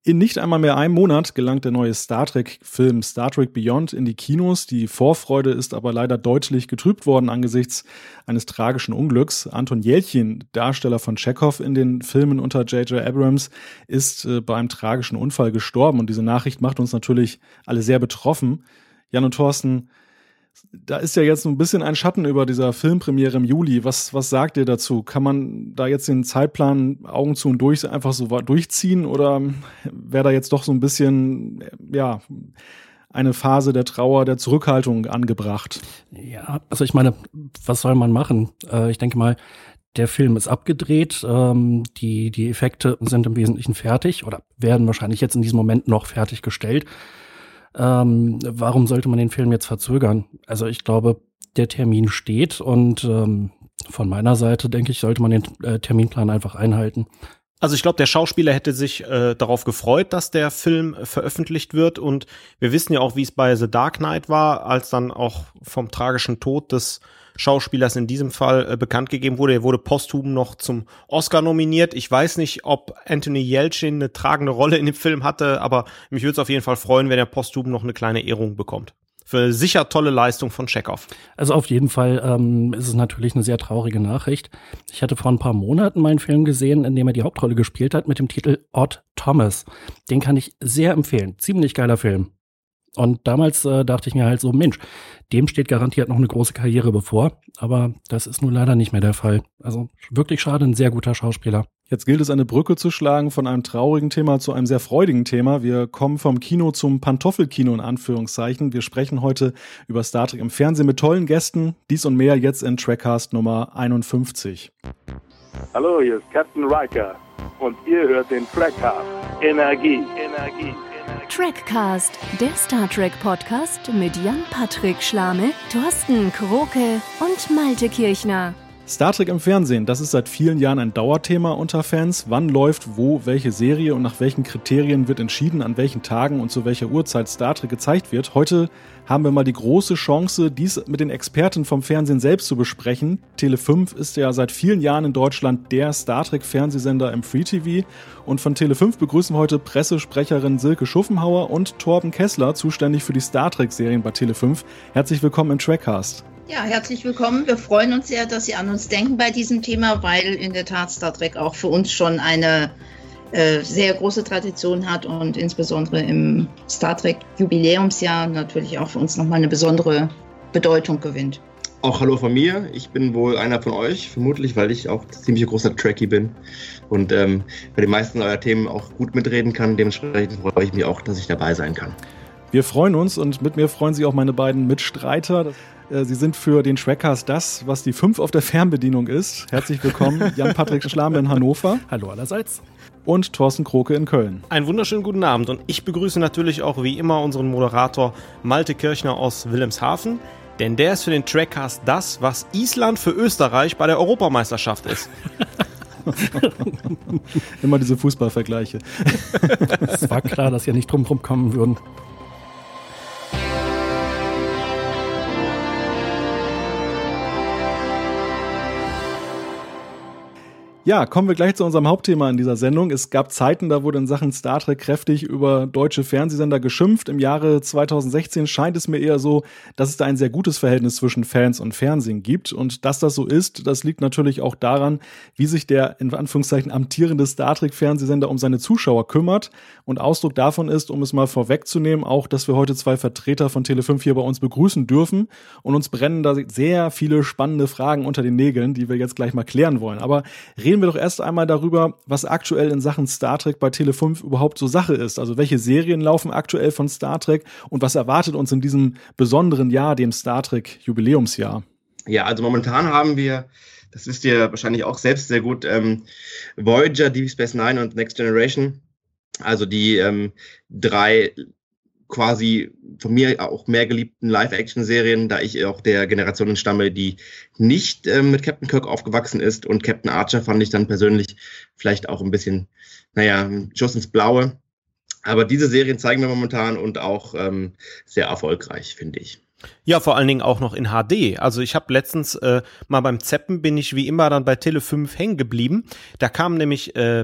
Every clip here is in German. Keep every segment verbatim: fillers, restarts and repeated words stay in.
In nicht einmal mehr einem Monat gelangt der neue Star Trek-Film Star Trek Beyond in die Kinos. Die Vorfreude ist aber leider deutlich getrübt worden angesichts eines tragischen Unglücks. Anton Jelchin, Darsteller von Chekhov in den Filmen unter J J Abrams, ist äh, bei einem tragischen Unfall gestorben. Und diese Nachricht macht uns natürlich alle sehr betroffen. Jan und Thorsten, da ist ja jetzt so ein bisschen ein Schatten über dieser Filmpremiere im Juli. Was, was sagt ihr dazu? Kann man da jetzt den Zeitplan Augen zu und durch einfach so durchziehen oder wäre da jetzt doch so ein bisschen, ja, eine Phase der Trauer, der Zurückhaltung angebracht? Ja, also ich meine, was soll man machen? Äh, ich denke mal, der Film ist abgedreht, ähm, die, die Effekte sind im Wesentlichen fertig oder werden wahrscheinlich jetzt in diesem Moment noch fertiggestellt. Ähm, warum sollte man den Film jetzt verzögern? Also ich glaube, der Termin steht und ähm, von meiner Seite, denke ich, sollte man den äh, Terminplan einfach einhalten. Also ich glaube, der Schauspieler hätte sich äh, darauf gefreut, dass der Film äh, veröffentlicht wird und wir wissen ja auch, wie es bei The Dark Knight war, als dann auch vom tragischen Tod des Schauspielers in diesem Fall äh, bekannt gegeben wurde. Er wurde posthum noch zum Oscar nominiert. Ich weiß nicht, ob Anthony Yelchin eine tragende Rolle in dem Film hatte, aber mich würde es auf jeden Fall freuen, wenn er posthum noch eine kleine Ehrung bekommt. Für eine sicher tolle Leistung von Chekhov. Also auf jeden Fall ähm, ist es natürlich eine sehr traurige Nachricht. Ich hatte vor ein paar Monaten meinen Film gesehen, in dem er die Hauptrolle gespielt hat, mit dem Titel Odd Thomas. Den kann ich sehr empfehlen. Ziemlich geiler Film. Und damals äh, dachte ich mir halt so, Mensch, dem steht garantiert noch eine große Karriere bevor. Aber das ist nun leider nicht mehr der Fall. Also wirklich schade, ein sehr guter Schauspieler. Jetzt gilt es, eine Brücke zu schlagen von einem traurigen Thema zu einem sehr freudigen Thema. Wir kommen vom Kino zum Pantoffelkino in Anführungszeichen. Wir sprechen heute über Star Trek im Fernsehen mit tollen Gästen. Dies und mehr jetzt in Trackcast Nummer einundfünfzig. Hallo, hier ist Captain Riker und ihr hört den Trackcast. Energie, Energie. Trackcast, der Star Trek Podcast mit Jan-Patrick Schlame, Thorsten Kroke und Malte Kirchner. Star Trek im Fernsehen, das ist seit vielen Jahren ein Dauerthema unter Fans. Wann läuft wo welche Serie und nach welchen Kriterien wird entschieden, an welchen Tagen und zu welcher Uhrzeit Star Trek gezeigt wird? Heute haben wir mal die große Chance, dies mit den Experten vom Fernsehen selbst zu besprechen. Tele fünf ist ja seit vielen Jahren in Deutschland der Star Trek-Fernsehsender im Free-T V. Und von Tele fünf begrüßen wir heute Pressesprecherin Silke Schuffenhauer und Torben Kessler, zuständig für die Star Trek-Serien bei Tele fünf. Herzlich willkommen im Trackcast. Ja, herzlich willkommen. Wir freuen uns sehr, dass Sie an uns denken bei diesem Thema, weil in der Tat Star Trek auch für uns schon eine äh, sehr große Tradition hat und insbesondere im Star Trek Jubiläumsjahr natürlich auch für uns nochmal eine besondere Bedeutung gewinnt. Auch hallo von mir. Ich bin wohl einer von euch, vermutlich, weil ich auch ziemlich großer Trekkie bin und ähm, bei den meisten eurer Themen auch gut mitreden kann. Dementsprechend freue ich mich auch, dass ich dabei sein kann. Wir freuen uns und mit mir freuen sich auch meine beiden Mitstreiter. Sie sind für den Trackcast das, was die fünf auf der Fernbedienung ist. Herzlich willkommen, Jan-Patrick Schlame in Hannover. Hallo allerseits. Und Thorsten Kroke in Köln. Einen wunderschönen guten Abend und ich begrüße natürlich auch wie immer unseren Moderator Malte Kirchner aus Wilhelmshaven, denn der ist für den Trackcast das, was Island für Österreich bei der Europameisterschaft ist. Immer diese Fußballvergleiche. Es war klar, dass wir nicht drum drum kommen würden. Ja, kommen wir gleich zu unserem Hauptthema in dieser Sendung. Es gab Zeiten, da wurde in Sachen Star Trek kräftig über deutsche Fernsehsender geschimpft. Im Jahre zweitausendsechzehn scheint es mir eher so, dass es da ein sehr gutes Verhältnis zwischen Fans und Fernsehen gibt. Und dass das so ist, das liegt natürlich auch daran, wie sich der in Anführungszeichen amtierende Star Trek-Fernsehsender um seine Zuschauer kümmert. Und Ausdruck davon ist, um es mal vorwegzunehmen, auch, dass wir heute zwei Vertreter von Tele fünf hier bei uns begrüßen dürfen. Und uns brennen da sehr viele spannende Fragen unter den Nägeln, die wir jetzt gleich mal klären wollen. Aber reden wir doch erst einmal darüber, was aktuell in Sachen Star Trek bei Tele fünf überhaupt so Sache ist. Also welche Serien laufen aktuell von Star Trek und was erwartet uns in diesem besonderen Jahr, dem Star Trek Jubiläumsjahr? Ja, also momentan haben wir, das wisst ihr wahrscheinlich auch selbst sehr gut, ähm, Voyager, Deep Space Nine und Next Generation. Also die ähm, drei quasi von mir auch mehr geliebten Live-Action-Serien, da ich auch der Generation entstamme, die nicht äh, mit Captain Kirk aufgewachsen ist, und Captain Archer fand ich dann persönlich vielleicht auch ein bisschen, naja, Schuss ins Blaue. Aber diese Serien zeigen wir momentan und auch ähm, sehr erfolgreich, finde ich. Ja, vor allen Dingen auch noch in H D. Also ich habe letztens äh, mal beim Zappen bin ich wie immer dann bei Tele fünf hängen geblieben. Da kam nämlich äh,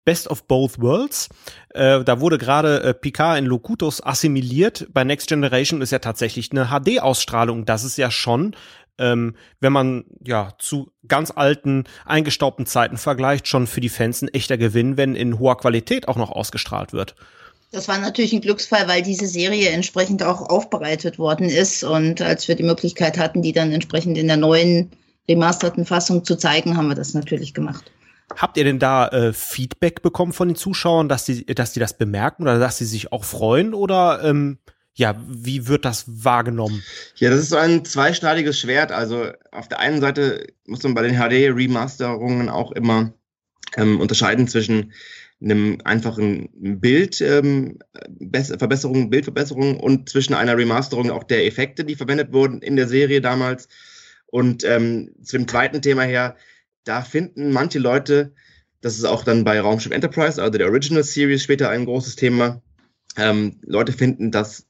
Best of Both Worlds. Äh, da wurde gerade äh, Picard in Locutus assimiliert. Bei Next Generation ist ja tatsächlich eine H D-Ausstrahlung. Das ist ja schon, ähm, wenn man ja zu ganz alten, eingestaubten Zeiten vergleicht, schon für die Fans ein echter Gewinn, wenn in hoher Qualität auch noch ausgestrahlt wird. Das war natürlich ein Glücksfall, weil diese Serie entsprechend auch aufbereitet worden ist. Und als wir die Möglichkeit hatten, die dann entsprechend in der neuen remasterten Fassung zu zeigen, haben wir das natürlich gemacht. Habt ihr denn da äh, Feedback bekommen von den Zuschauern, dass die, dass die das bemerken oder dass sie sich auch freuen? Oder ähm, ja, wie wird das wahrgenommen? Ja, das ist so ein zweischneidiges Schwert. Also auf der einen Seite muss man bei den H D-Remasterungen auch immer ähm, unterscheiden zwischen einem einfachen Bild, ähm, Verbesserung, Bildverbesserung und zwischen einer Remasterung auch der Effekte, die verwendet wurden in der Serie damals. Und ähm, zum zweiten Thema her, da finden manche Leute, das ist auch dann bei Raumschiff Enterprise, also der Original Series später ein großes Thema, ähm, Leute finden, dass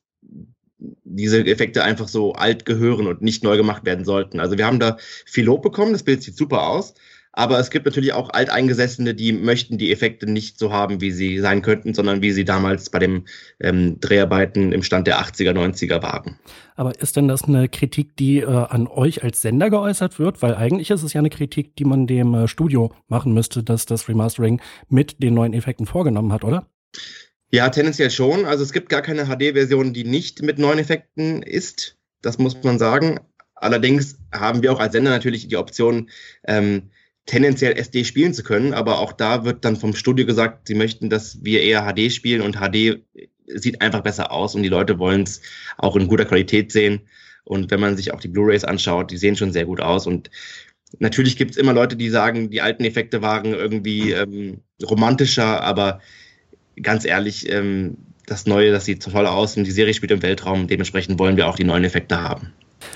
diese Effekte einfach so alt gehören und nicht neu gemacht werden sollten. Also wir haben da viel Lob bekommen, das Bild sieht super aus. Aber es gibt natürlich auch Alteingesessene, die möchten die Effekte nicht so haben, wie sie sein könnten, sondern wie sie damals bei den ähm, Dreharbeiten im Stand der achtziger, neunziger waren. Aber ist denn das eine Kritik, die äh, an euch als Sender geäußert wird? Weil eigentlich ist es ja eine Kritik, die man dem äh, Studio machen müsste, dass das Remastering mit den neuen Effekten vorgenommen hat, oder? Ja, tendenziell schon. Also es gibt gar keine H D-Version, die nicht mit neuen Effekten ist. Das muss man sagen. Allerdings haben wir auch als Sender natürlich die Option, ähm, tendenziell S D spielen zu können, aber auch da wird dann vom Studio gesagt, sie möchten, dass wir eher H D spielen und H D sieht einfach besser aus und die Leute wollen es auch in guter Qualität sehen. Und wenn man sich auch die Blu-rays anschaut, die sehen schon sehr gut aus. Und natürlich gibt es immer Leute, die sagen, die alten Effekte waren irgendwie ähm, romantischer, aber ganz ehrlich, ähm, das Neue, das sieht toll aus und die Serie spielt im Weltraum, dementsprechend wollen wir auch die neuen Effekte haben.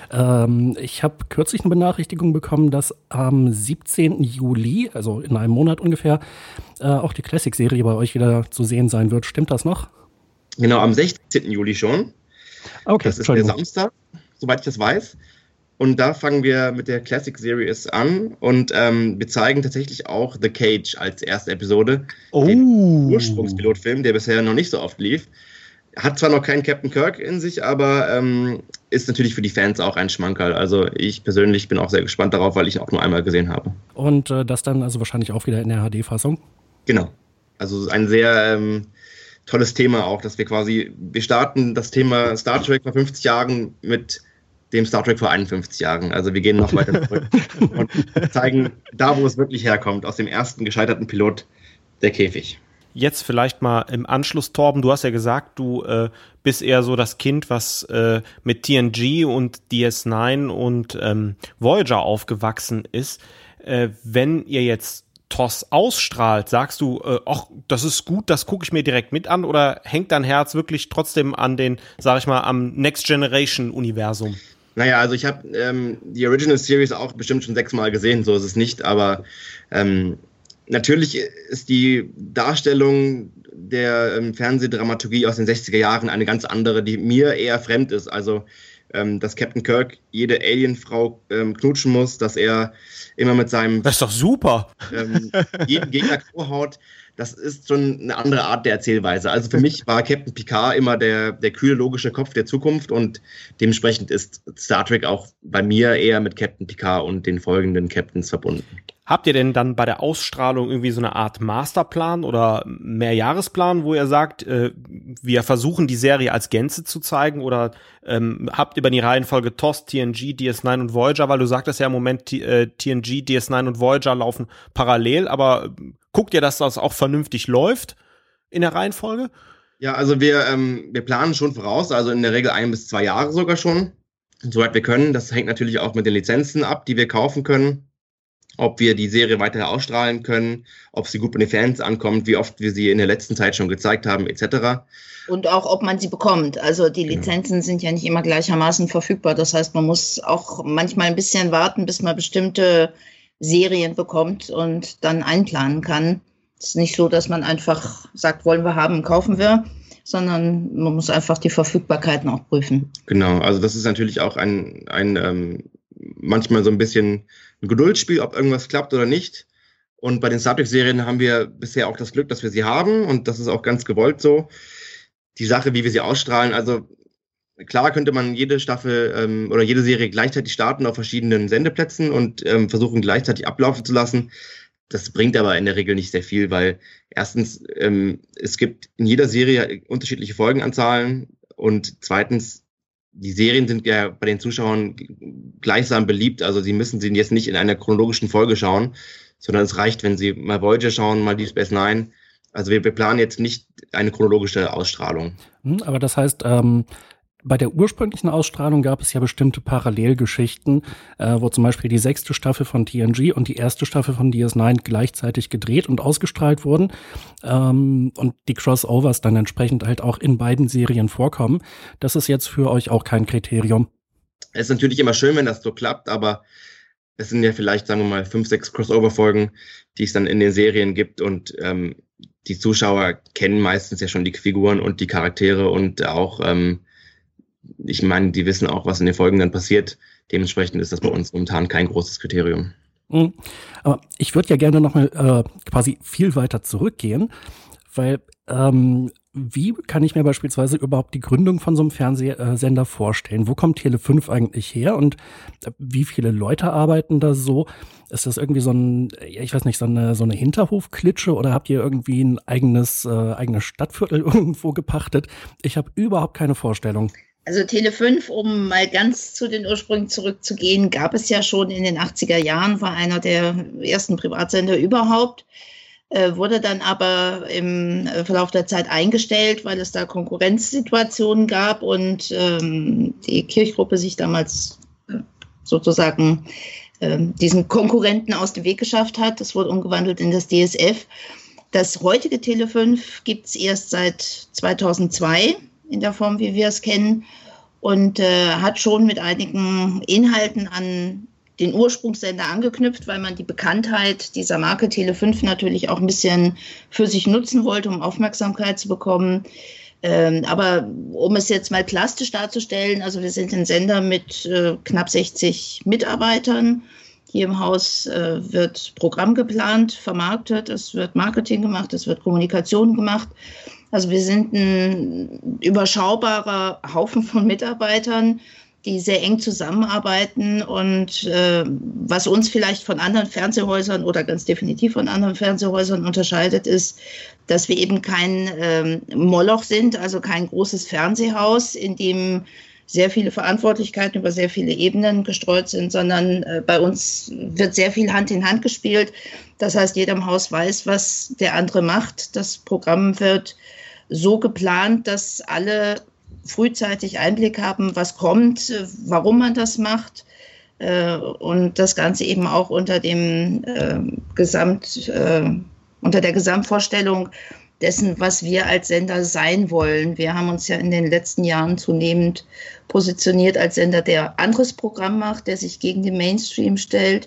Ähm, ich habe kürzlich eine Benachrichtigung bekommen, dass am siebzehnten Juli, also in einem Monat ungefähr, äh, auch die Classic-Serie bei euch wieder zu sehen sein wird. Stimmt das noch? Genau, am sechzehnten Juli schon. Okay, das ist der Samstag, soweit ich das weiß. Und da fangen wir mit der Classic Series an und ähm, wir zeigen tatsächlich auch The Cage als erste Episode. Oh. Den Ursprungspilotfilm, der bisher noch nicht so oft lief. Hat zwar noch keinen Captain Kirk in sich, aber ähm, ist natürlich für die Fans auch ein Schmankerl. Also ich persönlich bin auch sehr gespannt darauf, weil ich ihn auch nur einmal gesehen habe. Und äh, das dann also wahrscheinlich auch wieder in der H D-Fassung? Genau. Also ein sehr ähm, tolles Thema auch, dass wir quasi, wir starten das Thema Star Trek vor fünfzig Jahren mit dem Star Trek vor einundfünfzig Jahren. Also wir gehen noch weiter zurück und zeigen da, wo es wirklich herkommt, aus dem ersten gescheiterten Pilot, der Käfig. Jetzt vielleicht mal im Anschluss, Torben, du hast ja gesagt, du äh, bist eher so das Kind, was äh, mit T N G und D S neun und ähm, Voyager aufgewachsen ist. Äh, wenn ihr jetzt T O S ausstrahlt, sagst du, äh, ach, das ist gut, das gucke ich mir direkt mit an, oder hängt dein Herz wirklich trotzdem an den, sag ich mal, am Next Generation Universum? Naja, also ich habe ähm, die Original Series auch bestimmt schon sechsmal gesehen, so ist es nicht, aber ähm, natürlich ist die Darstellung der ähm, Fernsehdramaturgie aus den sechziger Jahren eine ganz andere, die mir eher fremd ist. Also, ähm, dass Captain Kirk jede Alienfrau ähm, knutschen muss, dass er immer mit seinem... Das ist doch super! Ähm, jeden Gegner vorhaut, das ist schon eine andere Art der Erzählweise. Also für mich war Captain Picard immer der, der kühle, logische Kopf der Zukunft und dementsprechend ist Star Trek auch bei mir eher mit Captain Picard und den folgenden Captains verbunden. Habt ihr denn dann bei der Ausstrahlung irgendwie so eine Art Masterplan oder Mehrjahresplan, wo ihr sagt, äh, wir versuchen die Serie als Gänze zu zeigen, oder ähm, habt ihr über die Reihenfolge T O S, T N G, D S neun und Voyager, weil du sagtest ja im Moment, T- äh, T N G, D S neun und Voyager laufen parallel, aber guckt ihr, dass das auch vernünftig läuft in der Reihenfolge? Ja, also wir, ähm, wir planen schon voraus, also in der Regel ein bis zwei Jahre sogar schon, soweit wir können. Das hängt natürlich auch mit den Lizenzen ab, die wir kaufen können. Ob wir die Serie weiter ausstrahlen können, ob sie gut bei den Fans ankommt, wie oft wir sie in der letzten Zeit schon gezeigt haben, et cetera. Und auch, ob man sie bekommt. Also die Lizenzen ja. sind ja nicht immer gleichermaßen verfügbar. Das heißt, man muss auch manchmal ein bisschen warten, bis man bestimmte Serien bekommt und dann einplanen kann. Es ist nicht so, dass man einfach sagt, wollen wir haben, kaufen wir, sondern man muss einfach die Verfügbarkeiten auch prüfen. Genau, also das ist natürlich auch ein, ein ähm, manchmal so ein bisschen ein Geduldsspiel, ob irgendwas klappt oder nicht. Und bei den Star Trek-Serien haben wir bisher auch das Glück, dass wir sie haben. Und das ist auch ganz gewollt so. Die Sache, wie wir sie ausstrahlen, also klar könnte man jede Staffel ähm, oder jede Serie gleichzeitig starten auf verschiedenen Sendeplätzen und ähm, versuchen gleichzeitig ablaufen zu lassen. Das bringt aber in der Regel nicht sehr viel, weil erstens, ähm, es gibt in jeder Serie unterschiedliche Folgenanzahlen und zweitens, die Serien sind ja bei den Zuschauern gleichsam beliebt. Also sie müssen sie jetzt nicht in einer chronologischen Folge schauen, sondern es reicht, wenn sie mal Voyager schauen, mal Deep Space Nine. Also wir, wir planen jetzt nicht eine chronologische Ausstrahlung. Aber das heißt, ähm, bei der ursprünglichen Ausstrahlung gab es ja bestimmte Parallelgeschichten, äh, wo zum Beispiel die sechste Staffel von T N G und die erste Staffel von D S neun gleichzeitig gedreht und ausgestrahlt wurden ähm, und die Crossovers dann entsprechend halt auch in beiden Serien vorkommen. Das ist jetzt für euch auch kein Kriterium. Es ist natürlich immer schön, wenn das so klappt, aber es sind ja vielleicht, sagen wir mal, fünf, sechs Crossover-Folgen, die es dann in den Serien gibt und ähm, die Zuschauer kennen meistens ja schon die Figuren und die Charaktere und auch ähm, ich meine, die wissen auch, was in den Folgen dann passiert. Dementsprechend ist das bei uns momentan kein großes Kriterium. Mhm. Aber ich würde ja gerne noch mal äh, quasi viel weiter zurückgehen, weil ähm, wie kann ich mir beispielsweise überhaupt die Gründung von so einem Fernsehsender vorstellen? Wo kommt Tele fünf eigentlich her und wie viele Leute arbeiten da so? Ist das irgendwie so ein, ich weiß nicht, so eine, so eine Hinterhofklitsche oder habt ihr irgendwie ein eigenes, äh, eigenes Stadtviertel irgendwo gepachtet? Ich habe überhaupt keine Vorstellung. Also Tele fünf, um mal ganz zu den Ursprüngen zurückzugehen, gab es ja schon in den achtziger Jahren, war einer der ersten Privatsender überhaupt, äh, wurde dann aber im Verlauf der Zeit eingestellt, weil es da Konkurrenzsituationen gab und ähm, die Kirchgruppe sich damals äh, sozusagen äh, diesen Konkurrenten aus dem Weg geschafft hat. Das wurde umgewandelt in das D S F. Das heutige Tele fünf gibt es erst seit zweitausendzwei. In der Form, wie wir es kennen, und äh, hat schon mit einigen Inhalten an den Ursprungssender angeknüpft, weil man die Bekanntheit dieser Marke Tele fünf natürlich auch ein bisschen für sich nutzen wollte, um Aufmerksamkeit zu bekommen. Ähm, aber um es jetzt mal plastisch darzustellen, also wir sind ein Sender mit äh, knapp sechzig Mitarbeitern. Hier im Haus äh, wird Programm geplant, vermarktet, es wird Marketing gemacht, es wird Kommunikation gemacht. Also wir sind ein überschaubarer Haufen von Mitarbeitern, die sehr eng zusammenarbeiten und äh, was uns vielleicht von anderen Fernsehhäusern oder ganz definitiv von anderen Fernsehhäusern unterscheidet, ist, dass wir eben kein äh, Moloch sind, also kein großes Fernsehhaus, in dem sehr viele Verantwortlichkeiten über sehr viele Ebenen gestreut sind, sondern äh, bei uns wird sehr viel Hand in Hand gespielt. Das heißt, jeder im Haus weiß, was der andere macht. Das Programm wird so geplant, dass alle frühzeitig Einblick haben, was kommt, warum man das macht äh, und das Ganze eben auch unter dem äh, Gesamt, äh, unter der Gesamtvorstellung dessen, was wir als Sender sein wollen. Wir haben uns ja in den letzten Jahren zunehmend positioniert als Sender, der anderes Programm macht, der sich gegen den Mainstream stellt,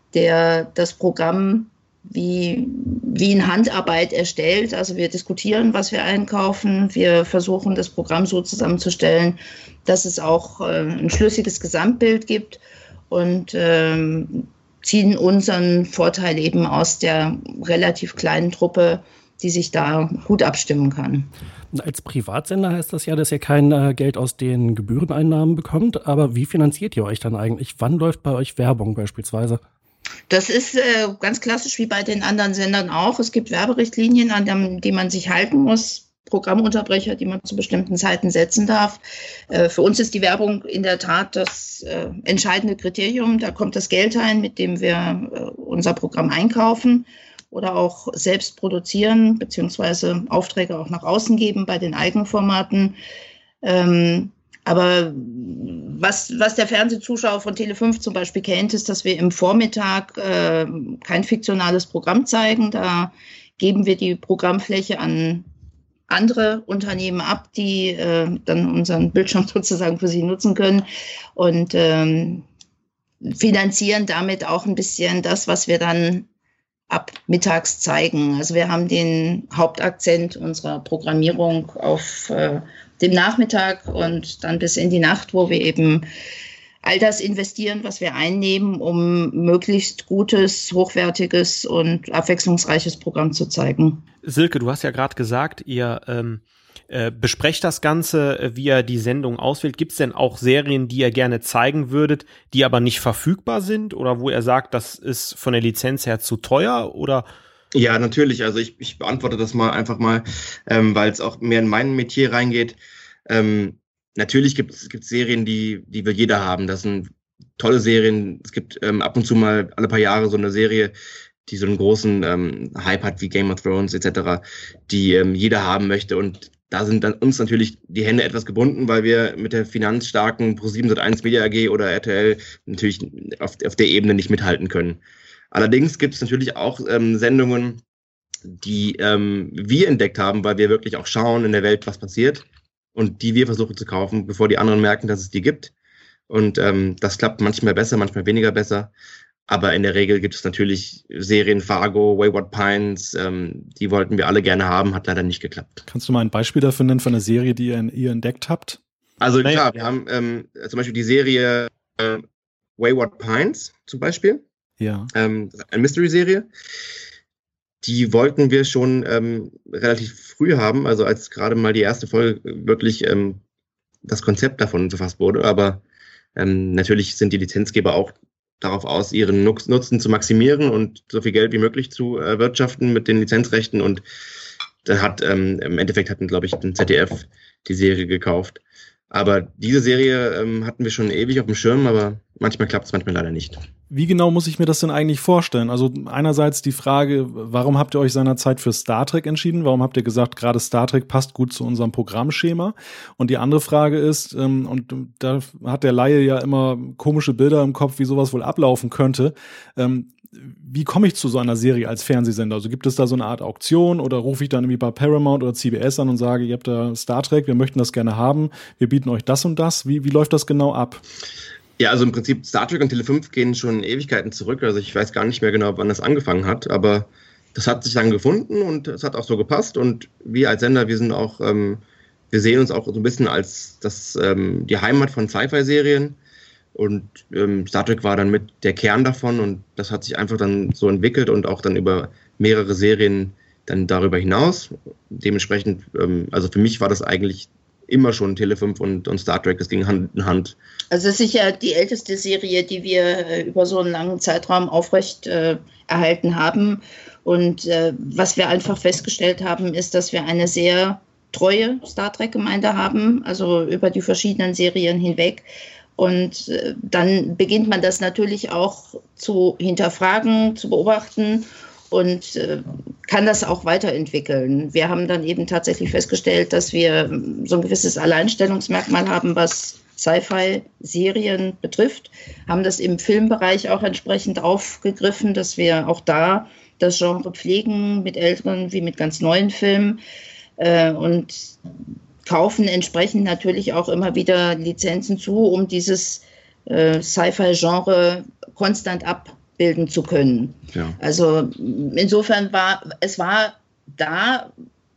der das Programm wie, wie in Handarbeit erstellt. Also wir diskutieren, was wir einkaufen. Wir versuchen, das Programm so zusammenzustellen, dass es auch äh, ein schlüssiges Gesamtbild gibt und ähm, ziehen unseren Vorteil eben aus der relativ kleinen Truppe, die sich da gut abstimmen kann. Als Privatsender heißt das ja, dass ihr kein äh, Geld aus den Gebühreneinnahmen bekommt. Aber wie finanziert ihr euch dann eigentlich? Wann läuft bei euch Werbung beispielsweise? Das ist äh, ganz klassisch wie bei den anderen Sendern auch. Es gibt Werberichtlinien, an dem, die man sich halten muss, Programmunterbrecher, die man zu bestimmten Zeiten setzen darf. Äh, für uns ist die Werbung in der Tat das äh, entscheidende Kriterium. Da kommt das Geld ein, mit dem wir äh, unser Programm einkaufen oder auch selbst produzieren, beziehungsweise Aufträge auch nach außen geben bei den Eigenformaten. Ähm, Aber was, was der Fernsehzuschauer von Tele fünf zum Beispiel kennt, ist, dass wir im Vormittag äh, kein fiktionales Programm zeigen. Da geben wir die Programmfläche an andere Unternehmen ab, die äh, dann unseren Bildschirm sozusagen für sie nutzen können und ähm, finanzieren damit auch ein bisschen das, was wir dann ab mittags zeigen. Also wir haben den Hauptakzent unserer Programmierung auf äh, dem Nachmittag und dann bis in die Nacht, wo wir eben all das investieren, was wir einnehmen, um möglichst gutes, hochwertiges und abwechslungsreiches Programm zu zeigen. Silke, du hast ja gerade gesagt, ihr ähm, äh, besprecht das Ganze, wie ihr die Sendung auswählt. Gibt es denn auch Serien, die ihr gerne zeigen würdet, die aber nicht verfügbar sind oder wo ihr sagt, das ist von der Lizenz her zu teuer oder? Ja, natürlich. Also ich, ich beantworte das mal einfach mal, ähm, weil es auch mehr in mein Metier reingeht. Ähm, natürlich gibt es Serien, die, die will jeder haben. Das sind tolle Serien. Es gibt ähm, ab und zu mal alle paar Jahre so eine Serie, die so einen großen ähm, Hype hat wie Game of Thrones et cetera, die ähm, jeder haben möchte. Und da sind dann uns natürlich die Hände etwas gebunden, weil wir mit der finanzstarken ProSieben Sat eins Media A G oder R T L natürlich auf, auf der Ebene nicht mithalten können. Allerdings gibt es natürlich auch ähm, Sendungen, die ähm, wir entdeckt haben, weil wir wirklich auch schauen in der Welt, was passiert und die wir versuchen zu kaufen, bevor die anderen merken, dass es die gibt. Und ähm, das klappt manchmal besser, manchmal weniger besser. Aber in der Regel gibt es natürlich Serien, Fargo, Wayward Pines, ähm, die wollten wir alle gerne haben, hat leider nicht geklappt. Kannst du mal ein Beispiel dafür nennen von einer Serie, die ihr, ihr entdeckt habt? Also klar, wir haben ähm, zum Beispiel die Serie äh, Wayward Pines zum Beispiel. Ja. Ähm, eine Mystery-Serie. Die wollten wir schon ähm, relativ früh haben, also als gerade mal die erste Folge wirklich ähm, das Konzept davon gefasst wurde. Aber ähm, natürlich sind die Lizenzgeber auch darauf aus, ihren Nutzen zu maximieren und so viel Geld wie möglich zu erwirtschaften mit den Lizenzrechten. Und da hat ähm, im Endeffekt hatten, glaube ich, den Z D F die Serie gekauft. Aber diese Serie ähm, hatten wir schon ewig auf dem Schirm, aber manchmal klappt es, manchmal leider nicht. Wie genau muss ich mir das denn eigentlich vorstellen? Also einerseits die Frage, warum habt ihr euch seinerzeit für Star Trek entschieden? Warum habt ihr gesagt, gerade Star Trek passt gut zu unserem Programmschema? Und die andere Frage ist, ähm, und da hat der Laie ja immer komische Bilder im Kopf, wie sowas wohl ablaufen könnte, ähm, wie komme ich zu so einer Serie als Fernsehsender? Also gibt es da so eine Art Auktion oder rufe ich dann irgendwie bei Paramount oder C B S an und sage, ihr habt da Star Trek, wir möchten das gerne haben, wir bieten euch das und das. Wie, wie läuft das genau ab? Ja, also im Prinzip Star Trek und Tele fünf gehen schon Ewigkeiten zurück. Also ich weiß gar nicht mehr genau, wann das angefangen hat, aber das hat sich dann gefunden und es hat auch so gepasst. Und wir als Sender, wir sind auch, ähm, wir sehen uns auch so ein bisschen als das, ähm, die Heimat von Sci-Fi-Serien. Und ähm, Star Trek war dann mit der Kern davon und das hat sich einfach dann so entwickelt und auch dann über mehrere Serien dann darüber hinaus. Dementsprechend, ähm, also für mich war das eigentlich immer schon Tele fünf und, und Star Trek, das ging Hand in Hand. Also es ist sicher die älteste Serie, die wir äh, über so einen langen Zeitraum aufrecht äh, erhalten haben. Und äh, was wir einfach festgestellt haben, ist, dass wir eine sehr treue Star Trek-Gemeinde haben, also über die verschiedenen Serien hinweg. Und äh, dann beginnt man das natürlich auch zu hinterfragen, zu beobachten und äh, kann das auch weiterentwickeln. Wir haben dann eben tatsächlich festgestellt, dass wir so ein gewisses Alleinstellungsmerkmal haben, was Sci-Fi-Serien betrifft, haben das im Filmbereich auch entsprechend aufgegriffen, dass wir auch da das Genre pflegen, mit älteren wie mit ganz neuen Filmen äh, und kaufen entsprechend natürlich auch immer wieder Lizenzen zu, um dieses äh, Sci-Fi-Genre konstant abbilden zu können. Ja. Also insofern war es war da,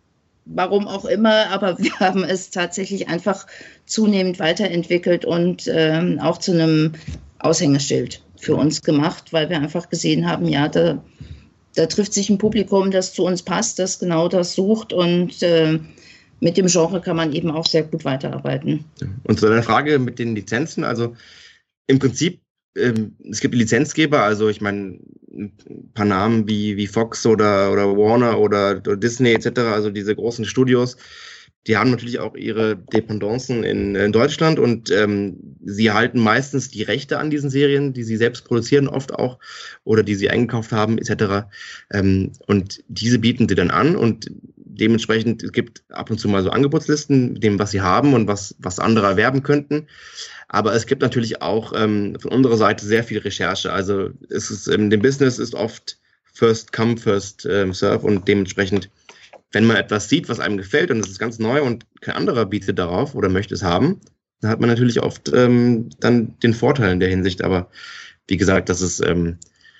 warum auch immer, aber wir haben es tatsächlich einfach zunehmend weiterentwickelt und ähm, auch zu einem Aushängeschild für uns gemacht, weil wir einfach gesehen haben, ja, da, da trifft sich ein Publikum, das zu uns passt, das genau das sucht und äh, mit dem Genre kann man eben auch sehr gut weiterarbeiten. Und zu deiner Frage mit den Lizenzen, also im Prinzip, ähm, es gibt Lizenzgeber, also ich meine, ein paar Namen wie, wie Fox oder, oder Warner oder, oder Disney et cetera, also diese großen Studios, die haben natürlich auch ihre Dependancen in, in Deutschland und ähm, sie halten meistens die Rechte an diesen Serien, die sie selbst produzieren oft auch oder die sie eingekauft haben et cetera. Ähm, und diese bieten sie dann an und dementsprechend, es gibt ab und zu mal so Angebotslisten mit dem, was sie haben und was, was andere erwerben könnten. Aber es gibt natürlich auch ähm, von unserer Seite sehr viel Recherche. Also es ist in dem Business ist oft First Come, First ähm, Serve und dementsprechend, wenn man etwas sieht, was einem gefällt und es ist ganz neu und kein anderer bietet darauf oder möchte es haben, dann hat man natürlich oft ähm, dann den Vorteil in der Hinsicht. Aber wie gesagt, das ist ähm,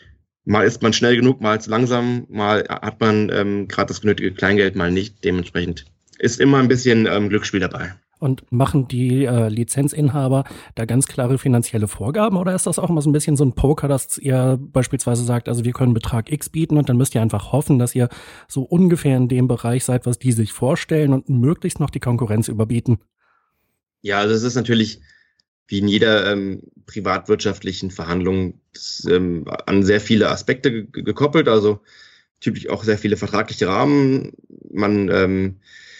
mal ist man schnell genug, mal zu langsam, mal hat man ähm, gerade das genötige Kleingeld, mal nicht. Dementsprechend ist immer ein bisschen ähm, Glücksspiel dabei. Und machen die äh, Lizenzinhaber da ganz klare finanzielle Vorgaben oder ist das auch immer so ein bisschen so ein Poker, dass ihr beispielsweise sagt, also wir können Betrag X bieten und dann müsst ihr einfach hoffen, dass ihr so ungefähr in dem Bereich seid, was die sich vorstellen und möglichst noch die Konkurrenz überbieten? Ja, also es ist natürlich wie in jeder ähm, privatwirtschaftlichen Verhandlung das, ähm, an sehr viele Aspekte ge- gekoppelt, also typisch auch sehr viele vertragliche Rahmen. Man ähm,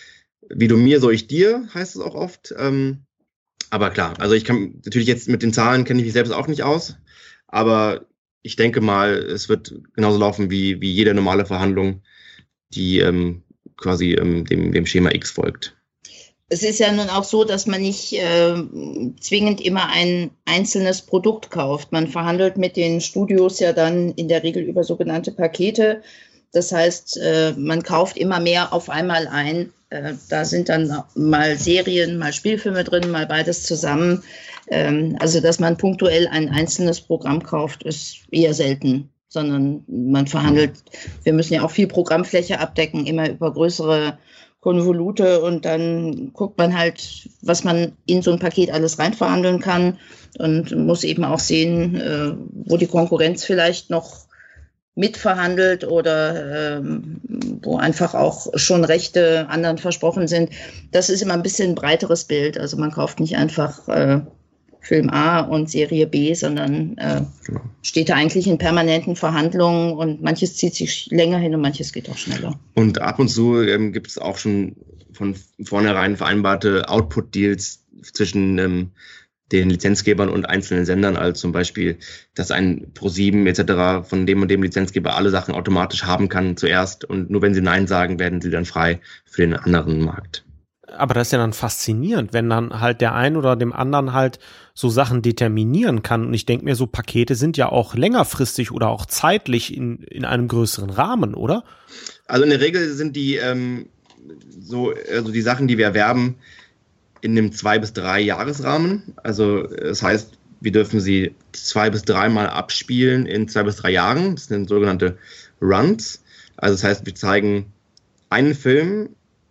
Wie du mir, so ich dir, heißt es auch oft. Ähm, aber klar, also ich kann natürlich jetzt mit den Zahlen kenne ich mich selbst auch nicht aus. Aber ich denke mal, es wird genauso laufen wie, wie jede normale Verhandlung, die ähm, quasi ähm, dem, dem Schema X folgt. Es ist ja nun auch so, dass man nicht äh, zwingend immer ein einzelnes Produkt kauft. Man verhandelt mit den Studios ja dann in der Regel über sogenannte Pakete. Das heißt, äh, man kauft immer mehr auf einmal ein. Äh, da sind dann mal Serien, mal Spielfilme drin, mal beides zusammen. Ähm, also, dass man punktuell ein einzelnes Programm kauft, ist eher selten, sondern man verhandelt. Wir müssen ja auch viel Programmfläche abdecken, immer über größere Konvolute und dann guckt man halt, was man in so ein Paket alles reinverhandeln kann und muss eben auch sehen, äh, wo die Konkurrenz vielleicht noch mitverhandelt oder ähm, wo einfach auch schon Rechte anderen versprochen sind. Das ist immer ein bisschen ein breiteres Bild. Also man kauft nicht einfach äh, Film A und Serie B, sondern äh, genau. steht da eigentlich in permanenten Verhandlungen und manches zieht sich länger hin und manches geht auch schneller. Und ab und zu ähm, gibt es auch schon von vornherein vereinbarte Output-Deals zwischen ähm, den Lizenzgebern und einzelnen Sendern, also zum Beispiel, dass ein ProSieben et cetera von dem und dem Lizenzgeber alle Sachen automatisch haben kann zuerst und nur wenn sie Nein sagen, werden sie dann frei für den anderen Markt. Aber das ist ja dann faszinierend, wenn dann halt der ein oder dem anderen halt so Sachen determinieren kann. Und ich denke mir, so Pakete sind ja auch längerfristig oder auch zeitlich in, in einem größeren Rahmen, oder? Also in der Regel sind die ähm, so, also die Sachen, die wir erwerben, in einem zwei- bis drei Jahresrahmen. Also das heißt, wir dürfen sie zwei bis dreimal abspielen in zwei bis drei Jahren. Das sind sogenannte Runs. Also das heißt, wir zeigen einen Film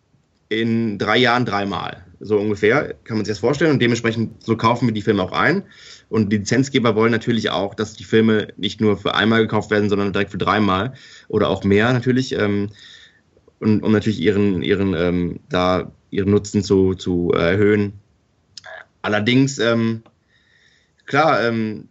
in drei Jahren dreimal. So ungefähr kann man sich das vorstellen. Und dementsprechend so kaufen wir die Filme auch ein. Und die Lizenzgeber wollen natürlich auch, dass die Filme nicht nur für einmal gekauft werden, sondern direkt für dreimal oder auch mehr natürlich. Ähm, und um natürlich ihren, ihren, ähm, da ihren Nutzen zu, zu erhöhen. Allerdings, ähm, klar, ähm,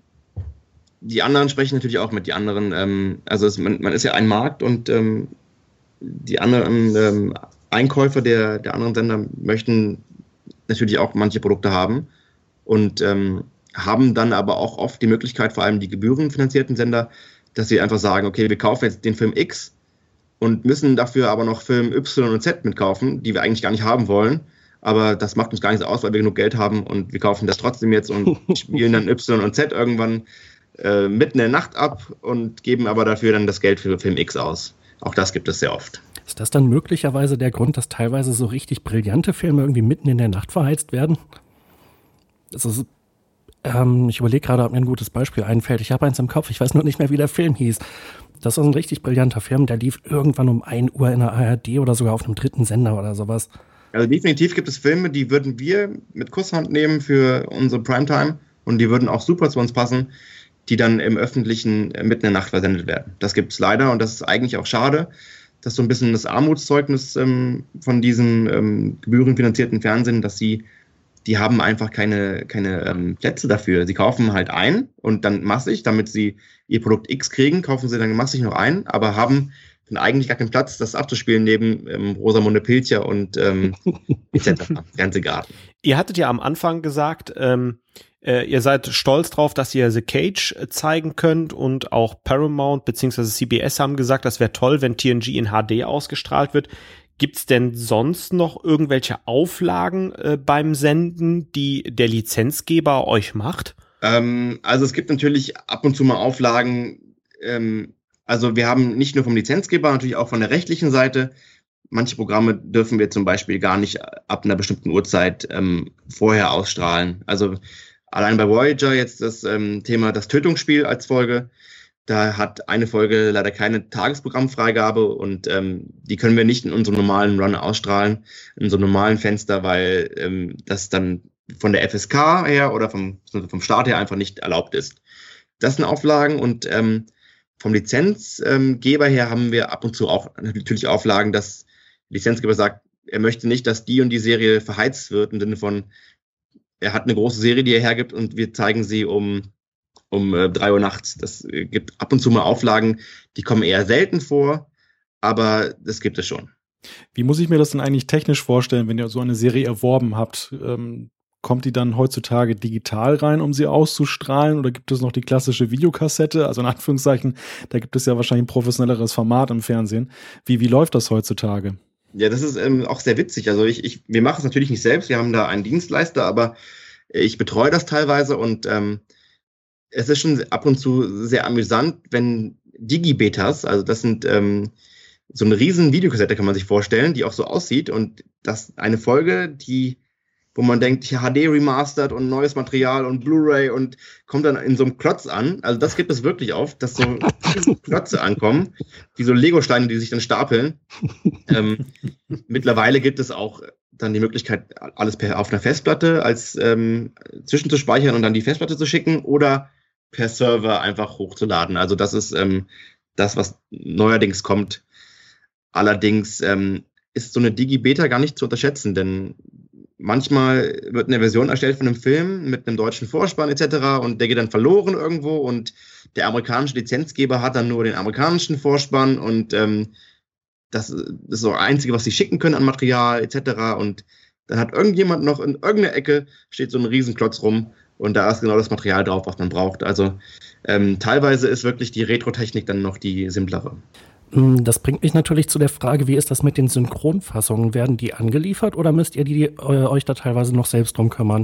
die anderen sprechen natürlich auch mit die anderen. Ähm, also es, man, man ist ja ein Markt und ähm, die anderen ähm, Einkäufer der, der anderen Sender möchten natürlich auch manche Produkte haben und ähm, haben dann aber auch oft die Möglichkeit, vor allem die gebührenfinanzierten Sender, dass sie einfach sagen, okay, wir kaufen jetzt den Film X und müssen dafür aber noch Film Y und Z mitkaufen, die wir eigentlich gar nicht haben wollen. Aber das macht uns gar nichts aus, weil wir genug Geld haben und wir kaufen das trotzdem jetzt und spielen dann Y und Z irgendwann äh, mitten in der Nacht ab und geben aber dafür dann das Geld für Film X aus. Auch das gibt es sehr oft. Ist das dann möglicherweise der Grund, dass teilweise so richtig brillante Filme irgendwie mitten in der Nacht verheizt werden? Also, ähm, ich überlege gerade, ob mir ein gutes Beispiel einfällt. Ich habe eins im Kopf, ich weiß nur nicht mehr, wie der Film hieß. Das ist ein richtig brillanter Film, der lief irgendwann um ein Uhr in der A R D oder sogar auf einem dritten Sender oder sowas. Also definitiv gibt es Filme, die würden wir mit Kusshand nehmen für unsere Primetime und die würden auch super zu uns passen, die dann im Öffentlichen mitten in der Nacht versendet werden. Das gibt es leider und das ist eigentlich auch schade. Das ist so ein bisschen das Armutszeugnis ähm, von diesem ähm, gebührenfinanzierten Fernsehen, dass sie, die haben einfach keine, keine ähm, Plätze dafür. Sie kaufen halt ein und dann massig, damit sie ihr Produkt X kriegen, kaufen sie dann massig noch ein, aber haben dann eigentlich gar keinen Platz, das abzuspielen neben ähm, Rosamunde Pilcher und ähm, et cetera. Fernsehgarten. Ihr hattet ja am Anfang gesagt, ähm, äh, ihr seid stolz drauf, dass ihr The Cage zeigen könnt und auch Paramount bzw. C B S haben gesagt, das wäre toll, wenn T N G in H D ausgestrahlt wird. Gibt's denn sonst noch irgendwelche Auflagen äh, beim Senden, die der Lizenzgeber euch macht? Ähm, also es gibt natürlich ab und zu mal Auflagen. Ähm, also wir haben nicht nur vom Lizenzgeber, natürlich auch von der rechtlichen Seite. Manche Programme dürfen wir zum Beispiel gar nicht ab einer bestimmten Uhrzeit ähm, vorher ausstrahlen. Also allein bei Voyager jetzt das ähm, Thema das Tötungsspiel als Folge. Da hat eine Folge leider keine Tagesprogrammfreigabe und ähm, die können wir nicht in unserem normalen Run ausstrahlen, in so einem normalen Fenster, weil ähm, das dann von der F S K her oder vom, vom Staat her einfach nicht erlaubt ist. Das sind Auflagen und ähm, vom Lizenzgeber her haben wir ab und zu auch natürlich Auflagen, dass der Lizenzgeber sagt, er möchte nicht, dass die und die Serie verheizt wird, im Sinne von, er hat eine große Serie, die er hergibt und wir zeigen sie um um äh, drei Uhr nachts. Das äh, gibt ab und zu mal Auflagen, die kommen eher selten vor, aber das gibt es schon. Wie muss ich mir das denn eigentlich technisch vorstellen, wenn ihr so eine Serie erworben habt? Ähm, kommt die dann heutzutage digital rein, um sie auszustrahlen, oder gibt es noch die klassische Videokassette? Also in Anführungszeichen, da gibt es ja wahrscheinlich ein professionelleres Format im Fernsehen. Wie, wie läuft das heutzutage? Ja, das ist ähm, auch sehr witzig. Also ich, ich, wir machen es natürlich nicht selbst, wir haben da einen Dienstleister, aber ich betreue das teilweise und ähm, es ist schon ab und zu sehr amüsant, wenn Digibetas, also das sind ähm, so eine riesen Videokassette, kann man sich vorstellen, die auch so aussieht und das eine Folge, die, wo man denkt, H D remastered und neues Material und Blu-ray und kommt dann in so einem Klotz an. Also das gibt es wirklich oft, dass so Klötze ankommen, wie so Legosteine, die sich dann stapeln. ähm, mittlerweile gibt es auch dann die Möglichkeit, alles per, auf einer Festplatte als ähm, zwischenzuspeichern und dann die Festplatte zu schicken oder per Server einfach hochzuladen. Also das ist ähm, das, was neuerdings kommt. Allerdings ähm, ist so eine Digi-Beta gar nicht zu unterschätzen, denn manchmal wird eine Version erstellt von einem Film mit einem deutschen Vorspann et cetera und der geht dann verloren irgendwo und der amerikanische Lizenzgeber hat dann nur den amerikanischen Vorspann und ähm, das ist so das Einzige, was sie schicken können an Material et cetera. Und dann hat irgendjemand noch in irgendeiner Ecke steht so ein Riesenklotz rum und da ist genau das Material drauf, was man braucht. Also ähm, teilweise ist wirklich die Retro-Technik dann noch die simplere. Das bringt mich natürlich zu der Frage, wie ist das mit den Synchronfassungen? Werden die angeliefert oder müsst ihr die, äh, euch da teilweise noch selbst drum kümmern?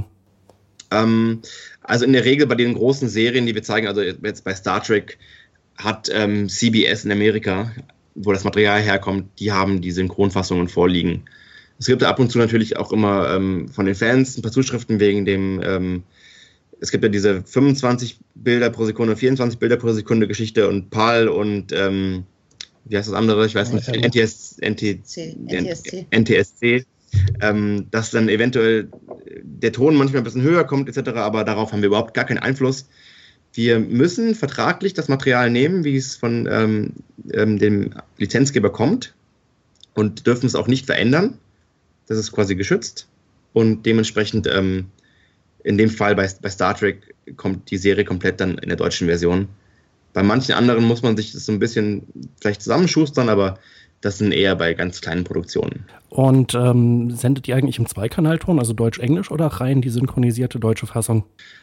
Ähm, also in der Regel bei den großen Serien, die wir zeigen, also jetzt bei Star Trek hat ähm, C B S in Amerika, wo das Material herkommt, die haben die Synchronfassungen vorliegen. Es gibt ab und zu natürlich auch immer ähm, von den Fans ein paar Zuschriften wegen dem, ähm, es gibt ja diese fünfundzwanzig Bilder pro Sekunde, vierundzwanzig Bilder pro Sekunde Geschichte und P A L und ähm, wie heißt das andere? Ich weiß nicht, N T S C, N T S C, ähm, dass dann eventuell der Ton manchmal ein bisschen höher kommt et cetera, aber darauf haben wir überhaupt gar keinen Einfluss. Wir müssen vertraglich das Material nehmen, wie es von ähm, ähm, dem Lizenzgeber kommt und dürfen es auch nicht verändern. Das ist quasi geschützt und dementsprechend ähm, in dem Fall bei, bei Star Trek kommt die Serie komplett dann in der deutschen Version. Bei manchen anderen muss man sich das so ein bisschen vielleicht zusammenschustern, aber das sind eher bei ganz kleinen Produktionen. Und ähm, sendet ihr eigentlich im Zweikanalton, also Deutsch-Englisch oder rein die synchronisierte deutsche Fassung?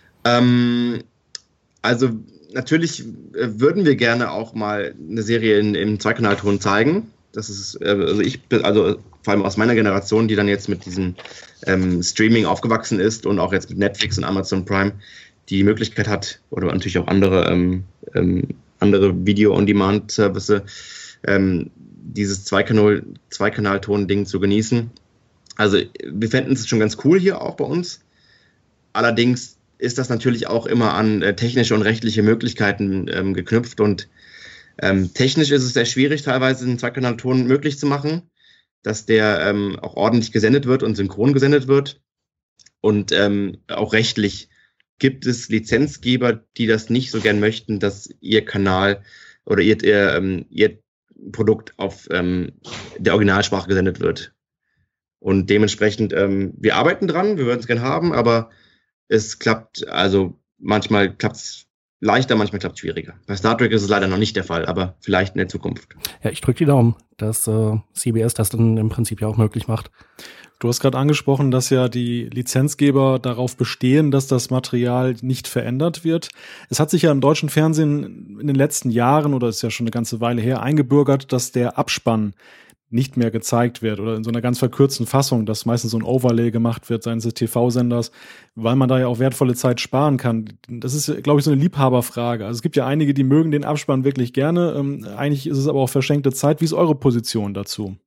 Ähm, also natürlich äh, würden wir gerne auch mal eine Serie in, im Zweikanalton zeigen. Das ist, äh, also ich, also vor allem aus meiner Generation, die dann jetzt mit diesem ähm, Streaming aufgewachsen ist und auch jetzt mit Netflix und Amazon Prime die Möglichkeit hat, oder natürlich auch andere, ähm, ähm, andere Video-on-Demand-Services, ähm, dieses Zweikanal, Zweikanalton-Ding zu genießen. Also wir fänden es schon ganz cool hier auch bei uns. Allerdings ist das natürlich auch immer an äh, technische und rechtliche Möglichkeiten ähm, geknüpft und ähm, technisch ist es sehr schwierig, teilweise einen Zweikanalton möglich zu machen, dass der ähm, auch ordentlich gesendet wird und synchron gesendet wird. Und ähm, auch rechtlich gibt es Lizenzgeber, die das nicht so gern möchten, dass ihr Kanal oder ihr, ihr, ähm, ihr Produkt auf ähm, der Originalsprache gesendet wird. Und dementsprechend, ähm, wir arbeiten dran, wir würden es gern haben, aber es klappt, also manchmal klappt es leichter, manchmal klappt es schwieriger. Bei Star Trek ist es leider noch nicht der Fall, aber vielleicht in der Zukunft. Ja, ich drücke die Daumen, dass äh, C B S das dann im Prinzip ja auch möglich macht. Du hast gerade angesprochen, dass ja die Lizenzgeber darauf bestehen, dass das Material nicht verändert wird. Es hat sich ja im deutschen Fernsehen in den letzten Jahren, oder ist ja schon eine ganze Weile her, eingebürgert, dass der Abspann nicht mehr gezeigt wird oder in so einer ganz verkürzten Fassung, dass meistens so ein Overlay gemacht wird seines T V-Senders, weil man da ja auch wertvolle Zeit sparen kann. Das ist, glaube ich, so eine Liebhaberfrage. Also es gibt ja einige, die mögen den Abspann wirklich gerne. Ähm, eigentlich ist es aber auch verschenkte Zeit. Wie ist eure Position dazu?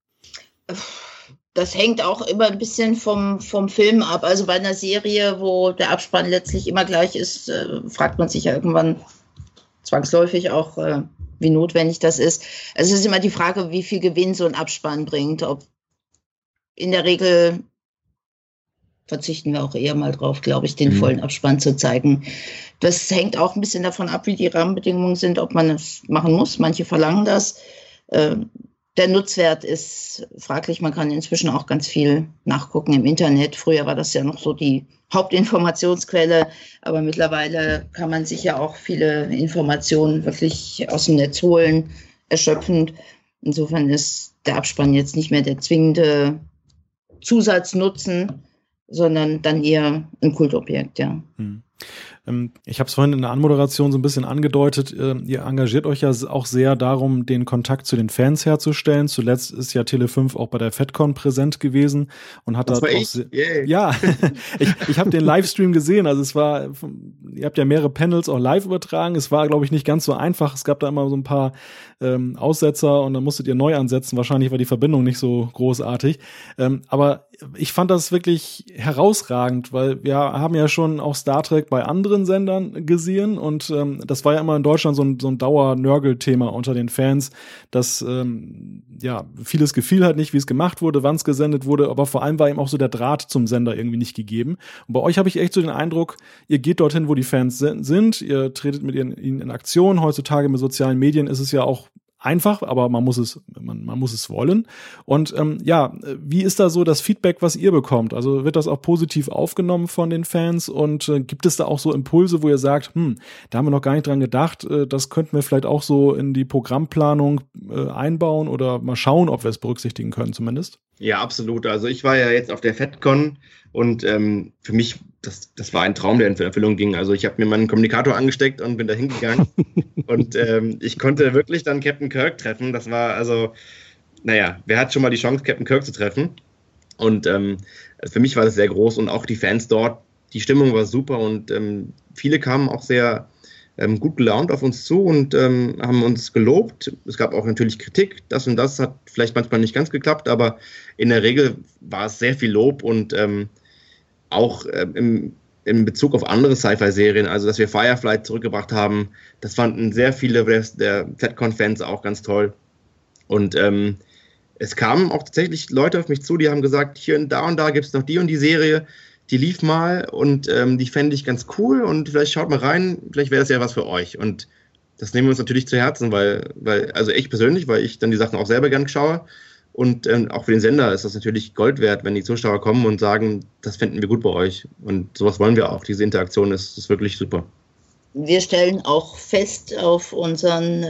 Das hängt auch immer ein bisschen vom, vom Film ab. Also bei einer Serie, wo der Abspann letztlich immer gleich ist, äh, fragt man sich ja irgendwann, zwangsläufig auch, äh, wie notwendig das ist. Also es ist immer die Frage, wie viel Gewinn so ein Abspann bringt. Ob in der Regel verzichten wir auch eher mal drauf, glaube ich, den mhm. vollen Abspann zu zeigen. Das hängt auch ein bisschen davon ab, wie die Rahmenbedingungen sind, ob man es machen muss. Manche verlangen das. Äh, der Nutzwert ist fraglich. Man kann inzwischen auch ganz viel nachgucken im Internet. Früher war das ja noch so die Hauptinformationsquelle, aber mittlerweile kann man sich ja auch viele Informationen wirklich aus dem Netz holen, erschöpfend. Insofern ist der Abspann jetzt nicht mehr der zwingende Zusatznutzen, sondern dann eher ein Kultobjekt, ja. Hm. Ich habe es vorhin in der Anmoderation so ein bisschen angedeutet, ihr engagiert euch ja auch sehr darum, den Kontakt zu den Fans herzustellen. Zuletzt ist ja Tele fünf auch bei der FedCon präsent gewesen und hat das da auch sehr, yeah. ja, ich, ich habe den Livestream gesehen, also es war, ihr habt ja mehrere Panels auch live übertragen, es war, glaube ich, nicht ganz so einfach, es gab da immer so ein paar ähm, Aussetzer und dann musstet ihr neu ansetzen, wahrscheinlich war die Verbindung nicht so großartig, ähm, aber ich fand das wirklich herausragend, weil wir haben ja schon auch Star Trek bei anderen Sendern gesehen und ähm, das war ja immer in Deutschland so ein, so ein Dauer-Nörgel-Thema unter den Fans, dass ähm, ja vieles gefiel halt nicht, wie es gemacht wurde, wann es gesendet wurde, aber vor allem war eben auch so der Draht zum Sender irgendwie nicht gegeben. Und bei euch habe ich echt so den Eindruck, ihr geht dorthin, wo die Fans sind, ihr tretet mit ihnen in Aktion. Heutzutage mit sozialen Medien ist es ja auch einfach, aber man muss es, man, man muss es wollen. Und ähm, ja, wie ist da so das Feedback, was ihr bekommt? Also wird das auch positiv aufgenommen von den Fans und äh, gibt es da auch so Impulse, wo ihr sagt, hm, da haben wir noch gar nicht dran gedacht, äh, das könnten wir vielleicht auch so in die Programmplanung äh, einbauen oder mal schauen, ob wir es berücksichtigen können zumindest? Ja, absolut. Also ich war ja jetzt auf der FedCon und ähm, für mich, das, das war ein Traum, der in Erfüllung ging. Also ich habe mir meinen Kommunikator angesteckt und bin da hingegangen und ähm, ich konnte wirklich dann Captain Kirk treffen. Das war also, naja, wer hat schon mal die Chance, Captain Kirk zu treffen? Und ähm, für mich war das sehr groß und auch die Fans dort, die Stimmung war super und ähm, viele kamen auch sehr ähm, gut gelaunt auf uns zu und ähm, haben uns gelobt. Es gab auch natürlich Kritik, das und das hat vielleicht manchmal nicht ganz geklappt, aber in der Regel war es sehr viel Lob und ähm, auch ähm, im, in Bezug auf andere Sci-Fi-Serien, also dass wir Firefly zurückgebracht haben, das fanden sehr viele der, der FedCon-Fans auch ganz toll. Und ähm, es kamen auch tatsächlich Leute auf mich zu, die haben gesagt, hier und da und da gibt es noch die und die Serie, die lief mal und ähm, die fände ich ganz cool und vielleicht schaut mal rein, vielleicht wäre das ja was für euch. Und das nehmen wir uns natürlich zu Herzen, weil, weil also ich persönlich, weil ich dann die Sachen auch selber gern schaue und ähm, auch für den Sender ist das natürlich Gold wert, wenn die Zuschauer kommen und sagen, das fänden wir gut bei euch. Und sowas wollen wir auch. Diese Interaktion ist, ist wirklich super. Wir stellen auch fest auf unseren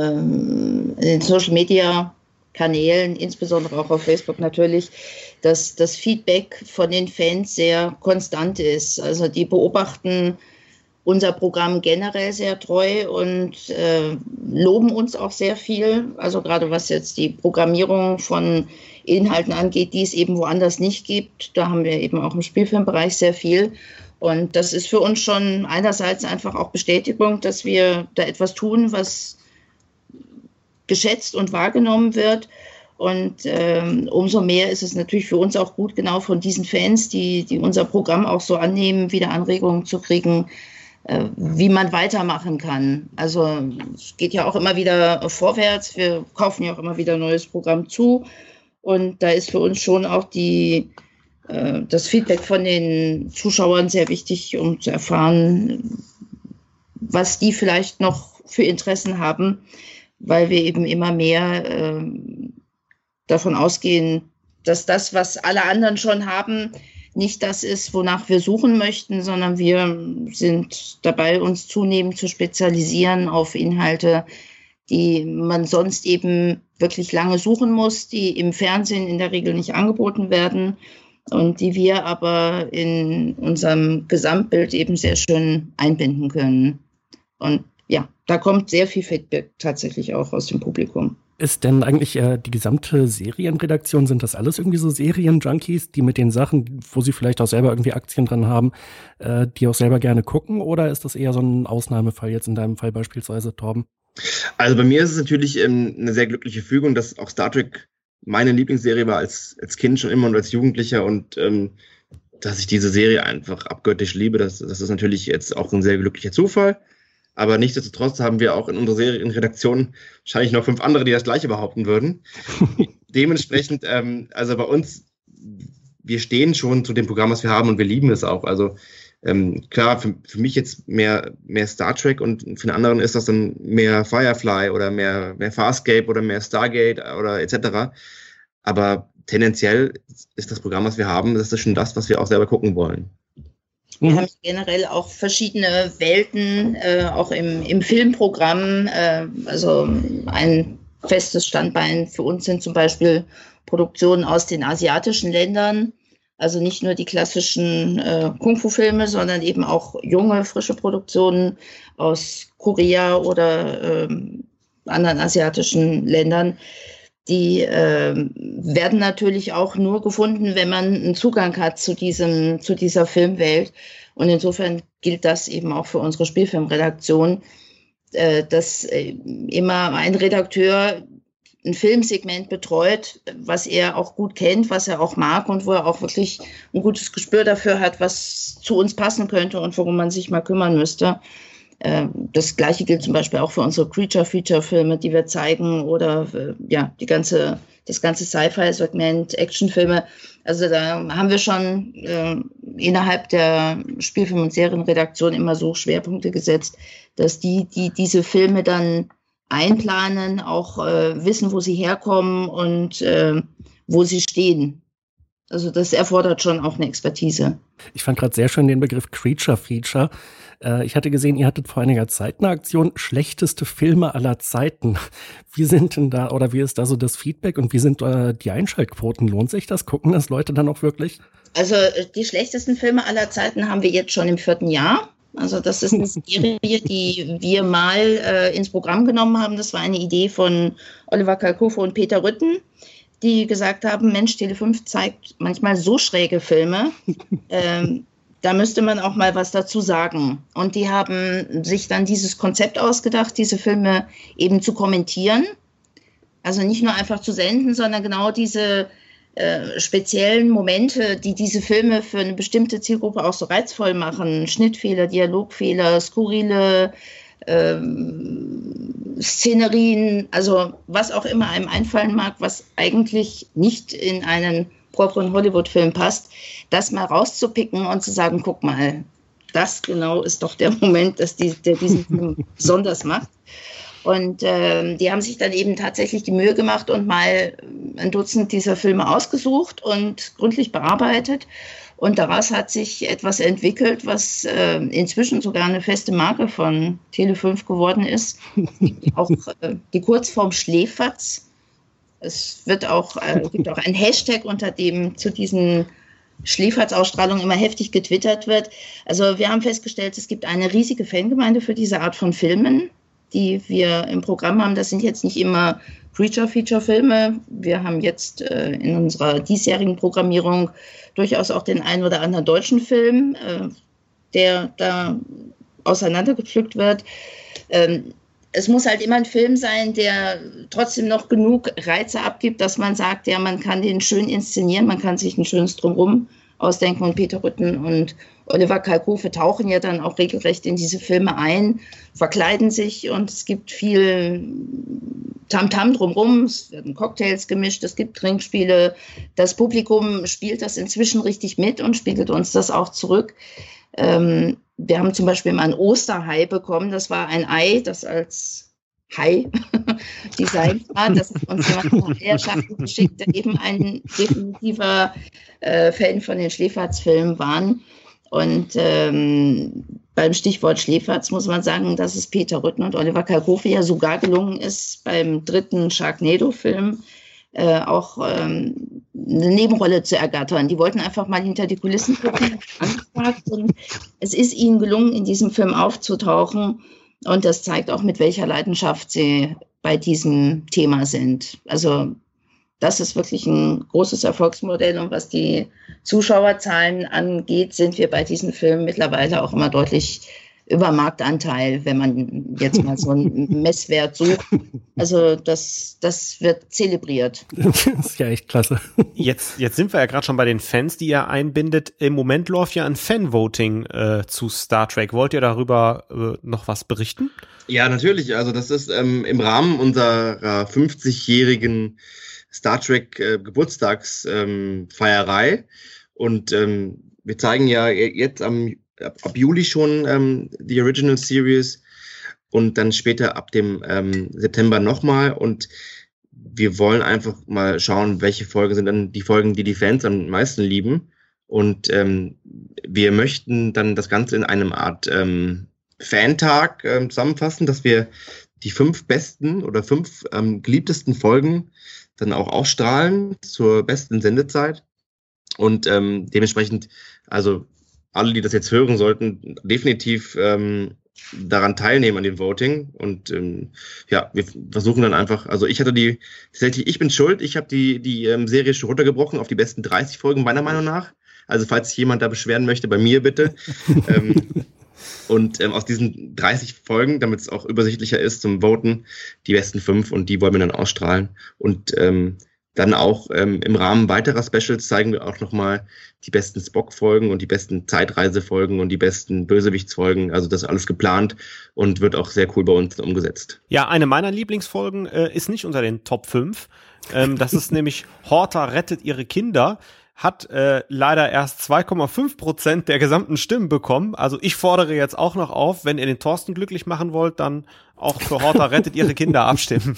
äh, Social Media Kanälen, insbesondere auch auf Facebook natürlich, dass das Feedback von den Fans sehr konstant ist. Also die beobachten unser Programm generell sehr treu und äh, loben uns auch sehr viel. Also gerade was jetzt die Programmierung von Inhalten angeht, die es eben woanders nicht gibt. Da haben wir eben auch im Spielfilmbereich sehr viel. Und das ist für uns schon einerseits einfach auch Bestätigung, dass wir da etwas tun, was geschätzt und wahrgenommen wird. Und ähm, umso mehr ist es natürlich für uns auch gut, genau von diesen Fans, die, die unser Programm auch so annehmen, wieder Anregungen zu kriegen, äh, wie man weitermachen kann. Also es geht ja auch immer wieder vorwärts. Wir kaufen ja auch immer wieder ein neues Programm zu. Und da ist für uns schon auch die, äh, das Feedback von den Zuschauern sehr wichtig, um zu erfahren, was die vielleicht noch für Interessen haben, weil wir eben immer mehr äh, davon ausgehen, dass das, was alle anderen schon haben, nicht das ist, wonach wir suchen möchten, sondern wir sind dabei, uns zunehmend zu spezialisieren auf Inhalte, die man sonst eben wirklich lange suchen muss, die im Fernsehen in der Regel nicht angeboten werden und die wir aber in unserem Gesamtbild eben sehr schön einbinden können. Und ja, da kommt sehr viel Feedback tatsächlich auch aus dem Publikum. Ist denn eigentlich äh, die gesamte Serienredaktion, sind das alles irgendwie so Serienjunkies, die mit den Sachen, wo sie vielleicht auch selber irgendwie Aktien dran haben, äh, die auch selber gerne gucken? Oder ist das eher so ein Ausnahmefall jetzt in deinem Fall beispielsweise, Torben? Also bei mir ist es natürlich ähm, eine sehr glückliche Fügung, dass auch Star Trek meine Lieblingsserie war als, als Kind schon immer und als Jugendlicher und ähm, dass ich diese Serie einfach abgöttisch liebe, das, das ist natürlich jetzt auch ein sehr glücklicher Zufall. Aber nichtsdestotrotz haben wir auch in unserer Serienredaktion wahrscheinlich noch fünf andere, die das Gleiche behaupten würden. Dementsprechend, ähm, also bei uns, wir stehen schon zu dem Programm, was wir haben und wir lieben es auch. Also ähm, klar, für, für mich jetzt mehr, mehr Star Trek und für den anderen ist das dann mehr Firefly oder mehr, mehr Farscape oder mehr Stargate oder et cetera. Aber tendenziell ist das Programm, was wir haben, das ist schon das, was wir auch selber gucken wollen. Wir haben generell auch verschiedene Welten, äh, auch im, im Filmprogramm. Äh, also ein festes Standbein für uns sind zum Beispiel Produktionen aus den asiatischen Ländern. Also nicht nur die klassischen äh, Kung-Fu-Filme, sondern eben auch junge, frische Produktionen aus Korea oder äh, anderen asiatischen Ländern. Die äh, werden natürlich auch nur gefunden, wenn man einen Zugang hat zu diesem, zu dieser Filmwelt. Und insofern gilt das eben auch für unsere Spielfilmredaktion, äh, dass äh, immer ein Redakteur ein Filmsegment betreut, was er auch gut kennt, was er auch mag und wo er auch wirklich ein gutes Gespür dafür hat, was zu uns passen könnte und worum man sich mal kümmern müsste. Das Gleiche gilt zum Beispiel auch für unsere Creature-Feature-Filme, die wir zeigen, oder ja, die ganze, das ganze Sci-Fi-Segment, Actionfilme. Also da haben wir schon äh, innerhalb der Spielfilm- und Serienredaktion immer so Schwerpunkte gesetzt, dass die, die diese Filme dann einplanen, auch äh, wissen, wo sie herkommen und äh, wo sie stehen. Also das erfordert schon auch eine Expertise. Ich fand gerade sehr schön den Begriff Creature Feature. Äh, ich hatte gesehen, ihr hattet vor einiger Zeit eine Aktion, schlechteste Filme aller Zeiten. Wie sind denn da, oder wie ist da so das Feedback und wie sind äh, die Einschaltquoten? Lohnt sich das? Gucken das Leute dann auch wirklich? Also die schlechtesten Filme aller Zeiten haben wir jetzt schon im vierten Jahr. Also das ist eine Serie, die wir mal äh, ins Programm genommen haben. Das war eine Idee von Oliver Kalkofe und Peter Rütten, die gesagt haben, Mensch, Tele fünf zeigt manchmal so schräge Filme, ähm, da müsste man auch mal was dazu sagen. Und die haben sich dann dieses Konzept ausgedacht, diese Filme eben zu kommentieren. Also nicht nur einfach zu senden, sondern genau diese äh, speziellen Momente, die diese Filme für eine bestimmte Zielgruppe auch so reizvoll machen. Schnittfehler, Dialogfehler, skurrile Ähm, Szenerien, also was auch immer einem einfallen mag, was eigentlich nicht in einen properen Hollywood-Film passt, das mal rauszupicken und zu sagen, guck mal, das genau ist doch der Moment, dass die, der diesen Film besonders macht. Und ähm, die haben sich dann eben tatsächlich die Mühe gemacht und mal ein Dutzend dieser Filme ausgesucht und gründlich bearbeitet. Und daraus hat sich etwas entwickelt, was äh, inzwischen sogar eine feste Marke von Tele fünf geworden ist. Auch äh, die Kurzform Schläferz. Es wird auch, äh, gibt auch ein Hashtag, unter dem zu diesen Schläferz-Ausstrahlungen immer heftig getwittert wird. Also wir haben festgestellt, es gibt eine riesige Fangemeinde für diese Art von Filmen, die wir im Programm haben. Das sind jetzt nicht immer Creature-Feature-Filme. Wir haben jetzt äh, in unserer diesjährigen Programmierung durchaus auch den einen oder anderen deutschen Film, äh, der da auseinandergepflückt wird. Ähm, es muss halt immer ein Film sein, der trotzdem noch genug Reize abgibt, dass man sagt, ja, man kann den schön inszenieren, man kann sich ein schönes Drumherum ausdenken. Und Peter Rütten und Oliver Kalkofe tauchen ja dann auch regelrecht in diese Filme ein, verkleiden sich und es gibt viel Tamtam drumherum, es werden Cocktails gemischt, es gibt Trinkspiele. Das Publikum spielt das inzwischen richtig mit und spiegelt uns das auch zurück. Ähm, wir haben zum Beispiel mal ein Osterhai bekommen, das war ein Ei, das als Hai designt war. Das hat uns jemand nach der Schachtel geschickt, der eben ein definitiver äh, Fan von den Schläferz-Filmen waren. Und ähm, beim Stichwort Schläferz muss man sagen, dass es Peter Rütten und Oliver Kalkofe ja sogar gelungen ist, beim dritten Sharknado-Film äh, auch ähm, eine Nebenrolle zu ergattern. Die wollten einfach mal hinter die Kulissen gucken, angefragt, und es ist ihnen gelungen, in diesem Film aufzutauchen. Und das zeigt auch, mit welcher Leidenschaft sie bei diesem Thema sind. Also das ist wirklich ein großes Erfolgsmodell. Und was die Zuschauerzahlen angeht, sind wir bei diesen Filmen mittlerweile auch immer deutlich über Marktanteil, wenn man jetzt mal so einen Messwert sucht. Also das, das wird zelebriert. Das ist ja echt klasse. Jetzt, jetzt sind wir ja gerade schon bei den Fans, die ihr einbindet. Im Moment läuft ja ein Fan-Voting äh, zu Star Trek. Wollt ihr darüber äh, noch was berichten? Ja, natürlich. Also das ist ähm, im Rahmen unserer fünfzigjährigen Star Trek äh, Geburtstagsfeierei. Ähm, Und ähm, wir zeigen ja jetzt am ab, ab Juli schon ähm, die Original Series und dann später ab dem ähm, September nochmal. Und wir wollen einfach mal schauen, welche Folgen sind dann die Folgen, die die Fans am meisten lieben. Und ähm, wir möchten dann das Ganze in einem Art ähm, Fantag ähm, zusammenfassen, dass wir die fünf besten oder fünf ähm, geliebtesten Folgen dann auch ausstrahlen zur besten Sendezeit. Und ähm, dementsprechend, also alle, die das jetzt hören sollten, definitiv ähm, daran teilnehmen an dem Voting. Und ähm, ja, wir versuchen dann einfach, also ich hatte die, tatsächlich, ich bin schuld, ich habe die, die ähm, Serie schon runtergebrochen auf die besten dreißig Folgen meiner Meinung nach. Also falls sich jemand da beschweren möchte, bei mir bitte. ähm, und ähm, aus diesen dreißig Folgen, damit es auch übersichtlicher ist zum Voten, die besten fünf und die wollen wir dann ausstrahlen. Und ähm, dann auch ähm, im Rahmen weiterer Specials zeigen wir auch nochmal die besten Spock-Folgen und die besten Zeitreise-Folgen und die besten Bösewichtsfolgen. Also das ist alles geplant und wird auch sehr cool bei uns umgesetzt. Ja, eine meiner Lieblingsfolgen äh, ist nicht unter den Top fünf. Ähm, das ist nämlich Horta rettet ihre Kinder. Hat äh, leider erst zwei Komma fünf Prozent der gesamten Stimmen bekommen. Also ich fordere jetzt auch noch auf, wenn ihr den Thorsten glücklich machen wollt, dann auch für Horta rettet ihre Kinder abstimmen.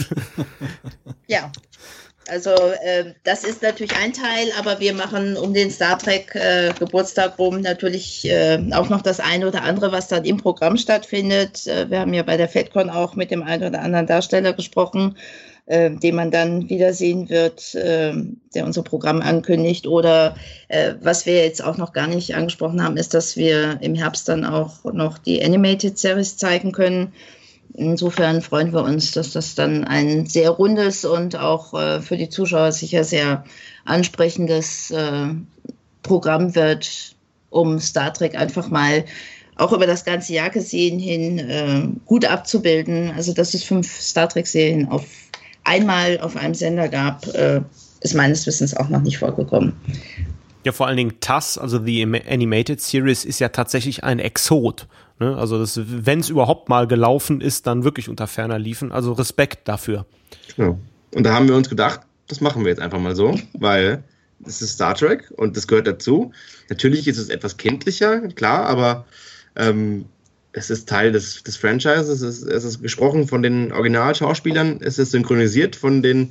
Ja. Also äh, das ist natürlich ein Teil, aber wir machen um den Star Trek äh, Geburtstag rum natürlich äh, auch noch das eine oder andere, was dann im Programm stattfindet. Äh, wir haben ja bei der FedCon auch mit dem einen oder anderen Darsteller gesprochen, äh, den man dann wiedersehen wird, äh, der unser Programm ankündigt. Oder äh, was wir jetzt auch noch gar nicht angesprochen haben, ist, dass wir im Herbst dann auch noch die Animated Series zeigen können. Insofern freuen wir uns, dass das dann ein sehr rundes und auch äh, für die Zuschauer sicher sehr ansprechendes äh, Programm wird, um Star Trek einfach mal auch über das ganze Jahr gesehen hin äh, gut abzubilden. Also dass es fünf Star Trek-Serien auf einmal auf einem Sender gab, äh, ist meines Wissens auch noch nicht vorgekommen. Ja, vor allen Dingen T A S, also die Animated Series, ist ja tatsächlich ein Exot. Ne? Also wenn es überhaupt mal gelaufen ist, dann wirklich unter ferner liefen. Also Respekt dafür. Genau. Und da haben wir uns gedacht, das machen wir jetzt einfach mal so, weil es ist Star Trek und das gehört dazu. Natürlich ist es etwas kindlicher, klar, aber ähm, es ist Teil des, des Franchises. Es ist, es ist gesprochen von den Originalschauspielern, es ist synchronisiert von den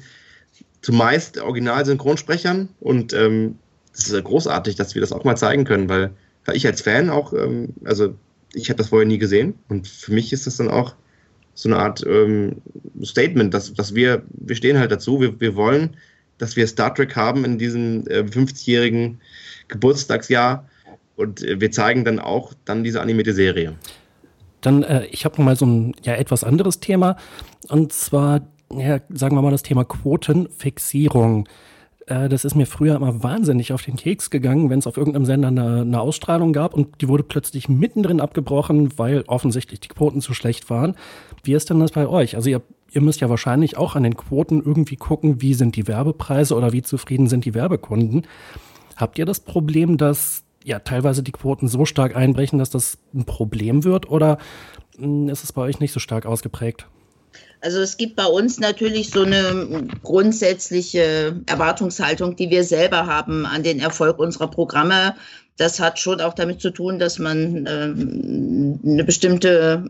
zumeist Originalsynchronsprechern und ähm, es ist großartig, dass wir das auch mal zeigen können, weil, weil ich als Fan auch, ähm, also ich habe das vorher nie gesehen und für mich ist das dann auch so eine Art ähm, Statement, dass, dass wir, wir stehen halt dazu, wir, wir wollen, dass wir Star Trek haben in diesem äh, fünfzigjährigen Geburtstagsjahr und äh, wir zeigen dann auch dann diese animierte Serie. Dann, äh, ich habe noch mal so ein ja etwas anderes Thema und zwar, ja, sagen wir mal das Thema Quotenfixierung. Das ist mir früher immer wahnsinnig auf den Keks gegangen, wenn es auf irgendeinem Sender eine, eine Ausstrahlung gab und die wurde plötzlich mittendrin abgebrochen, weil offensichtlich die Quoten zu schlecht waren. Wie ist denn das bei euch? Also ihr, ihr müsst ja wahrscheinlich auch an den Quoten irgendwie gucken, wie sind die Werbepreise oder wie zufrieden sind die Werbekunden. Habt ihr das Problem, dass ja teilweise die Quoten so stark einbrechen, dass das ein Problem wird oder mh, ist es bei euch nicht so stark ausgeprägt? Also es gibt bei uns natürlich so eine grundsätzliche Erwartungshaltung, die wir selber haben an den Erfolg unserer Programme. Das hat schon auch damit zu tun, dass man ähm, eine bestimmte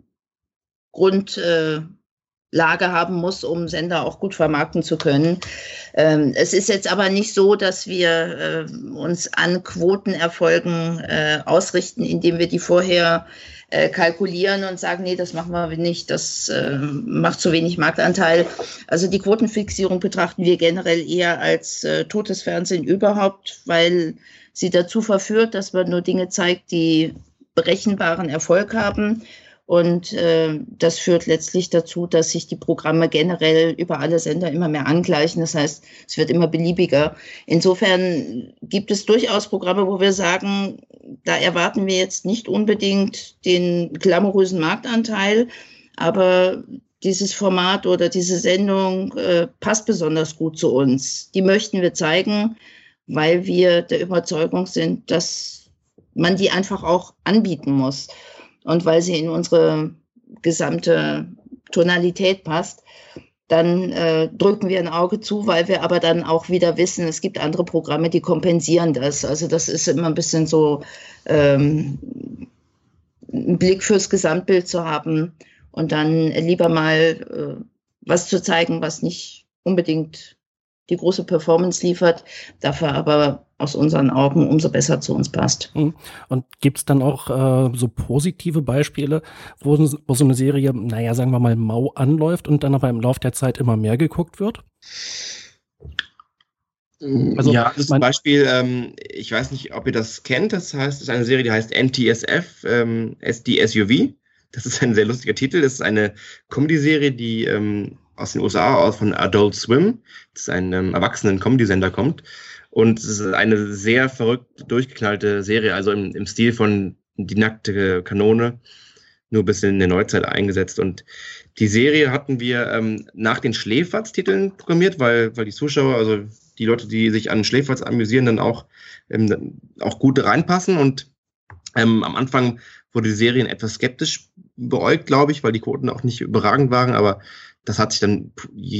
Grundlage äh, haben muss, um Sender auch gut vermarkten zu können. Ähm, es ist jetzt aber nicht so, dass wir äh, uns an Quotenerfolgen äh, ausrichten, indem wir die vorher äh, kalkulieren und sagen, nee, das machen wir nicht, das äh, macht zu wenig Marktanteil. Also die Quotenfixierung betrachten wir generell eher als äh, totes Fernsehen überhaupt, weil sie dazu verführt, dass man nur Dinge zeigt, die berechenbaren Erfolg haben. Und äh, das führt letztlich dazu, dass sich die Programme generell über alle Sender immer mehr angleichen. Das heißt, es wird immer beliebiger. Insofern gibt es durchaus Programme, wo wir sagen, da erwarten wir jetzt nicht unbedingt den glamourösen Marktanteil, aber dieses Format oder diese Sendung äh, passt besonders gut zu uns. Die möchten wir zeigen, weil wir der Überzeugung sind, dass man die einfach auch anbieten muss und weil sie in unsere gesamte Tonalität passt. Dann äh, drücken wir ein Auge zu, weil wir aber dann auch wieder wissen, es gibt andere Programme, die kompensieren das. Also das ist immer ein bisschen so ähm, einen Blick fürs Gesamtbild zu haben und dann lieber mal äh, was zu zeigen, was nicht unbedingt die große Performance liefert, dafür aber aus unseren Augen umso besser zu uns passt. Und gibt es dann auch äh, so positive Beispiele, wo, wo so eine Serie, naja, sagen wir mal, mau anläuft und dann aber im Laufe der Zeit immer mehr geguckt wird? Also, ja, das ist ein Beispiel, ähm, ich weiß nicht, ob ihr das kennt, das heißt, es ist eine Serie, die heißt N T S F, ähm, S D S U V. Das ist ein sehr lustiger Titel, das ist eine Comedy-Serie, die ähm, aus den U S A, aus von Adult Swim, das ist ein ähm, Erwachsenen-Comedy-Sender kommt. Und es ist eine sehr verrückt durchgeknallte Serie, also im, im Stil von Die nackte Kanone, nur ein bisschen in der Neuzeit eingesetzt. Und die Serie hatten wir ähm, nach den Schläferz-Titeln programmiert, weil, weil die Zuschauer, also die Leute, die sich an Schläferz amüsieren, dann auch, ähm, auch gut reinpassen. Und ähm, am Anfang wurde die Serie etwas skeptisch beäugt, glaube ich, weil die Quoten auch nicht überragend waren, aber das hat sich dann,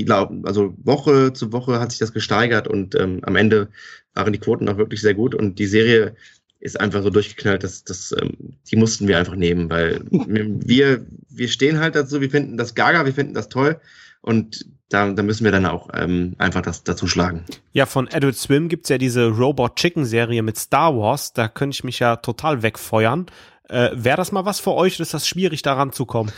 also Woche zu Woche hat sich das gesteigert und ähm, am Ende waren die Quoten auch wirklich sehr gut und die Serie ist einfach so durchgeknallt, dass das, ähm, die mussten wir einfach nehmen, weil wir, wir stehen halt dazu, wir finden das gaga, wir finden das toll und da, da müssen wir dann auch ähm, einfach das dazu schlagen. Ja, von Adult Swim gibt's ja diese Robot Chicken Serie mit Star Wars, da könnte ich mich ja total wegfeuern. Äh, Wäre das mal was für euch oder ist das schwierig, da ranzukommen?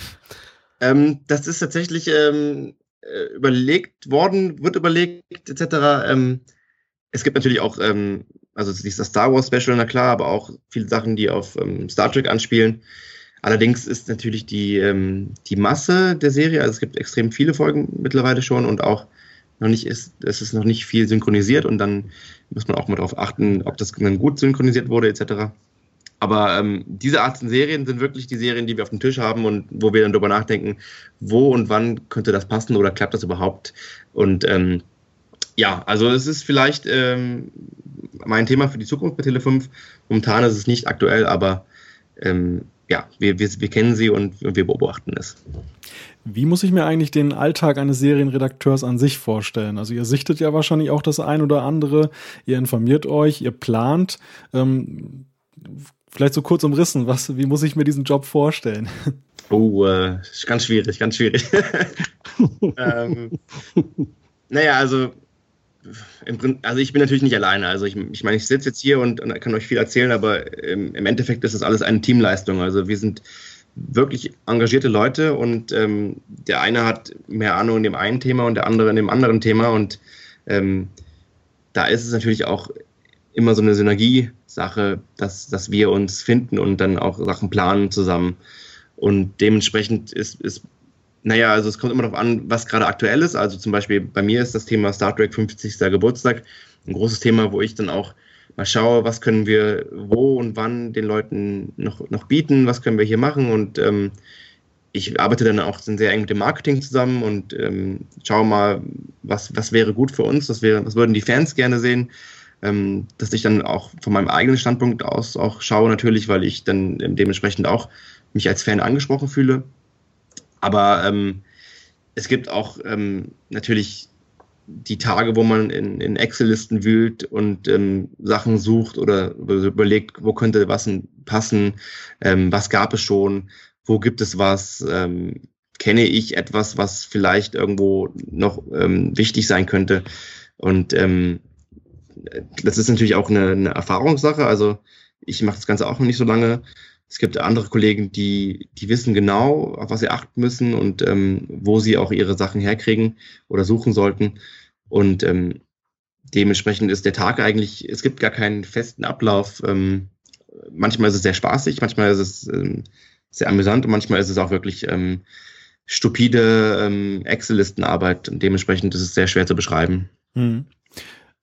Ähm, das ist tatsächlich ähm, überlegt worden, wird überlegt, et cetera. Ähm, es gibt natürlich auch, ähm, also dieses Star Wars Special, na klar, aber auch viele Sachen, die auf ähm, Star Trek anspielen. Allerdings ist natürlich die, ähm, die Masse der Serie, also es gibt extrem viele Folgen mittlerweile schon und auch noch nicht ist, es ist noch nicht viel synchronisiert und dann muss man auch mal darauf achten, ob das dann gut synchronisiert wurde, et cetera. Aber ähm, diese Art von Serien sind wirklich die Serien, die wir auf dem Tisch haben und wo wir dann darüber nachdenken, wo und wann könnte das passen oder klappt das überhaupt? Und ähm, ja, also es ist vielleicht ähm, mein Thema für die Zukunft bei Tele fünf. Momentan ist es nicht aktuell, aber ähm, ja, wir, wir, wir kennen sie und wir beobachten es. Wie muss ich mir eigentlich den Alltag eines Serienredakteurs an sich vorstellen? Also ihr sichtet ja wahrscheinlich auch das ein oder andere, ihr informiert euch, ihr plant. Ähm, Vielleicht so kurz umrissen, was, wie muss ich mir diesen Job vorstellen? Oh, äh, ganz schwierig, ganz schwierig. ähm, naja, also, im Prinzip, also ich bin natürlich nicht alleine. Also ich, ich meine, ich sitze jetzt hier und, und kann euch viel erzählen, aber im, im Endeffekt ist das alles eine Teamleistung. Also wir sind wirklich engagierte Leute und ähm, der eine hat mehr Ahnung in dem einen Thema und der andere in dem anderen Thema und ähm, da ist es natürlich auch immer so eine Synergie-Sache, dass, dass wir uns finden und dann auch Sachen planen zusammen. Und dementsprechend ist, ist, naja, also es kommt immer darauf an, was gerade aktuell ist. Also zum Beispiel bei mir ist das Thema Star Trek fünfzigsten Geburtstag ein großes Thema, wo ich dann auch mal schaue, was können wir wo und wann den Leuten noch, noch bieten, was können wir hier machen. Und ähm, ich arbeite dann auch sehr eng mit dem Marketing zusammen und ähm, schaue mal, was, was wäre gut für uns, was, wäre, was würden die Fans gerne sehen. Ähm, dass ich dann auch von meinem eigenen Standpunkt aus auch schaue natürlich, weil ich dann dementsprechend auch mich als Fan angesprochen fühle. Aber ähm, es gibt auch ähm, natürlich die Tage, wo man in, in Excel-Listen wühlt und ähm, Sachen sucht oder überlegt, wo könnte was passen, ähm, was gab es schon, wo gibt es was, ähm, kenne ich etwas, was vielleicht irgendwo noch ähm, wichtig sein könnte. Und ähm, das ist natürlich auch eine, eine Erfahrungssache. Also ich mache das Ganze auch noch nicht so lange. Es gibt andere Kollegen, die, die wissen genau, auf was sie achten müssen und ähm, wo sie auch ihre Sachen herkriegen oder suchen sollten. Und ähm, dementsprechend ist der Tag eigentlich, es gibt gar keinen festen Ablauf. Ähm, manchmal ist es sehr spaßig, manchmal ist es ähm, sehr amüsant und manchmal ist es auch wirklich ähm, stupide ähm, Excel-Listenarbeit und dementsprechend ist es sehr schwer zu beschreiben. Hm.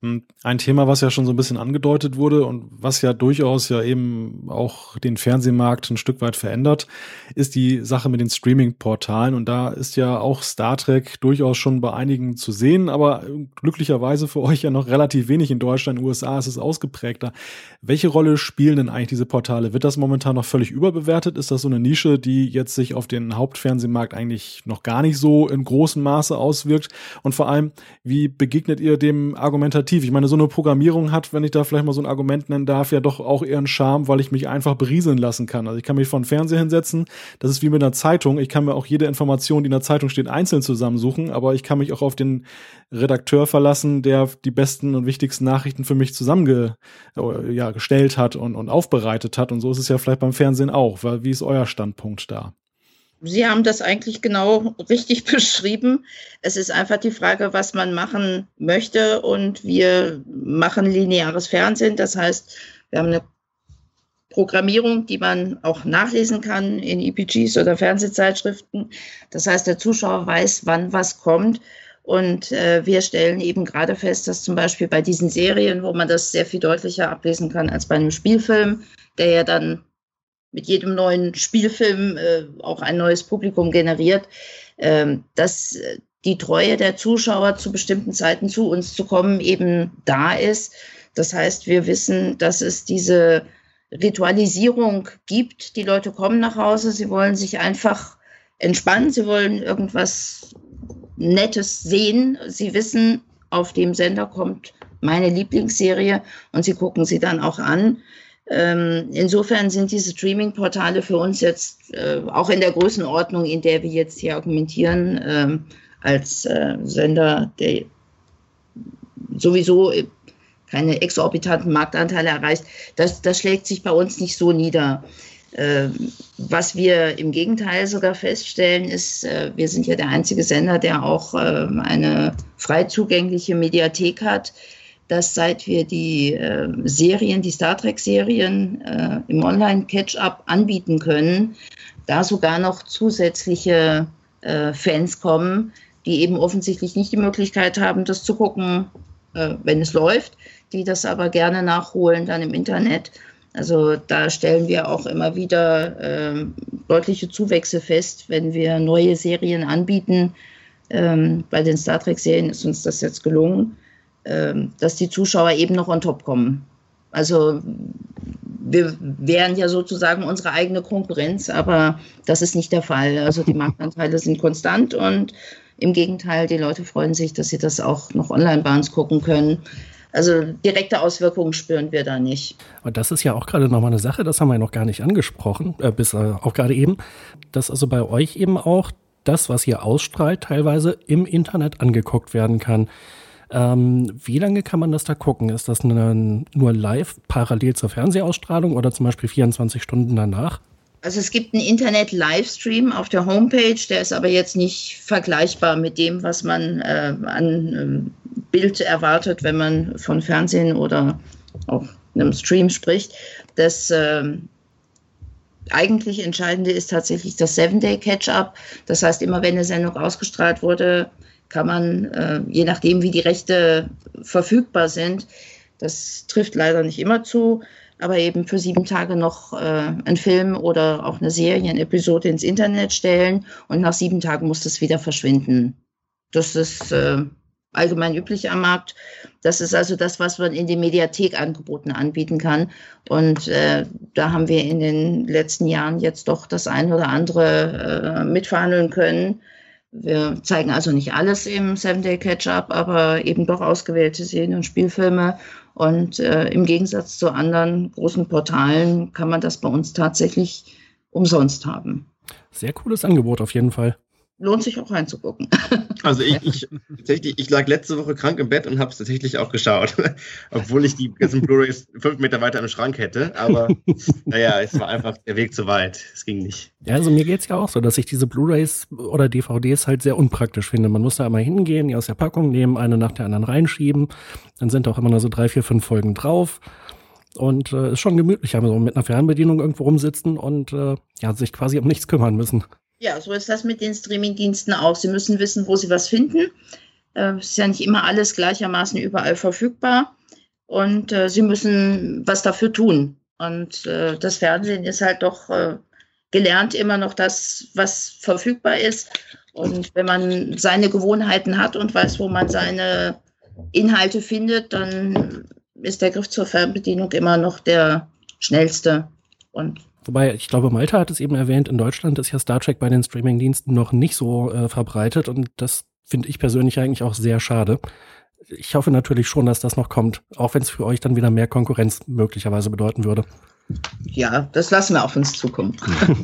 Ein Thema, was ja schon so ein bisschen angedeutet wurde und was ja durchaus ja eben auch den Fernsehmarkt ein Stück weit verändert, ist die Sache mit den Streaming-Portalen. Und da ist ja auch Star Trek durchaus schon bei einigen zu sehen, aber glücklicherweise für euch ja noch relativ wenig in Deutschland. In den U S A ist es ausgeprägter. Welche Rolle spielen denn eigentlich diese Portale? Wird das momentan noch völlig überbewertet? Ist das so eine Nische, die jetzt sich auf den Hauptfernsehmarkt eigentlich noch gar nicht so in großem Maße auswirkt? Und vor allem, wie begegnet ihr dem argumentativ? Ich meine, so eine Programmierung hat, wenn ich da vielleicht mal so ein Argument nennen darf, ja doch auch eher einen Charme, weil ich mich einfach berieseln lassen kann. Also ich kann mich vor den Fernseher hinsetzen, das ist wie mit einer Zeitung. Ich kann mir auch jede Information, die in der Zeitung steht, einzeln zusammensuchen, aber ich kann mich auch auf den Redakteur verlassen, der die besten und wichtigsten Nachrichten für mich zusammengestellt ja, gestellt hat und, und aufbereitet hat. Und so ist es ja vielleicht beim Fernsehen auch. Weil, wie ist euer Standpunkt da? Sie haben das eigentlich genau richtig beschrieben. Es ist einfach die Frage, was man machen möchte. Und wir machen lineares Fernsehen. Das heißt, wir haben eine Programmierung, die man auch nachlesen kann in E P Gs oder Fernsehzeitschriften. Das heißt, der Zuschauer weiß, wann was kommt. Und äh, wir stellen eben gerade fest, dass zum Beispiel bei diesen Serien, wo man das sehr viel deutlicher ablesen kann als bei einem Spielfilm, der ja dann mit jedem neuen Spielfilm äh, auch ein neues Publikum generiert, äh, dass die Treue der Zuschauer zu bestimmten Zeiten zu uns zu kommen eben da ist. Das heißt, wir wissen, dass es diese Ritualisierung gibt. Die Leute kommen nach Hause, sie wollen sich einfach entspannen, sie wollen irgendwas Nettes sehen. Sie wissen, auf dem Sender kommt meine Lieblingsserie und sie gucken sie dann auch an. Insofern sind diese Streaming-Portale für uns jetzt äh, auch in der Größenordnung, in der wir jetzt hier argumentieren, äh, als äh, Sender, der sowieso keine exorbitanten Marktanteile erreicht, das, das schlägt sich bei uns nicht so nieder. Äh, was wir im Gegenteil sogar feststellen, ist, äh, wir sind ja der einzige Sender, der auch äh, eine frei zugängliche Mediathek hat, dass seit wir die äh, Serien, die Star Trek-Serien äh, im Online-Catch-up anbieten können, da sogar noch zusätzliche äh, Fans kommen, die eben offensichtlich nicht die Möglichkeit haben, das zu gucken, äh, wenn es läuft, die das aber gerne nachholen dann im Internet. Also da stellen wir auch immer wieder äh, deutliche Zuwächse fest, wenn wir neue Serien anbieten. Ähm, bei den Star Trek-Serien ist uns das jetzt gelungen, dass die Zuschauer eben noch on top kommen. Also wir wären ja sozusagen unsere eigene Konkurrenz, aber das ist nicht der Fall. Also die Marktanteile sind konstant und im Gegenteil, die Leute freuen sich, dass sie das auch noch online bei uns gucken können. Also direkte Auswirkungen spüren wir da nicht. Und das ist ja auch gerade nochmal eine Sache, das haben wir ja noch gar nicht angesprochen, äh, bis äh, auch gerade eben, dass also bei euch eben auch das, was ihr ausstrahlt, teilweise im Internet angeguckt werden kann. Ähm, wie lange kann man das da gucken? Ist das eine, nur live parallel zur Fernsehausstrahlung oder zum Beispiel vierundzwanzig Stunden danach? Also es gibt einen Internet-Livestream auf der Homepage, der ist aber jetzt nicht vergleichbar mit dem, was man äh, an äh, Bild erwartet, wenn man von Fernsehen oder auch einem Stream spricht. Das äh, eigentlich Entscheidende ist tatsächlich das Seven-Day-Catch-up. Das heißt, immer wenn eine Sendung ausgestrahlt wurde, kann man, äh, je nachdem, wie die Rechte verfügbar sind, das trifft leider nicht immer zu, aber eben für sieben Tage noch äh, einen Film oder auch eine Serienepisode ins Internet stellen und nach sieben Tagen muss das wieder verschwinden. Das ist äh, allgemein üblich am Markt. Das ist also das, was man in den Mediathek-Angeboten anbieten kann. Und äh, da haben wir in den letzten Jahren jetzt doch das ein oder andere äh, mitverhandeln können. Wir zeigen also nicht alles im Seven-Day-Catch-up, aber eben doch ausgewählte Serien und Spielfilme. Und äh, im Gegensatz zu anderen großen Portalen kann man das bei uns tatsächlich umsonst haben. Sehr cooles Angebot auf jeden Fall. Lohnt sich auch reinzugucken. Also ich, ich, tatsächlich, ich lag letzte Woche krank im Bett und habe es tatsächlich auch geschaut, obwohl ich die ganzen Blu-rays fünf Meter weiter im Schrank hätte. Aber naja, es war einfach der Weg zu weit. Es ging nicht. Ja, also mir geht's ja auch so, dass ich diese Blu-rays oder D V Ds halt sehr unpraktisch finde. Man muss da einmal hingehen, die aus der Packung nehmen, eine nach der anderen reinschieben. Dann sind auch immer nur so drei, vier, fünf Folgen drauf. Und äh, ist schon gemütlich, aber so mit einer Fernbedienung irgendwo rumsitzen und äh, ja, sich quasi um nichts kümmern müssen. Ja, so ist das mit den Streamingdiensten auch. Sie müssen wissen, wo Sie was finden. Äh, es ist ja nicht immer alles gleichermaßen überall verfügbar. Und äh, sie müssen was dafür tun. Und äh, das Fernsehen ist halt doch äh, gelernt immer noch das, was verfügbar ist. Und wenn man seine Gewohnheiten hat und weiß, wo man seine Inhalte findet, dann ist der Griff zur Fernbedienung immer noch der schnellste. Und Wobei, ich glaube, Malte hat es eben erwähnt, in Deutschland ist ja Star Trek bei den Streamingdiensten noch nicht so äh, verbreitet. Und das finde ich persönlich eigentlich auch sehr schade. Ich hoffe natürlich schon, dass das noch kommt, auch wenn es für euch dann wieder mehr Konkurrenz möglicherweise bedeuten würde. Ja, das lassen wir auf uns zukommen.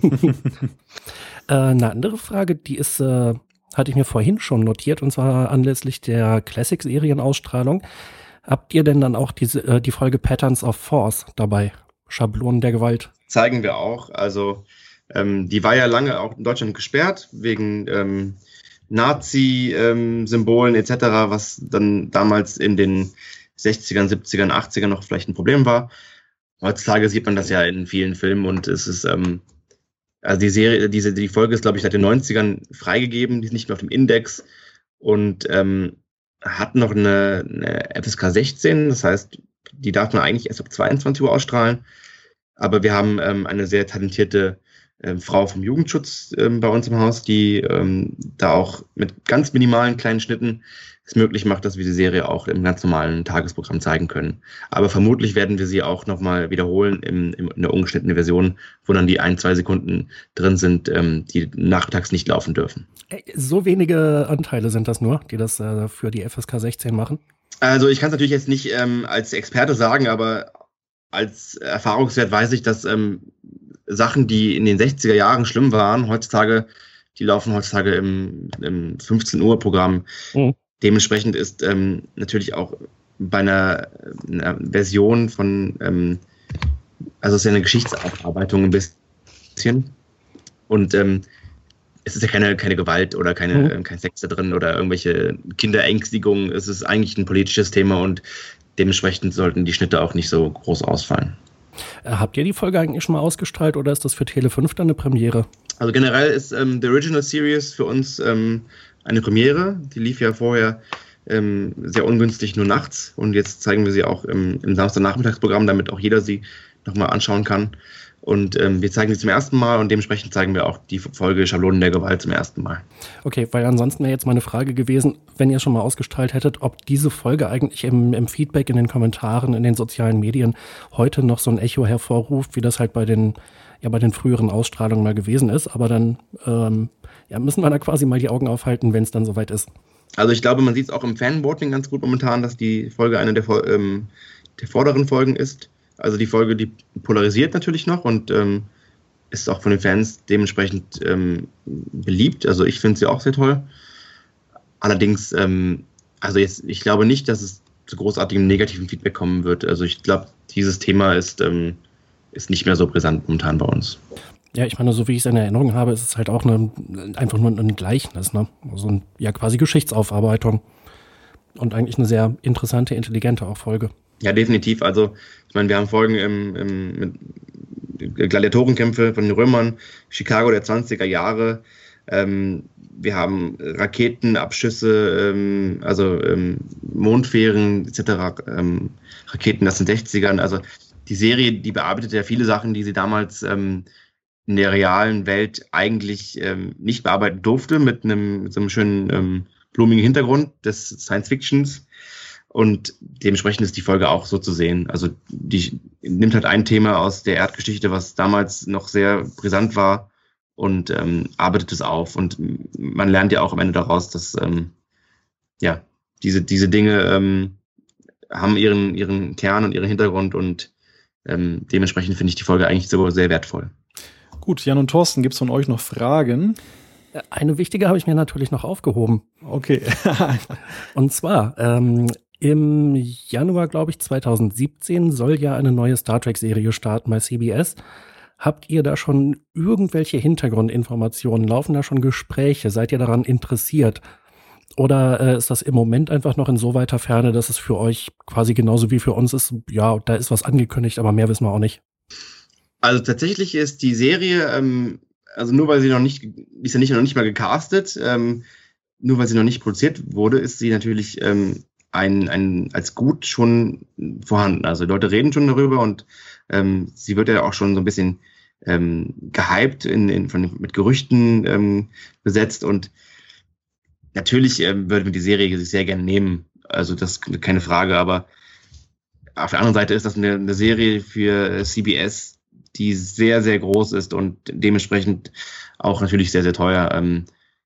äh, eine andere Frage, die ist, äh, hatte ich mir vorhin schon notiert, und zwar anlässlich der Classic-Serien-Ausstrahlung. Habt ihr denn dann auch diese, äh, die Folge Patterns of Force dabei? Schablonen der Gewalt? Zeigen wir auch. Also ähm, die war ja lange auch in Deutschland gesperrt, wegen ähm, Nazi-Symbolen ähm, et cetera, was dann damals in den sechzigern, siebzigern, achtzigern noch vielleicht ein Problem war. Heutzutage sieht man das ja in vielen Filmen und es ist, ähm, also die Serie, diese, die Folge ist, glaube ich, seit den neunzigern freigegeben, die ist nicht mehr auf dem Index und ähm, hat noch eine, eine F S K sechzehn, das heißt, die darf man eigentlich erst ab zweiundzwanzig Uhr ausstrahlen, aber wir haben ähm, eine sehr talentierte äh, Frau vom Jugendschutz äh, bei uns im Haus, die ähm, da auch mit ganz minimalen kleinen Schnitten es möglich macht, dass wir die Serie auch im ganz normalen Tagesprogramm zeigen können. Aber vermutlich werden wir sie auch nochmal wiederholen im, im, in der ungeschnittenen Version, wo dann die ein, zwei Sekunden drin sind, ähm, die nachmittags nicht laufen dürfen. So wenige Anteile sind das nur, die das äh, für die F S K sechzehn machen? Also ich kann es natürlich jetzt nicht ähm, als Experte sagen, aber als Erfahrungswert weiß ich, dass ähm, Sachen, die in den sechziger Jahren schlimm waren, heutzutage, die laufen heutzutage im, im fünfzehn Uhr Programm. Mhm. Dementsprechend ist ähm, natürlich auch bei einer, einer Version von, ähm, also es ist ja eine Geschichtsaufarbeitung ein bisschen. Und ähm, es ist ja keine, keine Gewalt oder keine, mhm. äh, kein Sex da drin oder irgendwelche Kinderängstigung. Es ist eigentlich ein politisches Thema und dementsprechend sollten die Schnitte auch nicht so groß ausfallen. Habt ihr die Folge eigentlich schon mal ausgestrahlt oder ist das für Tele fünf dann eine Premiere? Also generell ist ähm, The Original Series für uns ähm, eine Premiere. Die lief ja vorher ähm, sehr ungünstig nur nachts und jetzt zeigen wir sie auch im, im Samstagnachmittagsprogramm, damit auch jeder sie nochmal anschauen kann. Und ähm, wir zeigen sie zum ersten Mal und dementsprechend zeigen wir auch die Folge Schablonen der Gewalt zum ersten Mal. Okay, weil ansonsten wäre jetzt meine Frage gewesen, wenn ihr schon mal ausgestrahlt hättet, ob diese Folge eigentlich im, im Feedback, in den Kommentaren, in den sozialen Medien heute noch so ein Echo hervorruft, wie das halt bei den, ja, bei den früheren Ausstrahlungen mal gewesen ist. Aber dann ähm, ja, müssen wir da quasi mal die Augen aufhalten, wenn es dann soweit ist. Also ich glaube, man sieht es auch im Fanvoting ganz gut momentan, dass die Folge eine der, ähm, der vorderen Folgen ist. Also die Folge, die polarisiert natürlich noch und ähm, ist auch von den Fans dementsprechend ähm, beliebt. Also ich finde sie auch sehr toll. Allerdings, ähm, also jetzt, ich glaube nicht, dass es zu großartigem negativen Feedback kommen wird. Also ich glaube, dieses Thema ist, ähm, ist nicht mehr so brisant momentan bei uns. Ja, ich meine, so wie ich es in Erinnerung habe, ist es halt auch eine, einfach nur ein Gleichnis, ne? Also ein, ja, quasi Geschichtsaufarbeitung. Und eigentlich eine sehr interessante, intelligente auch Folge. Ja, definitiv. Also, ich meine, wir haben Folgen im, im, mit Gladiatorenkämpfe von den Römern, Chicago der zwanziger Jahre. Ähm, wir haben Raketenabschüsse, ähm, also ähm, Mondfähren et cetera, ähm, Raketen aus den sechzigern. Also die Serie, die bearbeitet ja viele Sachen, die sie damals ähm, in der realen Welt eigentlich ähm, nicht bearbeiten durfte, mit einem, mit so einem schönen ähm, blumigen Hintergrund des Science-Fictions. Und dementsprechend ist die Folge auch so zu sehen. Also die nimmt halt ein Thema aus der Erdgeschichte, was damals noch sehr brisant war und ähm, arbeitet es auf. Und man lernt ja auch am Ende daraus, dass ähm, ja diese, diese Dinge ähm, haben ihren, ihren Kern und ihren Hintergrund und ähm, dementsprechend finde ich die Folge eigentlich sogar sehr wertvoll. Gut, Jan und Thorsten, gibt es von euch noch Fragen? Eine wichtige habe ich mir natürlich noch aufgehoben. Okay. Und zwar, ähm, im Januar, glaube ich, zweitausendsiebzehn soll ja eine neue Star Trek-Serie starten bei C B S. Habt ihr da schon irgendwelche Hintergrundinformationen? Laufen da schon Gespräche? Seid ihr daran interessiert? Oder äh, ist das im Moment einfach noch in so weiter Ferne, dass es für euch quasi genauso wie für uns ist? Ja, da ist was angekündigt, aber mehr wissen wir auch nicht. Also tatsächlich ist die Serie, ähm, also nur weil sie noch nicht, die ist ja nicht, noch nicht mal gecastet, ähm, nur weil sie noch nicht produziert wurde, ist sie natürlich ähm, ein, ein als gut schon vorhanden. Also die Leute reden schon darüber und ähm, sie wird ja auch schon so ein bisschen ähm, gehypt, in, in, von, mit Gerüchten ähm, besetzt und natürlich ähm, würde mir die Serie sich sehr gerne nehmen. Also das ist keine Frage, aber auf der anderen Seite ist das eine, eine Serie für C B S, die sehr, sehr groß ist und dementsprechend auch natürlich sehr, sehr teuer. Ähm,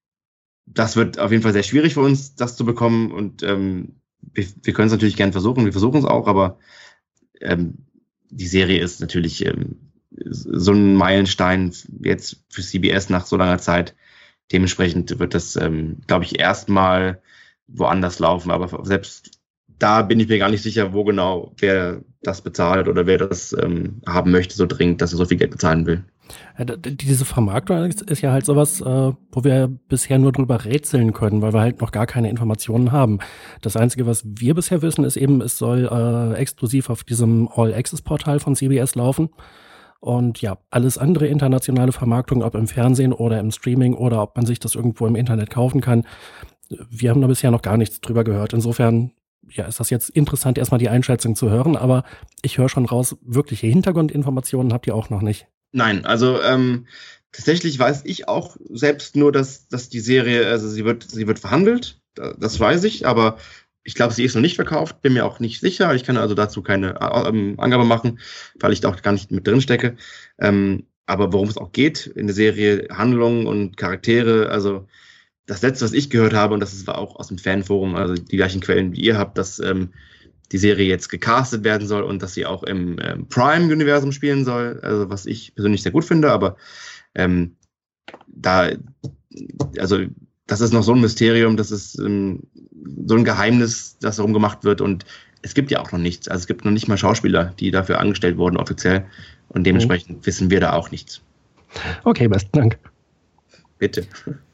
das wird auf jeden Fall sehr schwierig für uns, das zu bekommen und ähm, wir, wir können es natürlich gerne versuchen, wir versuchen es auch, aber ähm, die Serie ist natürlich ähm, so ein Meilenstein jetzt für C B S nach so langer Zeit. Dementsprechend wird das, ähm, glaube ich, erstmal woanders laufen, aber selbst da bin ich mir gar nicht sicher, wo genau wer das bezahlt oder wer das ähm, haben möchte, so dringend, dass er so viel Geld bezahlen will. Ja, diese Vermarktung ist ja halt sowas, äh, wo wir bisher nur drüber rätseln können, weil wir halt noch gar keine Informationen haben. Das Einzige, was wir bisher wissen, ist eben, es soll äh, exklusiv auf diesem All-Access-Portal von C B S laufen. Und ja, alles andere internationale Vermarktung, ob im Fernsehen oder im Streaming oder ob man sich das irgendwo im Internet kaufen kann, wir haben da bisher noch gar nichts drüber gehört. Insofern ja, ist das jetzt interessant, erstmal die Einschätzung zu hören, aber ich höre schon raus, wirkliche Hintergrundinformationen habt ihr auch noch nicht. Nein, also ähm, tatsächlich weiß ich auch selbst nur, dass, dass die Serie, also sie wird, sie wird verhandelt, das weiß ich, aber ich glaube, sie ist noch nicht verkauft, bin mir auch nicht sicher. Ich kann also dazu keine ähm, Angabe machen, weil ich da auch gar nicht mit drin stecke. Ähm, aber worum es auch geht in der Serie, Handlungen und Charaktere, also das Letzte, was ich gehört habe, und das war auch aus dem Fanforum, also die gleichen Quellen wie ihr habt, dass ähm, die Serie jetzt gecastet werden soll und dass sie auch im ähm, Prime-Universum spielen soll, also was ich persönlich sehr gut finde, aber ähm, da, also das ist noch so ein Mysterium, das ist ähm, so ein Geheimnis, das darum gemacht wird und es gibt ja auch noch nichts, also es gibt noch nicht mal Schauspieler, die dafür angestellt wurden offiziell und dementsprechend mhm. wissen wir da auch nichts. Okay, besten Dank. Bitte.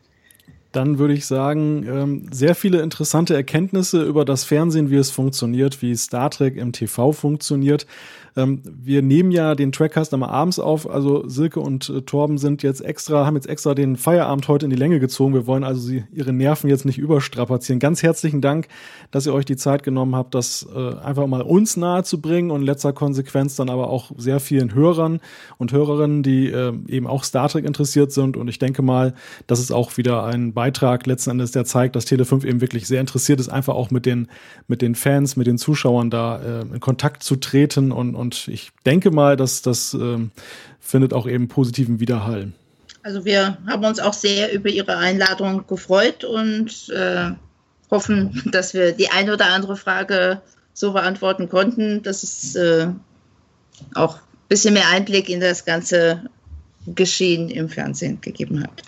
Dann würde ich sagen, ähm, sehr viele interessante Erkenntnisse über das Fernsehen, wie es funktioniert, wie Star Trek im T V funktioniert. Ähm, wir nehmen ja den Trackcast immer abends auf, also Silke und äh, Torben sind jetzt extra, haben jetzt extra den Feierabend heute in die Länge gezogen. Wir wollen also sie, ihre Nerven jetzt nicht überstrapazieren. Ganz herzlichen Dank, dass ihr euch die Zeit genommen habt, das äh, einfach mal uns nahe zu bringen und in letzter Konsequenz dann aber auch sehr vielen Hörern und Hörerinnen, die äh, eben auch Star Trek interessiert sind. Und ich denke mal, das ist auch wieder ein Beitrag letzten Endes, der zeigt, dass Tele fünf eben wirklich sehr interessiert ist, einfach auch mit den, mit den Fans, mit den Zuschauern da äh, in Kontakt zu treten und, und ich denke mal, dass das ähm, findet auch eben positiven Widerhall. Also wir haben uns auch sehr über Ihre Einladung gefreut und äh, hoffen, dass wir die eine oder andere Frage so beantworten konnten, dass es äh, auch ein bisschen mehr Einblick in das ganze Geschehen im Fernsehen gegeben hat.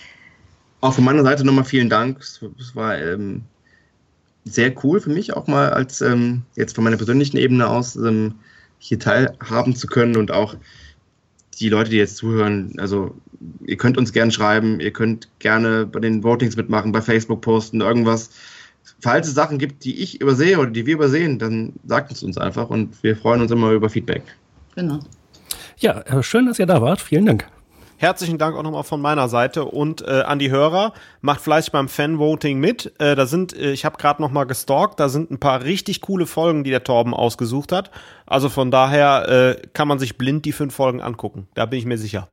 Auch von meiner Seite nochmal vielen Dank. Es war ähm, sehr cool für mich, auch mal als ähm, jetzt von meiner persönlichen Ebene aus ähm, hier teilhaben zu können und auch die Leute, die jetzt zuhören, also ihr könnt uns gerne schreiben, ihr könnt gerne bei den Votings mitmachen, bei Facebook posten, irgendwas. Falls es Sachen gibt, die ich übersehe oder die wir übersehen, dann sagt es uns einfach und wir freuen uns immer über Feedback. Genau. Ja, schön, dass ihr da wart. Vielen Dank. Herzlichen Dank auch nochmal von meiner Seite und äh, an die Hörer, macht fleißig beim Fan-Voting mit. Äh, da sind, äh, ich habe gerade nochmal gestalkt, da sind ein paar richtig coole Folgen, die der Torben ausgesucht hat. Also von daher äh, kann man sich blind die fünf Folgen angucken. Da bin ich mir sicher.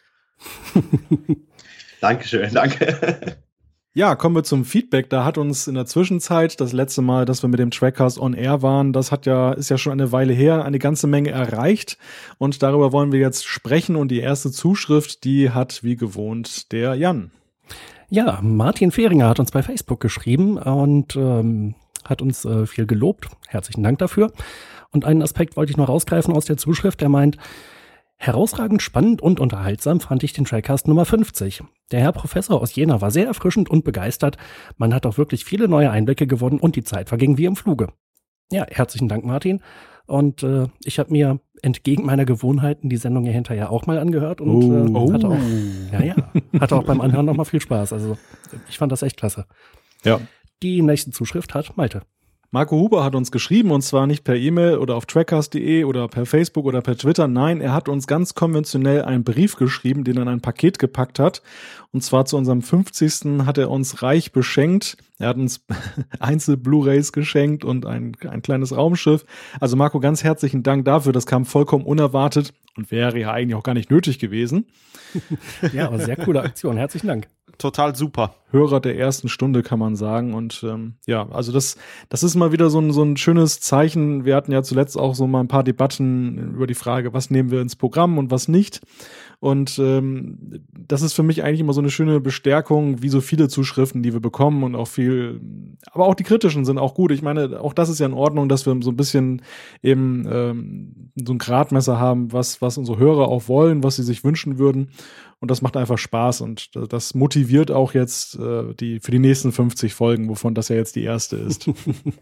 Dankeschön, danke. Ja, kommen wir zum Feedback. Da hat uns in der Zwischenzeit, das letzte Mal, dass wir mit dem Trackcast on Air waren, das hat ja, ist ja schon eine Weile her, eine ganze Menge erreicht. Und darüber wollen wir jetzt sprechen. Und die erste Zuschrift, die hat wie gewohnt der Jan. Ja, Martin Fehringer hat uns bei Facebook geschrieben und ähm, hat uns äh, viel gelobt. Herzlichen Dank dafür. Und einen Aspekt wollte ich noch rausgreifen aus der Zuschrift. Der meint: Herausragend spannend und unterhaltsam fand ich den Trackcast Nummer fünfzig. Der Herr Professor aus Jena war sehr erfrischend und begeistert. Man hat auch wirklich viele neue Einblicke gewonnen und die Zeit verging wie im Fluge. Ja, herzlichen Dank, Martin. Und äh, ich habe mir entgegen meiner Gewohnheiten die Sendung ja hinterher auch mal angehört und äh, oh. hatte auch, ja, ja, hatte auch beim Anhören nochmal viel Spaß. Also ich fand das echt klasse. Ja. Die nächste Zuschrift hat Malte. Marco Huber hat uns geschrieben, und zwar nicht per E-Mail oder auf trackcast punkt de oder per Facebook oder per Twitter. Nein, er hat uns ganz konventionell einen Brief geschrieben, den er in ein Paket gepackt hat. Und zwar zu unserem fünfzigsten hat er uns reich beschenkt. Er hat uns Einzel-Blu-rays geschenkt und ein, ein kleines Raumschiff. Also Marco, ganz herzlichen Dank dafür. Das kam vollkommen unerwartet und wäre ja eigentlich auch gar nicht nötig gewesen. Ja, aber sehr coole Aktion. Herzlichen Dank. Total super. Hörer der ersten Stunde, kann man sagen. Und ähm, ja, also das das ist mal wieder so ein, so ein schönes Zeichen. Wir hatten ja zuletzt auch so mal ein paar Debatten über die Frage, was nehmen wir ins Programm und was nicht. Und ähm, das ist für mich eigentlich immer so eine schöne Bestärkung, wie so viele Zuschriften, die wir bekommen und auch viel, aber auch die kritischen sind auch gut. Ich meine, auch das ist ja in Ordnung, dass wir so ein bisschen eben ähm, so ein Gradmesser haben, was was unsere Hörer auch wollen, was sie sich wünschen würden. Und das macht einfach Spaß und das motiviert auch jetzt äh, die für die nächsten fünfzig Folgen, wovon das ja jetzt die erste ist.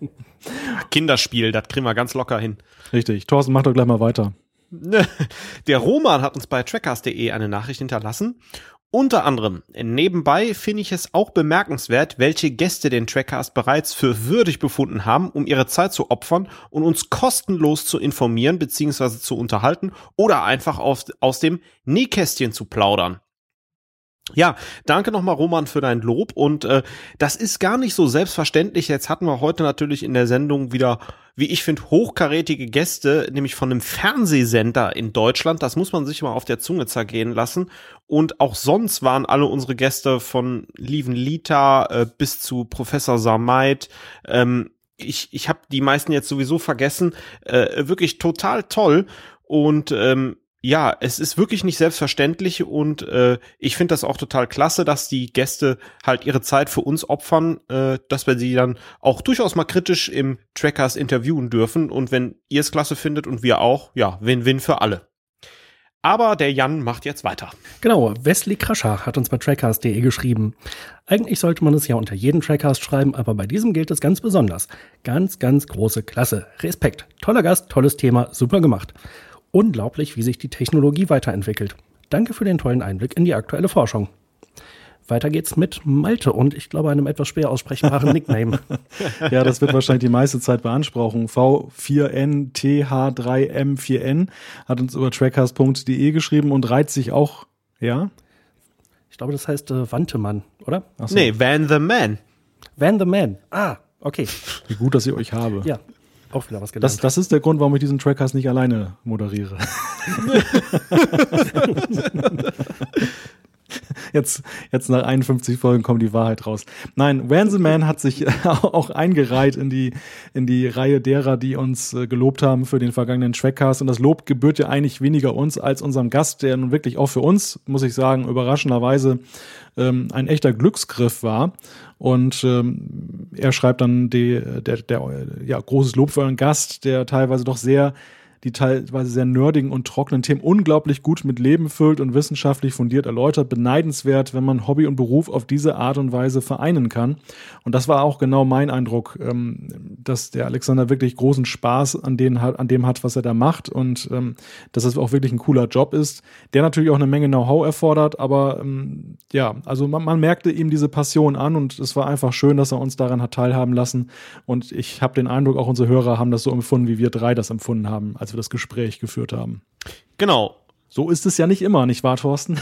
Kinderspiel, das kriegen wir ganz locker hin. Richtig. Thorsten, mach doch gleich mal weiter. Der Roman hat uns bei trackcast punkt de eine Nachricht hinterlassen. Unter anderem, nebenbei finde ich es auch bemerkenswert, welche Gäste den Trackcast bereits für würdig befunden haben, um ihre Zeit zu opfern und uns kostenlos zu informieren bzw. zu unterhalten oder einfach auf, aus dem Nähkästchen zu plaudern. Ja, danke nochmal, Roman, für dein Lob und äh, das ist gar nicht so selbstverständlich. Jetzt hatten wir heute natürlich in der Sendung wieder, wie ich finde, hochkarätige Gäste, nämlich von einem Fernsehsender in Deutschland. Das muss man sich mal auf der Zunge zergehen lassen. Und auch sonst waren alle unsere Gäste von Lieven Lita äh, bis zu Professor Samait. Ähm, ich ich habe die meisten jetzt sowieso vergessen. Äh, wirklich total toll und ähm, ja, es ist wirklich nicht selbstverständlich und äh, ich finde das auch total klasse, dass die Gäste halt ihre Zeit für uns opfern, äh, dass wir sie dann auch durchaus mal kritisch im Trackcast interviewen dürfen und wenn ihr es klasse findet und wir auch, ja, Win-Win für alle. Aber der Jan macht jetzt weiter. Genau, Wesley Krascher hat uns bei trackcast punkt de geschrieben. Eigentlich sollte man es ja unter jeden Trackcast schreiben, aber bei diesem gilt es ganz besonders. Ganz, ganz große Klasse. Respekt. Toller Gast, tolles Thema, super gemacht. Unglaublich, wie sich die Technologie weiterentwickelt. Danke für den tollen Einblick in die aktuelle Forschung. Weiter geht's mit Malte und ich glaube einem etwas schwer aussprechbaren Nickname. Ja, das wird wahrscheinlich die meiste Zeit beanspruchen. V vier N T H drei M vier N hat uns über trackcast punkt de geschrieben und reiht sich auch, ja? Ich glaube, das heißt äh, Wantemann, oder? Ach so. Nee, Van the Man. Van the Man. Ah, okay. Wie gut, dass ich euch habe. Ja. Auch wieder was gelernt. Das, das ist der Grund, warum ich diesen Trackcast nicht alleine moderiere. Jetzt, jetzt nach einundfünfzig Folgen kommt die Wahrheit raus. Nein, Van the Man hat sich auch eingereiht in die, in die Reihe derer, die uns äh, gelobt haben für den vergangenen Trackcast. Und das Lob gebührt ja eigentlich weniger uns als unserem Gast, der nun wirklich auch für uns, muss ich sagen, überraschenderweise ähm, ein echter Glücksgriff war. Und ähm, er schreibt dann die, der, der, ja, großes Lob für einen Gast, der teilweise doch sehr die teilweise sehr nerdigen und trockenen Themen unglaublich gut mit Leben füllt und wissenschaftlich fundiert erläutert. Beneidenswert, wenn man Hobby und Beruf auf diese Art und Weise vereinen kann. Und das war auch genau mein Eindruck, dass der Alexander wirklich großen Spaß an, den, an dem hat, was er da macht und dass es auch wirklich ein cooler Job ist, der natürlich auch eine Menge Know-how erfordert, aber ja, also man, man merkte ihm diese Passion an und es war einfach schön, dass er uns daran hat teilhaben lassen und ich habe den Eindruck, auch unsere Hörer haben das so empfunden, wie wir drei das empfunden haben, als wir das Gespräch geführt haben. Genau. So ist es ja nicht immer, nicht wahr, Thorsten?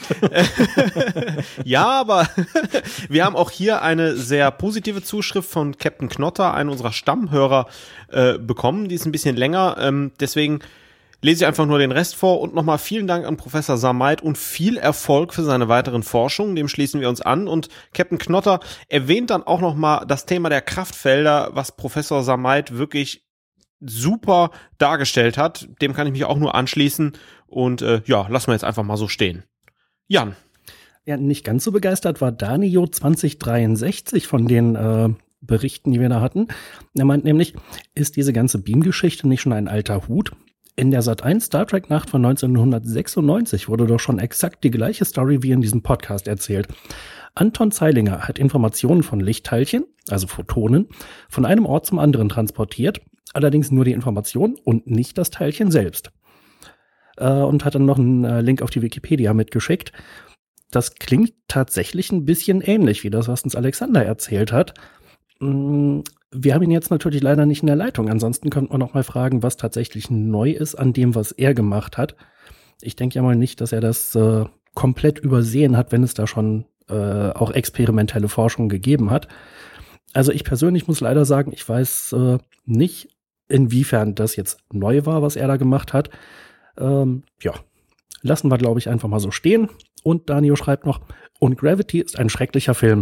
Ja, aber wir haben auch hier eine sehr positive Zuschrift von Captain Knotter, einem unserer Stammhörer, äh, bekommen. Die ist ein bisschen länger, ähm, deswegen lese ich einfach nur den Rest vor und nochmal vielen Dank an Professor Samait und viel Erfolg für seine weiteren Forschungen. Dem schließen wir uns an und Captain Knotter erwähnt dann auch nochmal das Thema der Kraftfelder, was Professor Samait wirklich super dargestellt hat. Dem kann ich mich auch nur anschließen und äh, ja, lassen wir jetzt einfach mal so stehen. Jan. Ja, nicht ganz so begeistert war Danio zwanzig dreiundsechzig von den äh, Berichten, die wir da hatten. Er meint nämlich, ist diese ganze Beam-Geschichte nicht schon ein alter Hut? In der Sat eins Star Trek Nacht von neunzehnhundertsechsundneunzig wurde doch schon exakt die gleiche Story wie in diesem Podcast erzählt. Anton Zeilinger hat Informationen von Lichtteilchen, also Photonen, von einem Ort zum anderen transportiert, allerdings nur die Information und nicht das Teilchen selbst. Äh, und hat dann noch einen äh, Link auf die Wikipedia mitgeschickt. Das klingt tatsächlich ein bisschen ähnlich wie das, was uns Alexander erzählt hat. Wir haben ihn jetzt natürlich leider nicht in der Leitung. Ansonsten könnte man noch mal fragen, was tatsächlich neu ist an dem, was er gemacht hat. Ich denke ja mal nicht, dass er das äh, komplett übersehen hat, wenn es da schon äh, auch experimentelle Forschung gegeben hat. Also ich persönlich muss leider sagen, ich weiß äh, nicht, inwiefern das jetzt neu war, was er da gemacht hat. Ähm, ja, lassen wir, glaube ich, einfach mal so stehen. Und Daniel schreibt noch, und Gravity ist ein schrecklicher Film.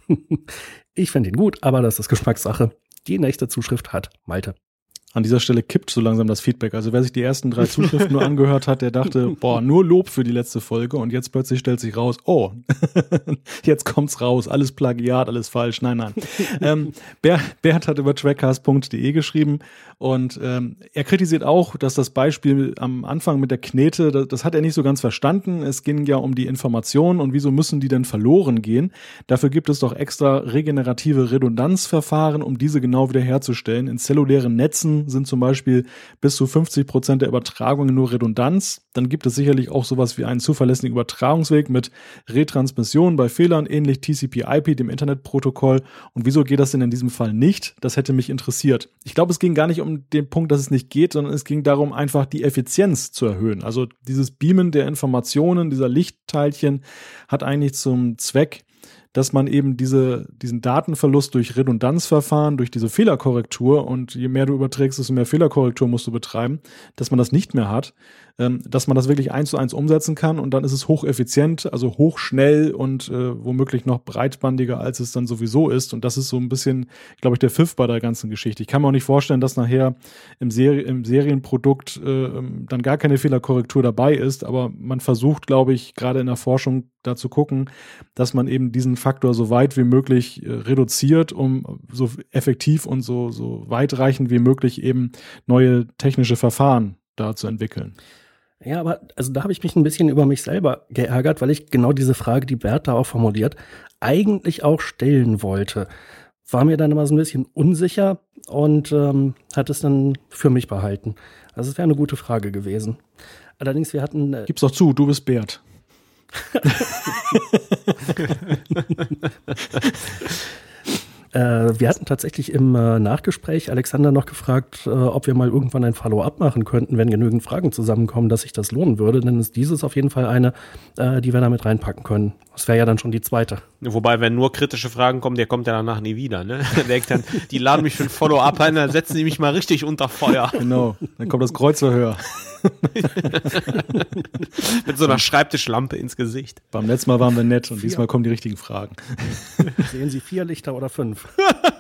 Ich finde ihn gut, aber das ist Geschmackssache. Die nächste Zuschrift hat Malte. An dieser Stelle kippt so langsam das Feedback. Also wer sich die ersten drei Zuschriften nur angehört hat, der dachte, boah, nur Lob für die letzte Folge. Und jetzt plötzlich stellt sich raus, oh, jetzt kommt's raus, alles Plagiat, alles falsch. Nein, nein. ähm, Bert, Bert hat über trackcast punkt de geschrieben und ähm, er kritisiert auch, dass das Beispiel am Anfang mit der Knete, das, das hat er nicht so ganz verstanden. Es ging ja um die Informationen und wieso müssen die denn verloren gehen? Dafür gibt es doch extra regenerative Redundanzverfahren, um diese genau wieder herzustellen. In zellulären Netzen sind zum Beispiel bis zu fünfzig Prozent der Übertragungen nur Redundanz. Dann gibt es sicherlich auch sowas wie einen zuverlässigen Übertragungsweg mit Retransmission bei Fehlern, ähnlich T C P I P, dem Internetprotokoll. Und wieso geht das denn in diesem Fall nicht? Das hätte mich interessiert. Ich glaube, es ging gar nicht um den Punkt, dass es nicht geht, sondern es ging darum, einfach die Effizienz zu erhöhen. Also dieses Beamen der Informationen, dieser Lichtteilchen hat eigentlich zum Zweck, dass man eben diese, diesen Datenverlust durch Redundanzverfahren, durch diese Fehlerkorrektur, und je mehr du überträgst, desto mehr Fehlerkorrektur musst du betreiben, dass man das nicht mehr hat, ähm, dass man das wirklich eins zu eins umsetzen kann, und dann ist es hocheffizient, also hochschnell und äh, womöglich noch breitbandiger, als es dann sowieso ist. Und das ist so ein bisschen, glaube ich, der Pfiff bei der ganzen Geschichte. Ich kann mir auch nicht vorstellen, dass nachher im, Serie, im Serienprodukt äh, dann gar keine Fehlerkorrektur dabei ist, aber man versucht, glaube ich, gerade in der Forschung da zu gucken, dass man eben diesen Faktor so weit wie möglich äh, reduziert, um so effektiv und so, so weitreichend wie möglich eben neue technische Verfahren da zu entwickeln. Ja, aber also da habe ich mich ein bisschen über mich selber geärgert, weil ich genau diese Frage, die Bert da auch formuliert, eigentlich auch stellen wollte. War mir dann immer so ein bisschen unsicher und ähm, hat es dann für mich behalten. Also es wäre eine gute Frage gewesen. Allerdings, wir hatten... Äh Gib's doch zu, du bist Bert. äh, wir hatten tatsächlich im äh, Nachgespräch Alexander noch gefragt, äh, ob wir mal irgendwann ein Follow-up machen könnten, wenn genügend Fragen zusammenkommen, dass sich das lohnen würde. Denn ist dieses auf jeden Fall eine, äh, die wir damit reinpacken können. Das wäre ja dann schon die zweite. Wobei, wenn nur kritische Fragen kommen, der kommt ja danach nie wieder, ne? Der denkt dann, die laden mich für ein Follow-up ein, dann setzen die mich mal richtig unter Feuer. Genau, dann kommt das Kreuzverhör. Mit so einer Schreibtischlampe ins Gesicht. Beim letzten Mal waren wir nett und vier. Diesmal kommen die richtigen Fragen. Sehen Sie vier Lichter oder fünf?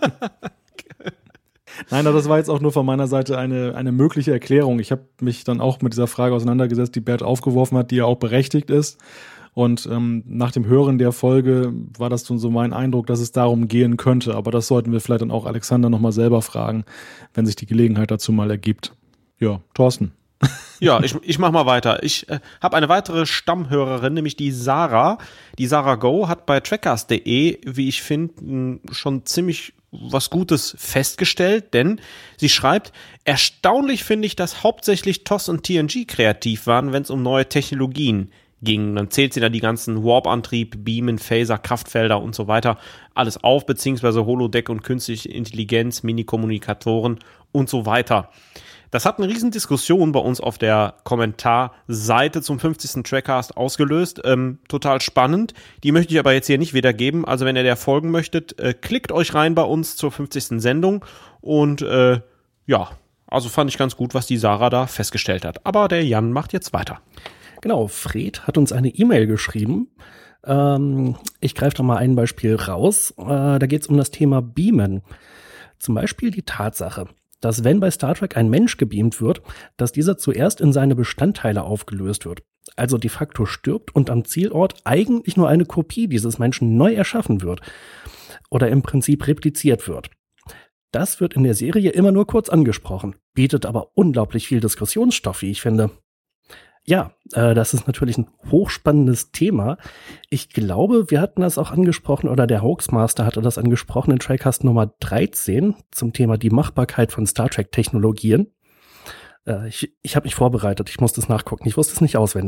Nein, aber das war jetzt auch nur von meiner Seite eine, eine mögliche Erklärung. Ich habe mich dann auch mit dieser Frage auseinandergesetzt, die Bert aufgeworfen hat, die ja auch berechtigt ist. Und ähm, nach dem Hören der Folge war das so mein Eindruck, dass es darum gehen könnte. Aber das sollten wir vielleicht dann auch Alexander nochmal selber fragen, wenn sich die Gelegenheit dazu mal ergibt. Ja, Thorsten. Ja, ich, ich mach mal weiter. Ich äh, habe eine weitere Stammhörerin, nämlich die Sarah. Die Sarah Go hat bei trackcast punkt de, wie ich finde, schon ziemlich was Gutes festgestellt, denn sie schreibt, erstaunlich finde ich, dass hauptsächlich T O S und T N G kreativ waren, wenn es um neue Technologien ging. Dann zählt sie da die ganzen Warp-Antrieb, Beamen, Phaser, Kraftfelder und so weiter alles auf, beziehungsweise Holodeck und künstliche Intelligenz, Mini-Kommunikatoren und so weiter. Das hat eine riesen Diskussion bei uns auf der Kommentarseite zum fünfzigsten Trackcast ausgelöst. Ähm, total spannend. Die möchte ich aber jetzt hier nicht wiedergeben. Also wenn ihr der folgen möchtet, äh, klickt euch rein bei uns zur fünfzigsten Sendung. Und äh, ja, also fand ich ganz gut, was die Sarah da festgestellt hat. Aber der Jan macht jetzt weiter. Genau, Fred hat uns eine E-Mail geschrieben. Ähm, ich greife da mal ein Beispiel raus. Äh, da geht es um das Thema Beamen. Zum Beispiel die Tatsache, dass wenn bei Star Trek ein Mensch gebeamt wird, dass dieser zuerst in seine Bestandteile aufgelöst wird. Also de facto stirbt und am Zielort eigentlich nur eine Kopie dieses Menschen neu erschaffen wird. Oder im Prinzip repliziert wird. Das wird in der Serie immer nur kurz angesprochen, bietet aber unglaublich viel Diskussionsstoff, wie ich finde. Ja, äh, das ist natürlich ein hochspannendes Thema. Ich glaube, wir hatten das auch angesprochen, oder der Hoaxmaster hatte das angesprochen in Trackcast Nummer dreizehn zum Thema die Machbarkeit von Star Trek-Technologien. Äh, ich ich habe mich vorbereitet, ich musste es nachgucken, ich wusste es nicht auswendig.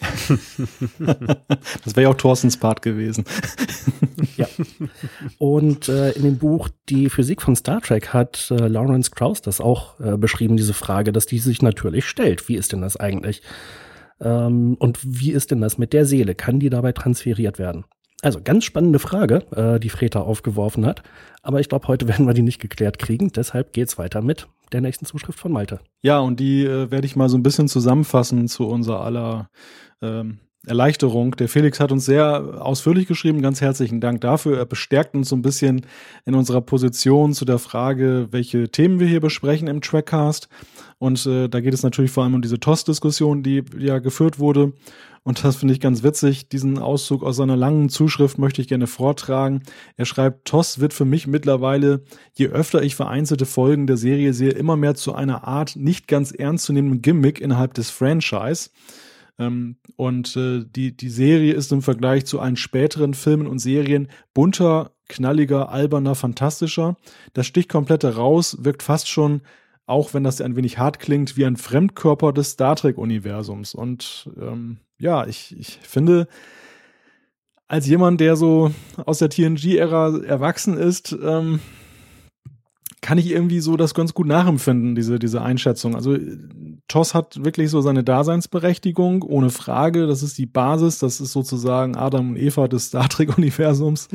Das wäre ja auch Thorstens Part gewesen. Ja. Und äh, in dem Buch Die Physik von Star Trek hat äh, Lawrence Krauss das auch äh, beschrieben, diese Frage, dass die sich natürlich stellt. Wie ist denn das eigentlich? Ähm, und wie ist denn das mit der Seele? Kann die dabei transferiert werden? Also ganz spannende Frage, äh, die Freta aufgeworfen hat. Aber ich glaube, heute werden wir die nicht geklärt kriegen. Deshalb geht's weiter mit der nächsten Zuschrift von Malte. Ja, und die äh, werde ich mal so ein bisschen zusammenfassen zu unser aller ähm, Erleichterung. Der Felix hat uns sehr ausführlich geschrieben. Ganz herzlichen Dank dafür. Er bestärkt uns so ein bisschen in unserer Position zu der Frage, welche Themen wir hier besprechen im Trackcast. Und äh, da geht es natürlich vor allem um diese T O S-Diskussion, die ja geführt wurde. Und das finde ich ganz witzig. Diesen Auszug aus seiner langen Zuschrift möchte ich gerne vortragen. Er schreibt, T O S wird für mich mittlerweile, je öfter ich vereinzelte Folgen der Serie sehe, immer mehr zu einer Art nicht ganz ernstzunehmenden Gimmick innerhalb des Franchise. Ähm, und äh, die, die Serie ist im Vergleich zu allen späteren Filmen und Serien bunter, knalliger, alberner, fantastischer. Das sticht komplett heraus, wirkt fast schon, auch wenn das ein wenig hart klingt, wie ein Fremdkörper des Star Trek-Universums. Und ähm, ja, ich, ich finde, als jemand, der so aus der T N G-Ära erwachsen ist, ähm, kann ich irgendwie so das ganz gut nachempfinden, diese, diese Einschätzung. Also T O S hat wirklich so seine Daseinsberechtigung, ohne Frage. Das ist die Basis, das ist sozusagen Adam und Eva des Star Trek-Universums.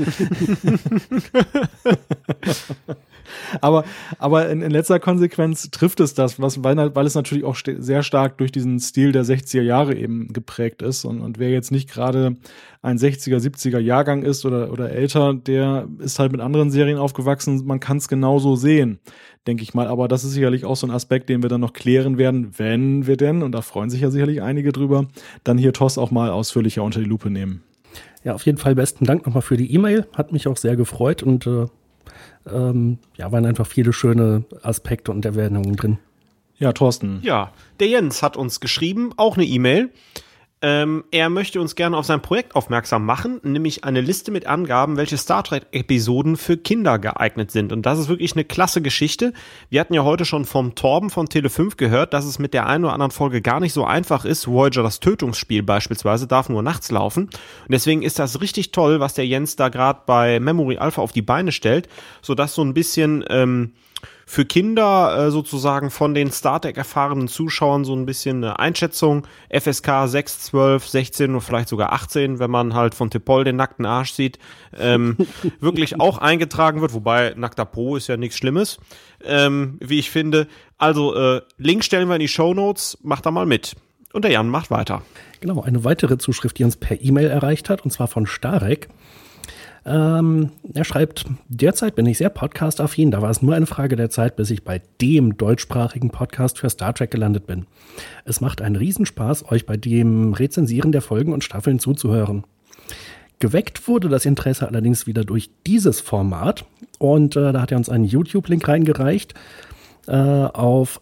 Aber, aber in, in letzter Konsequenz trifft es das, was, weil, weil es natürlich auch st- sehr stark durch diesen Stil der sechziger Jahre eben geprägt ist. Und, und wer jetzt nicht gerade ein sechziger, siebziger Jahrgang ist oder, oder älter, der ist halt mit anderen Serien aufgewachsen. Man kann es genauso sehen, denke ich mal. Aber das ist sicherlich auch so ein Aspekt, den wir dann noch klären werden, wenn wir denn, und da freuen sich ja sicherlich einige drüber, dann hier T O S auch mal ausführlicher unter die Lupe nehmen. Ja, auf jeden Fall besten Dank nochmal für die E-Mail. Hat mich auch sehr gefreut und äh Ähm, ja, waren einfach viele schöne Aspekte und Erwähnungen drin. Ja, Thorsten. Ja, der Jens hat uns geschrieben, auch eine E-Mail. Ähm, er möchte uns gerne auf sein Projekt aufmerksam machen, nämlich eine Liste mit Angaben, welche Star Trek-Episoden für Kinder geeignet sind. Und das ist wirklich eine klasse Geschichte. Wir hatten ja heute schon vom Torben von Tele fünf gehört, dass es mit der einen oder anderen Folge gar nicht so einfach ist. Voyager, das Tötungsspiel beispielsweise, darf nur nachts laufen. Und deswegen ist das richtig toll, was der Jens da gerade bei Memory Alpha auf die Beine stellt, sodass so ein bisschen ähm, für Kinder äh, sozusagen von den Star Trek erfahrenen Zuschauern so ein bisschen eine Einschätzung, F S K sechs, zwölf, sechzehn oder vielleicht sogar achtzehn, wenn man halt von T'Pol den nackten Arsch sieht, ähm, wirklich auch eingetragen wird, wobei nackter Po ist ja nichts Schlimmes, ähm, wie ich finde. Also äh, Link stellen wir in die Shownotes, macht da mal mit. Und der Jan macht weiter. Genau, eine weitere Zuschrift, die uns per E-Mail erreicht hat, und zwar von Starek. Ähm, er schreibt, derzeit bin ich sehr podcast-affin, da war es nur eine Frage der Zeit, bis ich bei dem deutschsprachigen Podcast für Star Trek gelandet bin. Es macht einen Riesenspaß, euch bei dem Rezensieren der Folgen und Staffeln zuzuhören. Geweckt wurde das Interesse allerdings wieder durch dieses Format und äh, da hat er uns einen YouTube-Link reingereicht äh, auf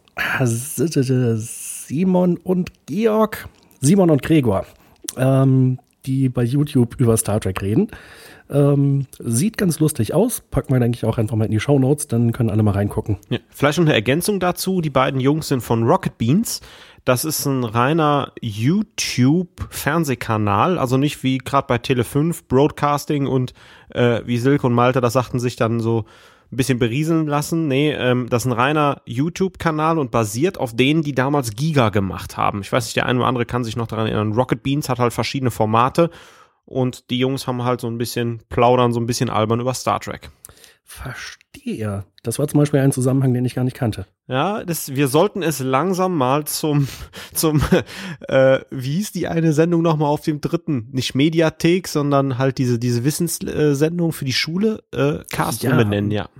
Simon und Georg, Simon und Gregor, ähm, die bei YouTube über Star Trek reden. Ähm, sieht ganz lustig aus. Packen wir, denke ich, auch einfach mal in die Shownotes, dann können alle mal reingucken. Ja, vielleicht noch eine Ergänzung dazu. Die beiden Jungs sind von Rocket Beans. Das ist ein reiner YouTube-Fernsehkanal, also nicht wie gerade bei Tele fünf, Broadcasting und äh, wie Silke und Malte, das sagten, sich dann so ein bisschen berieseln lassen. Nee, ähm, das ist ein reiner YouTube-Kanal und basiert auf denen, die damals Giga gemacht haben. Ich weiß nicht, der eine oder andere kann sich noch daran erinnern. Rocket Beans hat halt verschiedene Formate. Und die Jungs haben halt so ein bisschen plaudern, so ein bisschen albern über Star Trek. Verstehe. Das war zum Beispiel ein Zusammenhang, den ich gar nicht kannte. Ja, das, wir sollten es langsam mal zum, zum äh, wie hieß die eine Sendung nochmal auf dem dritten? Nicht Mediathek, sondern halt diese, diese Wissenssendung für die Schule, äh, Cast ja. umbenennen, ja.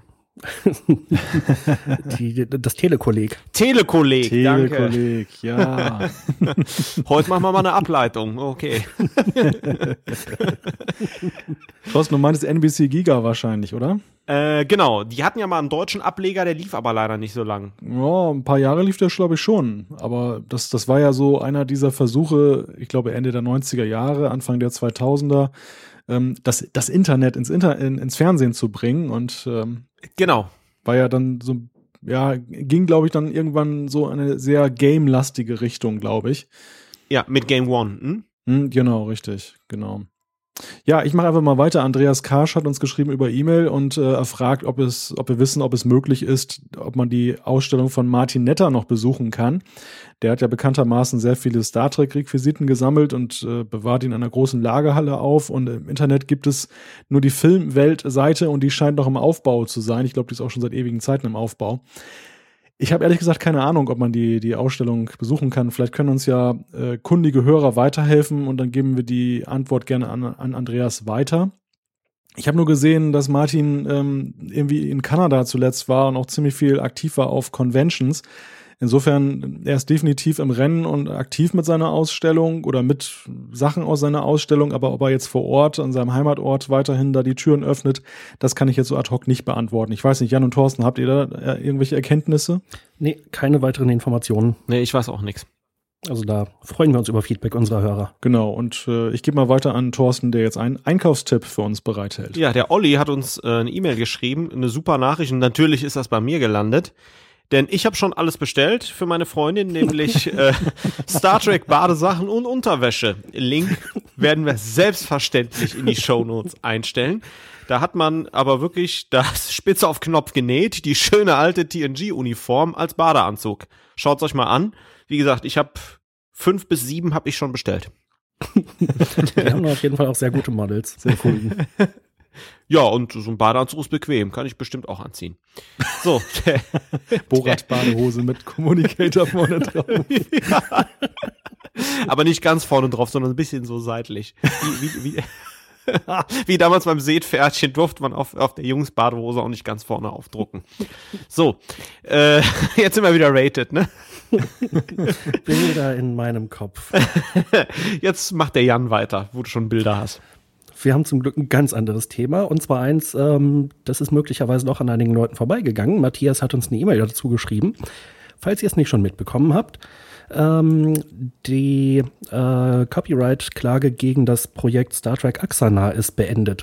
die, das Telekolleg. Telekolleg, Telekolleg, ja. Heute machen wir mal eine Ableitung, okay. Thorsten, du meintest N B C Giga wahrscheinlich, oder? Äh, genau, die hatten ja mal einen deutschen Ableger, der lief aber leider nicht so lang. Ja, ein paar Jahre lief der, glaube ich, schon. Aber das, das war ja so einer dieser Versuche, ich glaube Ende der neunziger Jahre, Anfang der zweitausender, ähm, das, das Internet ins, Inter, in, ins Fernsehen zu bringen. Und ähm, genau. War ja dann so, ja, ging, glaube ich, dann irgendwann so eine sehr game-lastige Richtung, glaube ich. Ja, mit Game One. Hm? Hm, genau, richtig, genau. Ja, ich mache einfach mal weiter. Andreas Karsch hat uns geschrieben über E-Mail und äh, er fragt, ob es, ob wir wissen, ob es möglich ist, ob man die Ausstellung von Martin Netter noch besuchen kann. Der hat ja bekanntermaßen sehr viele Star Trek-Requisiten gesammelt und äh, bewahrt ihn in einer großen Lagerhalle auf. Und im Internet gibt es nur die Filmwelt-Seite und die scheint noch im Aufbau zu sein. Ich glaube, die ist auch schon seit ewigen Zeiten im Aufbau. Ich habe ehrlich gesagt keine Ahnung, ob man die die Ausstellung besuchen kann. Vielleicht können uns ja äh, kundige Hörer weiterhelfen und dann geben wir die Antwort gerne an, an Andreas weiter. Ich habe nur gesehen, dass Martin ähm, irgendwie in Kanada zuletzt war und auch ziemlich viel aktiv war auf Conventions. Insofern, er ist definitiv im Rennen und aktiv mit seiner Ausstellung oder mit Sachen aus seiner Ausstellung, aber ob er jetzt vor Ort, an seinem Heimatort weiterhin da die Türen öffnet, das kann ich jetzt so ad hoc nicht beantworten. Ich weiß nicht, Jan und Thorsten, habt ihr da irgendwelche Erkenntnisse? Nee, keine weiteren Informationen. Nee, ich weiß auch nichts. Also da freuen wir uns über Feedback unserer Hörer. Genau, und äh, ich gebe mal weiter an Thorsten, der jetzt einen Einkaufstipp für uns bereithält. Ja, der Olli hat uns äh, eine E-Mail geschrieben, eine super Nachricht und natürlich ist das bei mir gelandet. Denn ich habe schon alles bestellt für meine Freundin, nämlich äh, Star Trek Badesachen und Unterwäsche. Link werden wir selbstverständlich in die Shownotes einstellen. Da hat man aber wirklich das Spitze auf Knopf genäht, die schöne alte T N G-Uniform als Badeanzug. Schaut's euch mal an. Wie gesagt, ich habe fünf bis sieben habe ich schon bestellt. Wir haben auf jeden Fall auch sehr gute Models. Sehr cool. Ja, und so ein Badeanzug ist bequem, kann ich bestimmt auch anziehen. So, Borat-Badehose mit Communicator vorne drauf. Ja. Aber nicht ganz vorne drauf, sondern ein bisschen so seitlich. Wie, wie, wie, wie damals beim Seepferdchen durfte man auf, auf der Jungs-Badehose auch nicht ganz vorne aufdrucken. So, äh, jetzt sind wir wieder rated, ne? Bilder in meinem Kopf. Jetzt macht der Jan weiter, wo du schon Bilder hast. Wir haben zum Glück ein ganz anderes Thema und zwar eins, ähm, das ist möglicherweise noch an einigen Leuten vorbeigegangen. Matthias hat uns eine E-Mail dazu geschrieben. Falls ihr es nicht schon mitbekommen habt, ähm, die äh, Copyright-Klage gegen das Projekt Star Trek Axanar ist beendet.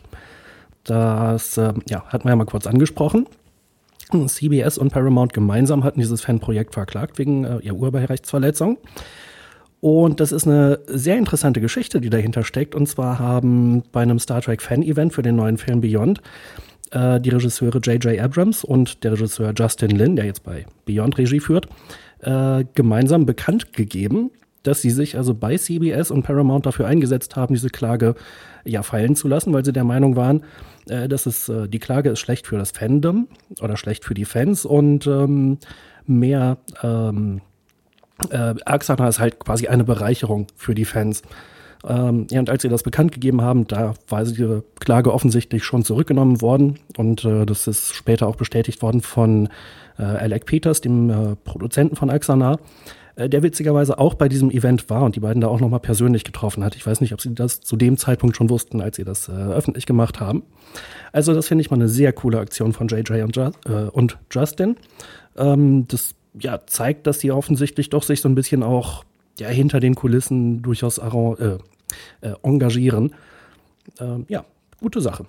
Das äh, ja, hatten wir ja mal kurz angesprochen. C B S und Paramount gemeinsam hatten dieses Fanprojekt verklagt wegen äh, ja, Urheberrechtsverletzung. Und das ist eine sehr interessante Geschichte, die dahinter steckt. Und zwar haben bei einem Star Trek Fan-Event für den neuen Film Beyond äh, die Regisseure J J Abrams und der Regisseur Justin Lin, der jetzt bei Beyond Regie führt, äh, gemeinsam bekannt gegeben, dass sie sich also bei C B S und Paramount dafür eingesetzt haben, diese Klage ja fallen zu lassen, weil sie der Meinung waren, äh, dass es äh, die Klage ist schlecht für das Fandom oder schlecht für die Fans und ähm, mehr ähm, Äh, Axanar ist halt quasi eine Bereicherung für die Fans. Ähm, ja, und als sie das bekannt gegeben haben, da war diese Klage offensichtlich schon zurückgenommen worden und äh, das ist später auch bestätigt worden von äh, Alec Peters, dem äh, Produzenten von Axanar, äh, der witzigerweise auch bei diesem Event war und die beiden da auch nochmal persönlich getroffen hat. Ich weiß nicht, ob sie das zu dem Zeitpunkt schon wussten, als sie das äh, öffentlich gemacht haben. Also das finde ich mal eine sehr coole Aktion von J J und, Ju- äh, und Justin. Ähm, das ja, zeigt, dass die offensichtlich doch sich so ein bisschen auch ja, hinter den Kulissen durchaus äh, äh, engagieren. Ähm, ja, gute Sache.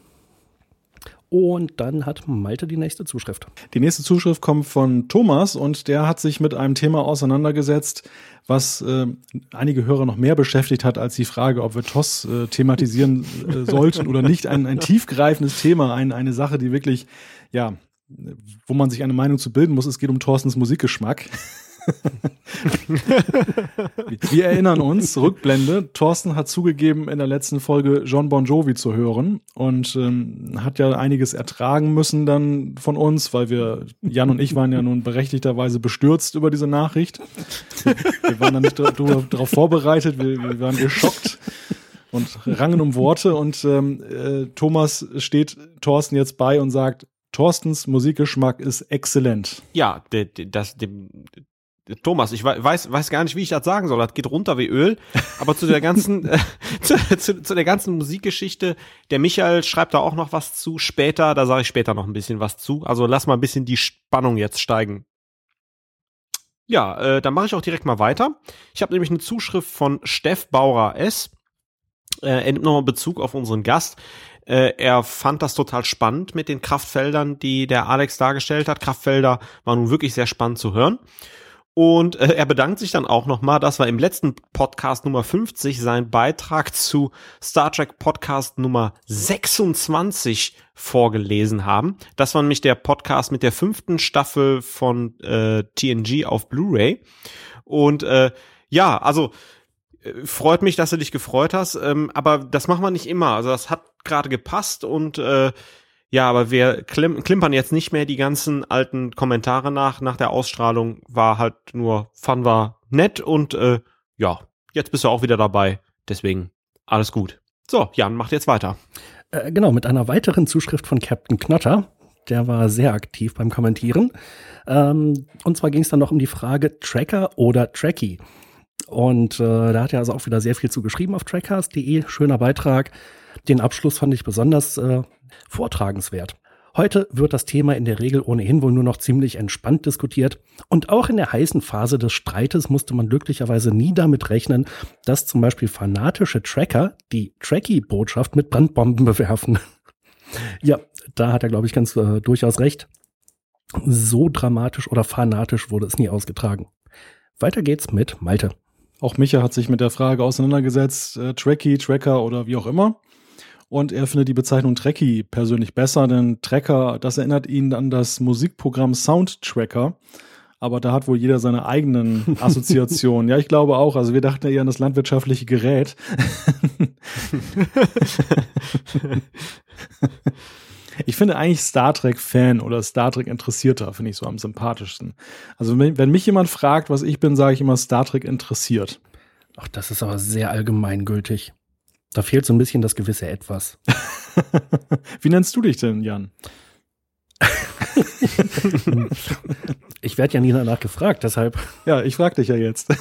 Und dann hat Malte die nächste Zuschrift. Die nächste Zuschrift kommt von Thomas und der hat sich mit einem Thema auseinandergesetzt, was äh, einige Hörer noch mehr beschäftigt hat als die Frage, ob wir T O S äh, thematisieren äh, sollten oder nicht. Ein, ein tiefgreifendes Thema, ein, eine Sache, die wirklich, ja, wo man sich eine Meinung zu bilden muss. Es geht um Thorstens Musikgeschmack. Wir erinnern uns, Rückblende, Thorsten hat zugegeben, in der letzten Folge John Bon Jovi zu hören und ähm, hat ja einiges ertragen müssen dann von uns, weil wir, Jan und ich waren ja nun berechtigterweise bestürzt über diese Nachricht. Wir waren da nicht darauf vorbereitet, wir, wir waren geschockt und rangen um Worte und ähm, äh, Thomas steht Thorsten jetzt bei und sagt, Thorstens Musikgeschmack ist exzellent. Ja, de, de, das, de, de, Thomas, ich weiß, weiß gar nicht, wie ich das sagen soll. Das geht runter wie Öl. Aber zu der ganzen, äh, zu, zu, zu der ganzen Musikgeschichte, der Michael schreibt da auch noch was zu später. Da sage ich später noch ein bisschen was zu. Also lass mal ein bisschen die Spannung jetzt steigen. Ja, äh, dann mache ich auch direkt mal weiter. Ich habe nämlich eine Zuschrift von Steff Bauer S. Äh, er nimmt nochmal Bezug auf unseren Gast. Äh, er fand das total spannend mit den Kraftfeldern, die der Alex dargestellt hat. Kraftfelder war nun wirklich sehr spannend zu hören. Und äh, er bedankt sich dann auch nochmal, dass wir im letzten Podcast Nummer fünfzig seinen Beitrag zu Star Trek Podcast Nummer sechsundzwanzig vorgelesen haben. Das war nämlich der Podcast mit der fünften Staffel von äh, T N G auf Blu-ray. Und äh, ja, also äh, freut mich, dass du dich gefreut hast, ähm, aber das machen wir nicht immer. Also das hat gerade gepasst und äh, ja, aber wir klim- klimpern jetzt nicht mehr die ganzen alten Kommentare nach. Nach der Ausstrahlung war halt nur, Fun war nett und äh, ja, jetzt bist du auch wieder dabei. Deswegen alles gut. So, Jan macht jetzt weiter. Äh, genau, mit einer weiteren Zuschrift von Captain Knotter. Der war sehr aktiv beim Kommentieren. Ähm, und zwar ging es dann noch um die Frage Tracker oder Trekkie. Und äh, da hat er also auch wieder sehr viel zu geschrieben auf trackers punkt de. Schöner Beitrag. Den Abschluss fand ich besonders äh, vortragenswert. Heute wird das Thema in der Regel ohnehin wohl nur noch ziemlich entspannt diskutiert. Und auch in der heißen Phase des Streites musste man glücklicherweise nie damit rechnen, dass zum Beispiel fanatische Tracker die Trekkie-Botschaft mit Brandbomben bewerfen. Ja, da hat er, glaube ich, ganz äh, durchaus recht. So dramatisch oder fanatisch wurde es nie ausgetragen. Weiter geht's mit Malte. Auch Micha hat sich mit der Frage auseinandergesetzt, äh, Trekkie, Tracker oder wie auch immer. Und er findet die Bezeichnung Trekkie persönlich besser, denn Tracker, das erinnert ihn an das Musikprogramm Soundtracker. Aber da hat wohl jeder seine eigenen Assoziationen. Ja, ich glaube auch. Also wir dachten eher an das landwirtschaftliche Gerät. Ich finde eigentlich Star Trek-Fan oder Star Trek-Interessierter finde ich so am sympathischsten. Also wenn, wenn mich jemand fragt, was ich bin, sage ich immer Star Trek interessiert. Ach, das ist aber sehr allgemeingültig. Da fehlt so ein bisschen das gewisse Etwas. Wie nennst du dich denn, Jan? Ich werde ja nie danach gefragt, deshalb. Ja, ich frage dich ja jetzt.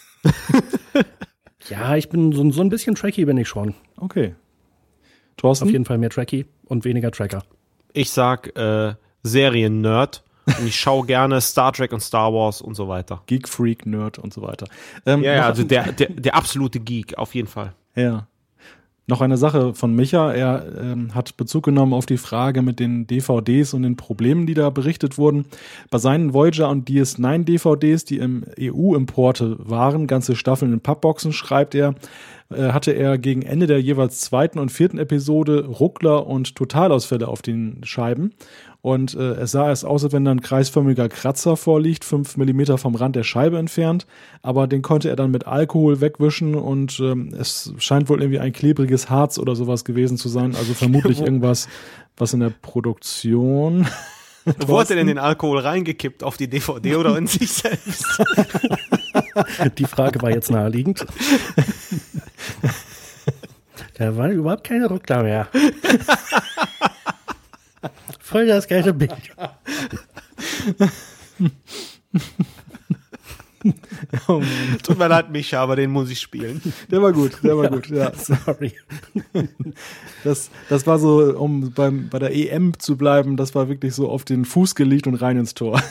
Ja, ich bin so, so ein bisschen Trekkie bin ich schon. Okay. Thorsten? Auf jeden Fall mehr Trekkie und weniger Tracker. Ich sag äh, Serien-Nerd und ich schaue gerne Star Trek und Star Wars und so weiter. Geek, Freak, Nerd und so weiter. Ähm, ja, ja, also der, der, der absolute Geek, auf jeden Fall. Ja. Noch eine Sache von Micha. Er ähm, hat Bezug genommen auf die Frage mit den D V Ds und den Problemen, die da berichtet wurden. Bei seinen Voyager und D S neun D V Ds, die im E U-Importe waren, ganze Staffeln in Pappboxen, schreibt er, äh, hatte er gegen Ende der jeweils zweiten und vierten Episode Ruckler und Totalausfälle auf den Scheiben. Und äh, es sah erst aus, als wenn da ein kreisförmiger Kratzer vorliegt, fünf Millimeter vom Rand der Scheibe entfernt. Aber den konnte er dann mit Alkohol wegwischen und ähm, es scheint wohl irgendwie ein klebriges Harz oder sowas gewesen zu sein. Also vermutlich irgendwas, was in der Produktion... Wo hat er denn den Alkohol reingekippt? Auf die D V D oder in sich selbst? Die Frage war jetzt naheliegend. Da war überhaupt keine Ruckler mehr. Voll das geile Bild. Oh Tut mir leid, Micha, aber den muss ich spielen. Der war gut, der war Ja, gut, ja. Sorry. Das, das war so, um beim, bei der E M zu bleiben, das war wirklich so auf den Fuß gelegt und rein ins Tor.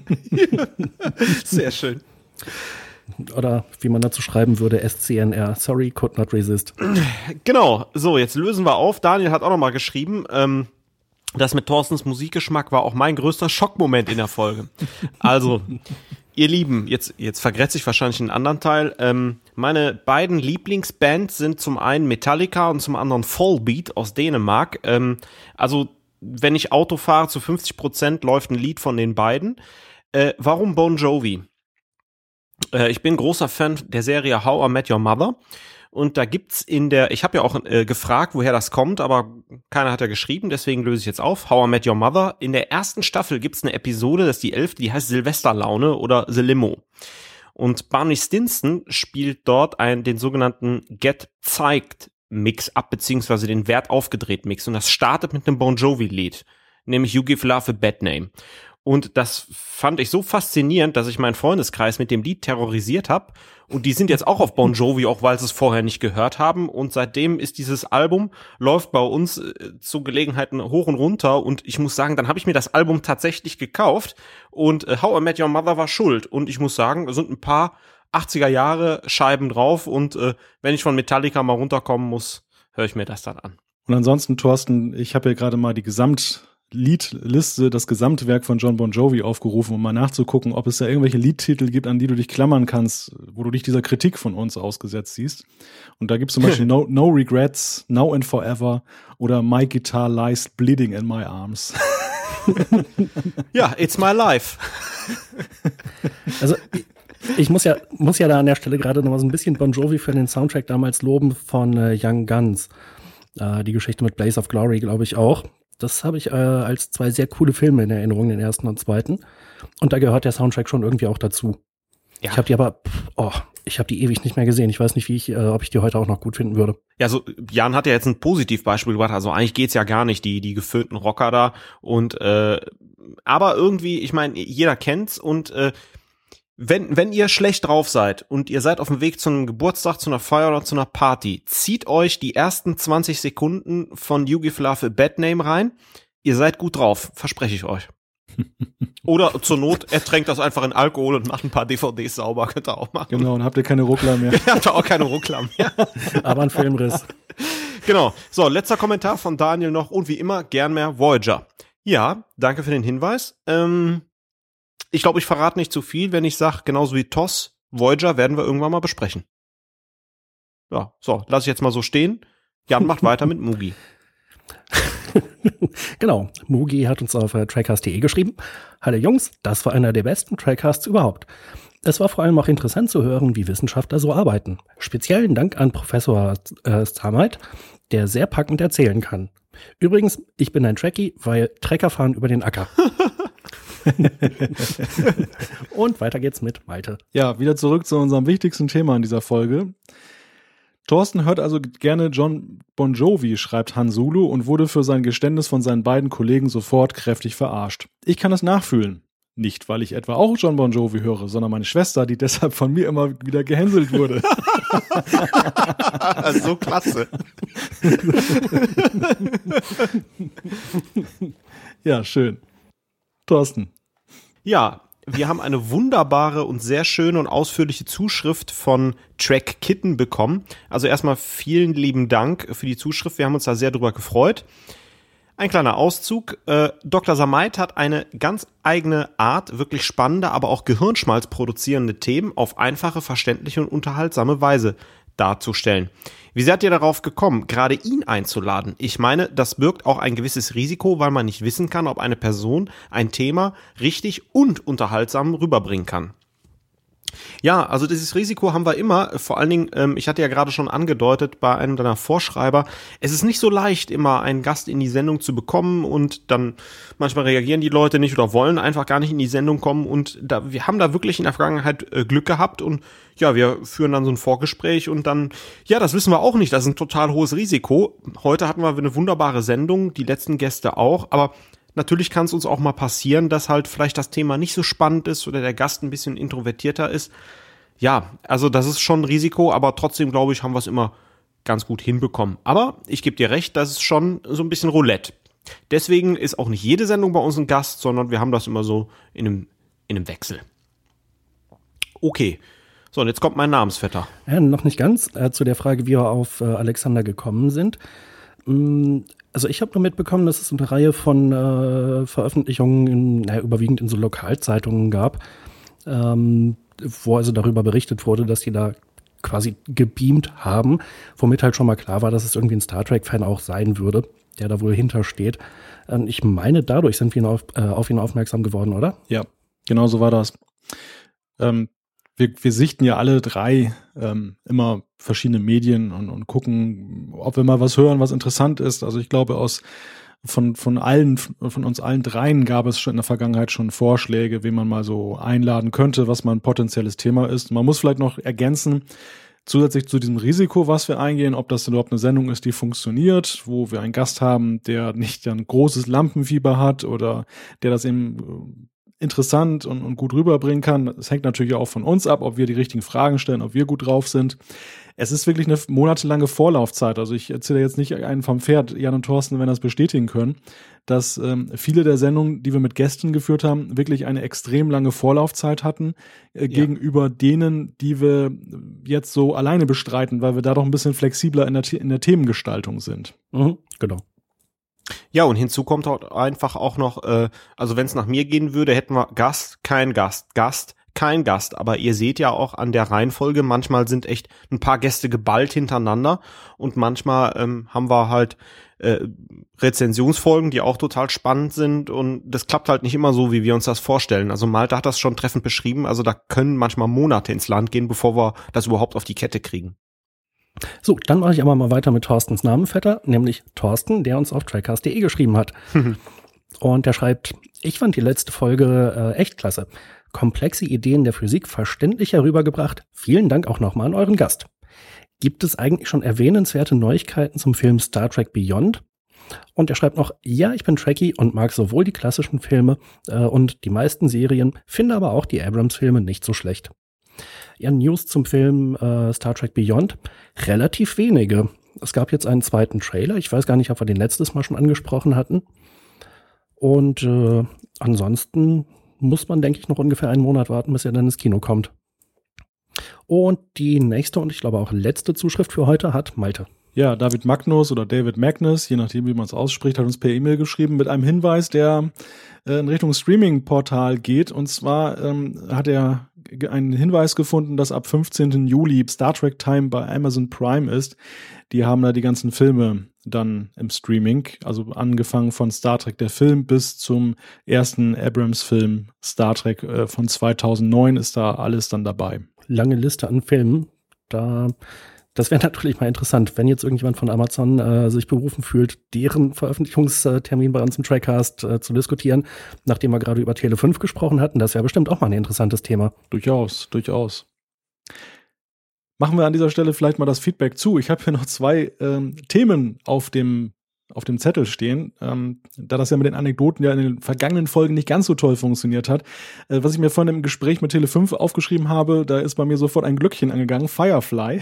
Sehr schön. Oder wie man dazu schreiben würde, S C N R. Sorry, could not resist. Genau, so, jetzt lösen wir auf. Daniel hat auch noch mal geschrieben, ähm, das mit Thorstens Musikgeschmack war auch mein größter Schockmoment in der Folge. Also, ihr Lieben, jetzt, jetzt vergrätze ich wahrscheinlich einen anderen Teil. Ähm, meine beiden Lieblingsbands sind zum einen Metallica und zum anderen Volbeat aus Dänemark. Ähm, also, wenn ich Auto fahre, zu fünfzig Prozent läuft ein Lied von den beiden. Äh, warum Bon Jovi? Äh, ich bin großer Fan der Serie How I Met Your Mother. Und da gibt's in der, ich habe ja auch äh, gefragt, woher das kommt, aber keiner hat ja geschrieben, deswegen löse ich jetzt auf. How I Met Your Mother. In der ersten Staffel gibt's eine Episode, das ist die elfte, die heißt Silvesterlaune oder The Limo. Und Barney Stinson spielt dort einen, den sogenannten Get Psyched Mix ab, beziehungsweise den Wert aufgedreht Mix. Und das startet mit einem Bon Jovi Lied, nämlich You Give Love a Bad Name. Und das fand ich so faszinierend, dass ich meinen Freundeskreis mit dem Lied terrorisiert habe. Und die sind jetzt auch auf Bon Jovi, auch weil sie es vorher nicht gehört haben. Und seitdem ist dieses Album, läuft bei uns äh, zu Gelegenheiten hoch und runter. Und ich muss sagen, dann habe ich mir das Album tatsächlich gekauft. Und äh, How I Met Your Mother war schuld. Und ich muss sagen, es sind ein paar achtziger Jahre Scheiben drauf. Und äh, wenn ich von Metallica mal runterkommen muss, höre ich mir das dann an. Und ansonsten, Thorsten, ich habe ja gerade mal die Gesamt Liedliste das Gesamtwerk von Jon Bon Jovi aufgerufen, um mal nachzugucken, ob es da irgendwelche Liedtitel gibt, an die du dich klammern kannst, wo du dich dieser Kritik von uns ausgesetzt siehst. Und da gibt es zum Beispiel no, no Regrets, Now and Forever oder My Guitar Lies Bleeding in My Arms. Ja, it's my life. Also ich muss ja, muss ja da an der Stelle gerade noch mal so ein bisschen Bon Jovi für den Soundtrack damals loben von äh, Young Guns. Äh, die Geschichte mit Blaze of Glory, glaube ich auch. Das habe ich äh, als zwei sehr coole Filme in Erinnerung, den ersten und zweiten. Und da gehört der Soundtrack schon irgendwie auch dazu. Ja. Ich habe die aber, oh, ich habe die ewig nicht mehr gesehen. Ich weiß nicht, wie ich, äh, ob ich die heute auch noch gut finden würde. Ja, so Jan hat ja jetzt ein Positivbeispiel gebracht. Also eigentlich geht's ja gar nicht, die die geföhnten Rocker da. Und äh, aber irgendwie, ich meine, jeder kennt's und äh, Wenn, wenn ihr schlecht drauf seid und ihr seid auf dem Weg zu einem Geburtstag, zu einer Feier oder zu einer Party, zieht euch die ersten zwanzig Sekunden von You Give Love a Bad Name rein. Ihr seid gut drauf, verspreche ich euch. Oder zur Not, ertränkt das einfach in Alkohol und macht ein paar D V Ds sauber, könnt ihr auch machen. Genau, und habt ihr keine Ruckler mehr. Ihr habt auch keine Ruckler mehr. Aber ein Filmriss. Genau. So, letzter Kommentar von Daniel noch und wie immer gern mehr Voyager. Ja, danke für den Hinweis. Ähm, Ich glaube, ich verrate nicht zu viel, wenn ich sage, genauso wie T O S, Voyager werden wir irgendwann mal besprechen. Ja, so, lasse ich jetzt mal so stehen. Jan macht weiter mit Mugi. Genau, Mugi hat uns auf äh, trackcast punkt de geschrieben. Hallo Jungs, das war einer der besten Trackcasts überhaupt. Es war vor allem auch interessant zu hören, wie Wissenschaftler so arbeiten. Speziellen Dank an Professor äh, Starmite, der sehr packend erzählen kann. Übrigens, ich bin ein Trekkie, weil Trecker fahren über den Acker. Und weiter geht's mit Malte. Ja, wieder zurück zu unserem wichtigsten Thema in dieser Folge. Thorsten hört also gerne Jon Bon Jovi, schreibt Han Sulu, und wurde für sein Geständnis von seinen beiden Kollegen sofort kräftig verarscht. Ich kann es nachfühlen. Nicht, weil ich etwa auch Jon Bon Jovi höre, sondern meine Schwester, die deshalb von mir immer wieder gehänselt wurde. So klasse. Ja, schön. Thorsten. Ja, wir haben eine wunderbare und sehr schöne und ausführliche Zuschrift von Track Kitten bekommen. Also erstmal vielen lieben Dank für die Zuschrift. Wir haben uns da sehr drüber gefreut. Ein kleiner Auszug. Äh, Doktor Samait hat eine ganz eigene Art, wirklich spannende, aber auch Gehirnschmalz produzierende Themen auf einfache, verständliche und unterhaltsame Weise darzustellen. Wie seid ihr darauf gekommen, gerade ihn einzuladen? Ich meine, das birgt auch ein gewisses Risiko, weil man nicht wissen kann, ob eine Person ein Thema richtig und unterhaltsam rüberbringen kann. Ja, also dieses Risiko haben wir immer, vor allen Dingen, ähm, ich hatte ja gerade schon angedeutet bei einem deiner Vorschreiber, es ist nicht so leicht, immer einen Gast in die Sendung zu bekommen und dann manchmal reagieren die Leute nicht oder wollen einfach gar nicht in die Sendung kommen und da, wir haben da wirklich in der Vergangenheit äh, Glück gehabt und ja, wir führen dann so ein Vorgespräch und dann, ja, das wissen wir auch nicht, das ist ein total hohes Risiko. Heute hatten wir eine wunderbare Sendung, die letzten Gäste auch, aber natürlich kann es uns auch mal passieren, dass halt vielleicht das Thema nicht so spannend ist oder der Gast ein bisschen introvertierter ist. Ja, also das ist schon ein Risiko, aber trotzdem, glaube ich, haben wir es immer ganz gut hinbekommen. Aber ich gebe dir recht, das ist schon so ein bisschen Roulette. Deswegen ist auch nicht jede Sendung bei uns ein Gast, sondern wir haben das immer so in einem, in einem Wechsel. Okay, so und jetzt kommt mein Namensvetter. Ja, noch nicht ganz äh, zu der Frage, wie wir auf äh, Alexander gekommen sind. Mm, Also ich habe nur mitbekommen, dass es eine Reihe von äh, Veröffentlichungen in, naja, überwiegend in so Lokalzeitungen gab, ähm, wo also darüber berichtet wurde, dass die da quasi gebeamt haben, womit halt schon mal klar war, dass es irgendwie ein Star Trek-Fan auch sein würde, der da wohl hintersteht. Ähm, ich meine, dadurch sind wir ihn auf, äh, auf ihn aufmerksam geworden, oder? Ja, genau so war das. Ähm, wir, wir sichten ja alle drei ähm, immer verschiedene Medien und, und gucken, ob wir mal was hören, was interessant ist. Also ich glaube, aus von von allen von uns allen dreien gab es schon in der Vergangenheit schon Vorschläge, wen man mal so einladen könnte, was mal ein potenzielles Thema ist. Man muss vielleicht noch ergänzen, zusätzlich zu diesem Risiko, was wir eingehen, ob das überhaupt eine Sendung ist, die funktioniert, wo wir einen Gast haben, der nicht ein großes Lampenfieber hat oder der das eben interessant und, und gut rüberbringen kann. Es hängt natürlich auch von uns ab, ob wir die richtigen Fragen stellen, ob wir gut drauf sind. Es ist wirklich eine monatelange Vorlaufzeit. Also ich erzähle jetzt nicht einen vom Pferd, Jan und Thorsten, wenn das bestätigen können, dass ähm, viele der Sendungen, die wir mit Gästen geführt haben, wirklich eine extrem lange Vorlaufzeit hatten äh, ja. gegenüber denen, die wir jetzt so alleine bestreiten, weil wir da doch ein bisschen flexibler in der, in der Themengestaltung sind. Mhm, genau. Ja, und hinzu kommt halt einfach auch noch, äh, also wenn es nach mir gehen würde, hätten wir Gast, kein Gast, Gast, kein Gast. Aber ihr seht ja auch an der Reihenfolge, manchmal sind echt ein paar Gäste geballt hintereinander und manchmal ähm, haben wir halt äh, Rezensionsfolgen, die auch total spannend sind und das klappt halt nicht immer so, wie wir uns das vorstellen. Also Malte hat das schon treffend beschrieben, also da können manchmal Monate ins Land gehen, bevor wir das überhaupt auf die Kette kriegen. So, dann mache ich aber mal weiter mit Thorstens Namenvetter, nämlich Thorsten, der uns auf trackcast punkt de geschrieben hat. Und der schreibt, ich fand die letzte Folge äh, echt klasse. Komplexe Ideen der Physik verständlich herübergebracht. Vielen Dank auch nochmal an euren Gast. Gibt es eigentlich schon erwähnenswerte Neuigkeiten zum Film Star Trek Beyond? Und er schreibt noch, ja, ich bin Trekkie und mag sowohl die klassischen Filme äh, und die meisten Serien, finde aber auch die Abrams-Filme nicht so schlecht. Ja, News zum Film äh, Star Trek Beyond, relativ wenige. Es gab jetzt einen zweiten Trailer. Ich weiß gar nicht, ob wir den letztes Mal schon angesprochen hatten. Und äh, ansonsten muss man, denke ich, noch ungefähr einen Monat warten, bis er dann ins Kino kommt. Und die nächste und ich glaube auch letzte Zuschrift für heute hat Malte. Ja, David Magnus oder David Magnus, je nachdem, wie man es ausspricht, hat uns per E-Mail geschrieben mit einem Hinweis, der äh, in Richtung Streaming-Portal geht. Und zwar ähm, hat er einen Hinweis gefunden, dass ab fünfzehnten Juli Star Trek Time bei Amazon Prime ist. Die haben da die ganzen Filme dann im Streaming, also angefangen von Star Trek der Film bis zum ersten Abrams-Film Star Trek äh, von zweitausendneun ist da alles dann dabei. Lange Liste an Filmen, da... Das wäre natürlich mal interessant, wenn jetzt irgendjemand von Amazon äh, sich berufen fühlt, deren Veröffentlichungstermin bei uns im Trackcast äh, zu diskutieren, nachdem wir gerade über Tele fünf gesprochen hatten. Das wäre bestimmt auch mal ein interessantes Thema. Durchaus, durchaus. Machen wir an dieser Stelle vielleicht mal das Feedback zu. Ich habe hier noch zwei ähm, Themen auf dem auf dem Zettel stehen, ähm, da das ja mit den Anekdoten ja in den vergangenen Folgen nicht ganz so toll funktioniert hat. Äh, was ich mir vorhin im Gespräch mit Tele fünf aufgeschrieben habe, da ist bei mir sofort ein Glöckchen angegangen, Firefly.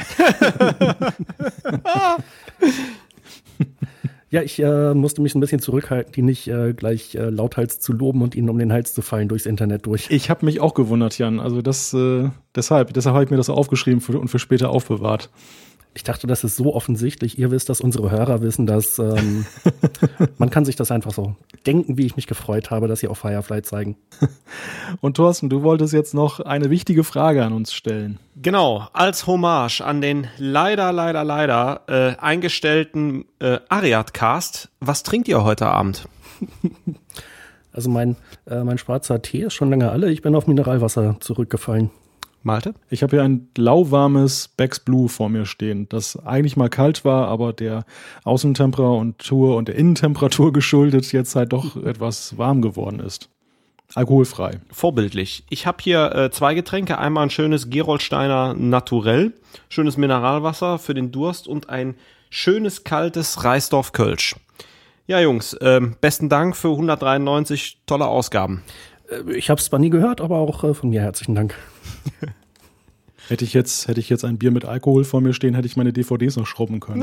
Ja, ich äh, musste mich ein bisschen zurückhalten, die nicht äh, gleich äh, lauthals zu loben und ihnen um den Hals zu fallen durchs Internet durch. Ich habe mich auch gewundert, Jan. Also das, äh, deshalb, deshalb habe ich mir das aufgeschrieben für, und für später aufbewahrt. Ich dachte, das ist so offensichtlich. Ihr wisst das, unsere Hörer wissen das. Ähm, man kann sich das einfach so denken, wie ich mich gefreut habe, dass sie auch Firefly zeigen. Und Thorsten, du wolltest jetzt noch eine wichtige Frage an uns stellen. Genau, als Hommage an den leider, leider, leider äh, eingestellten äh, Ariadcast. Was trinkt ihr heute Abend? Also mein, äh, mein schwarzer Tee ist schon lange alle. Ich bin auf Mineralwasser zurückgefallen. Malte? Ich habe hier ein lauwarmes Becks Blue vor mir stehen, das eigentlich mal kalt war, aber der Außentemperatur und der Innentemperatur geschuldet jetzt halt doch etwas warm geworden ist. Alkoholfrei. Vorbildlich. Ich habe hier äh, zwei Getränke. Einmal ein schönes Gerolsteiner Naturell, schönes Mineralwasser für den Durst und ein schönes kaltes Reisdorf Kölsch. Ja, Jungs, äh, besten Dank für hundertdreiundneunzig tolle Ausgaben. Ich habe es zwar nie gehört, aber auch äh, von mir herzlichen Dank. Hätte ich jetzt, hätte ich jetzt ein Bier mit Alkohol vor mir stehen, hätte ich meine D V Ds noch schrubben können.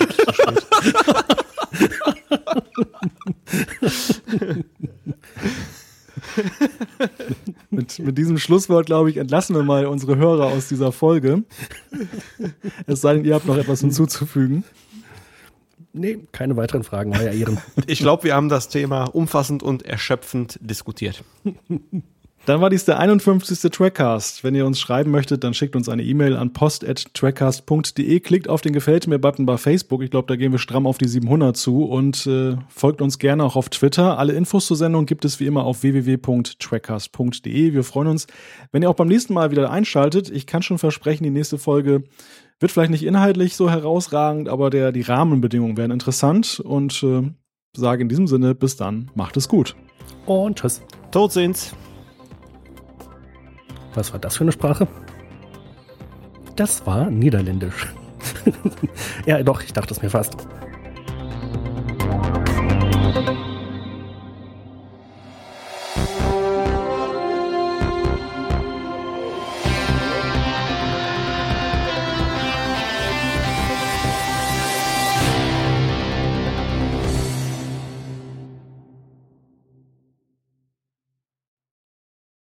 mit, mit diesem Schlusswort, glaube ich, entlassen wir mal unsere Hörer aus dieser Folge. Es sei denn, ihr habt noch etwas hinzuzufügen. Nee, keine weiteren Fragen, euer Ehren. Ich glaube, wir haben das Thema umfassend und erschöpfend diskutiert. Dann war dies der einundfünfzigste Trackcast. Wenn ihr uns schreiben möchtet, dann schickt uns eine E-Mail an post at trackcast punkt de. Klickt auf den Gefällt-mir-Button bei Facebook. Ich glaube, da gehen wir stramm auf die siebenhundert zu. Und äh, folgt uns gerne auch auf Twitter. Alle Infos zur Sendung gibt es wie immer auf w w w punkt trackcast punkt de. Wir freuen uns, wenn ihr auch beim nächsten Mal wieder einschaltet. Ich kann schon versprechen, die nächste Folge wird vielleicht nicht inhaltlich so herausragend, aber der, die Rahmenbedingungen werden interessant. Und äh, sage in diesem Sinne, bis dann, macht es gut. Und tschüss. Tot sind's. Was war das für eine Sprache? Das war Niederländisch. Ja, doch, ich dachte es mir fast.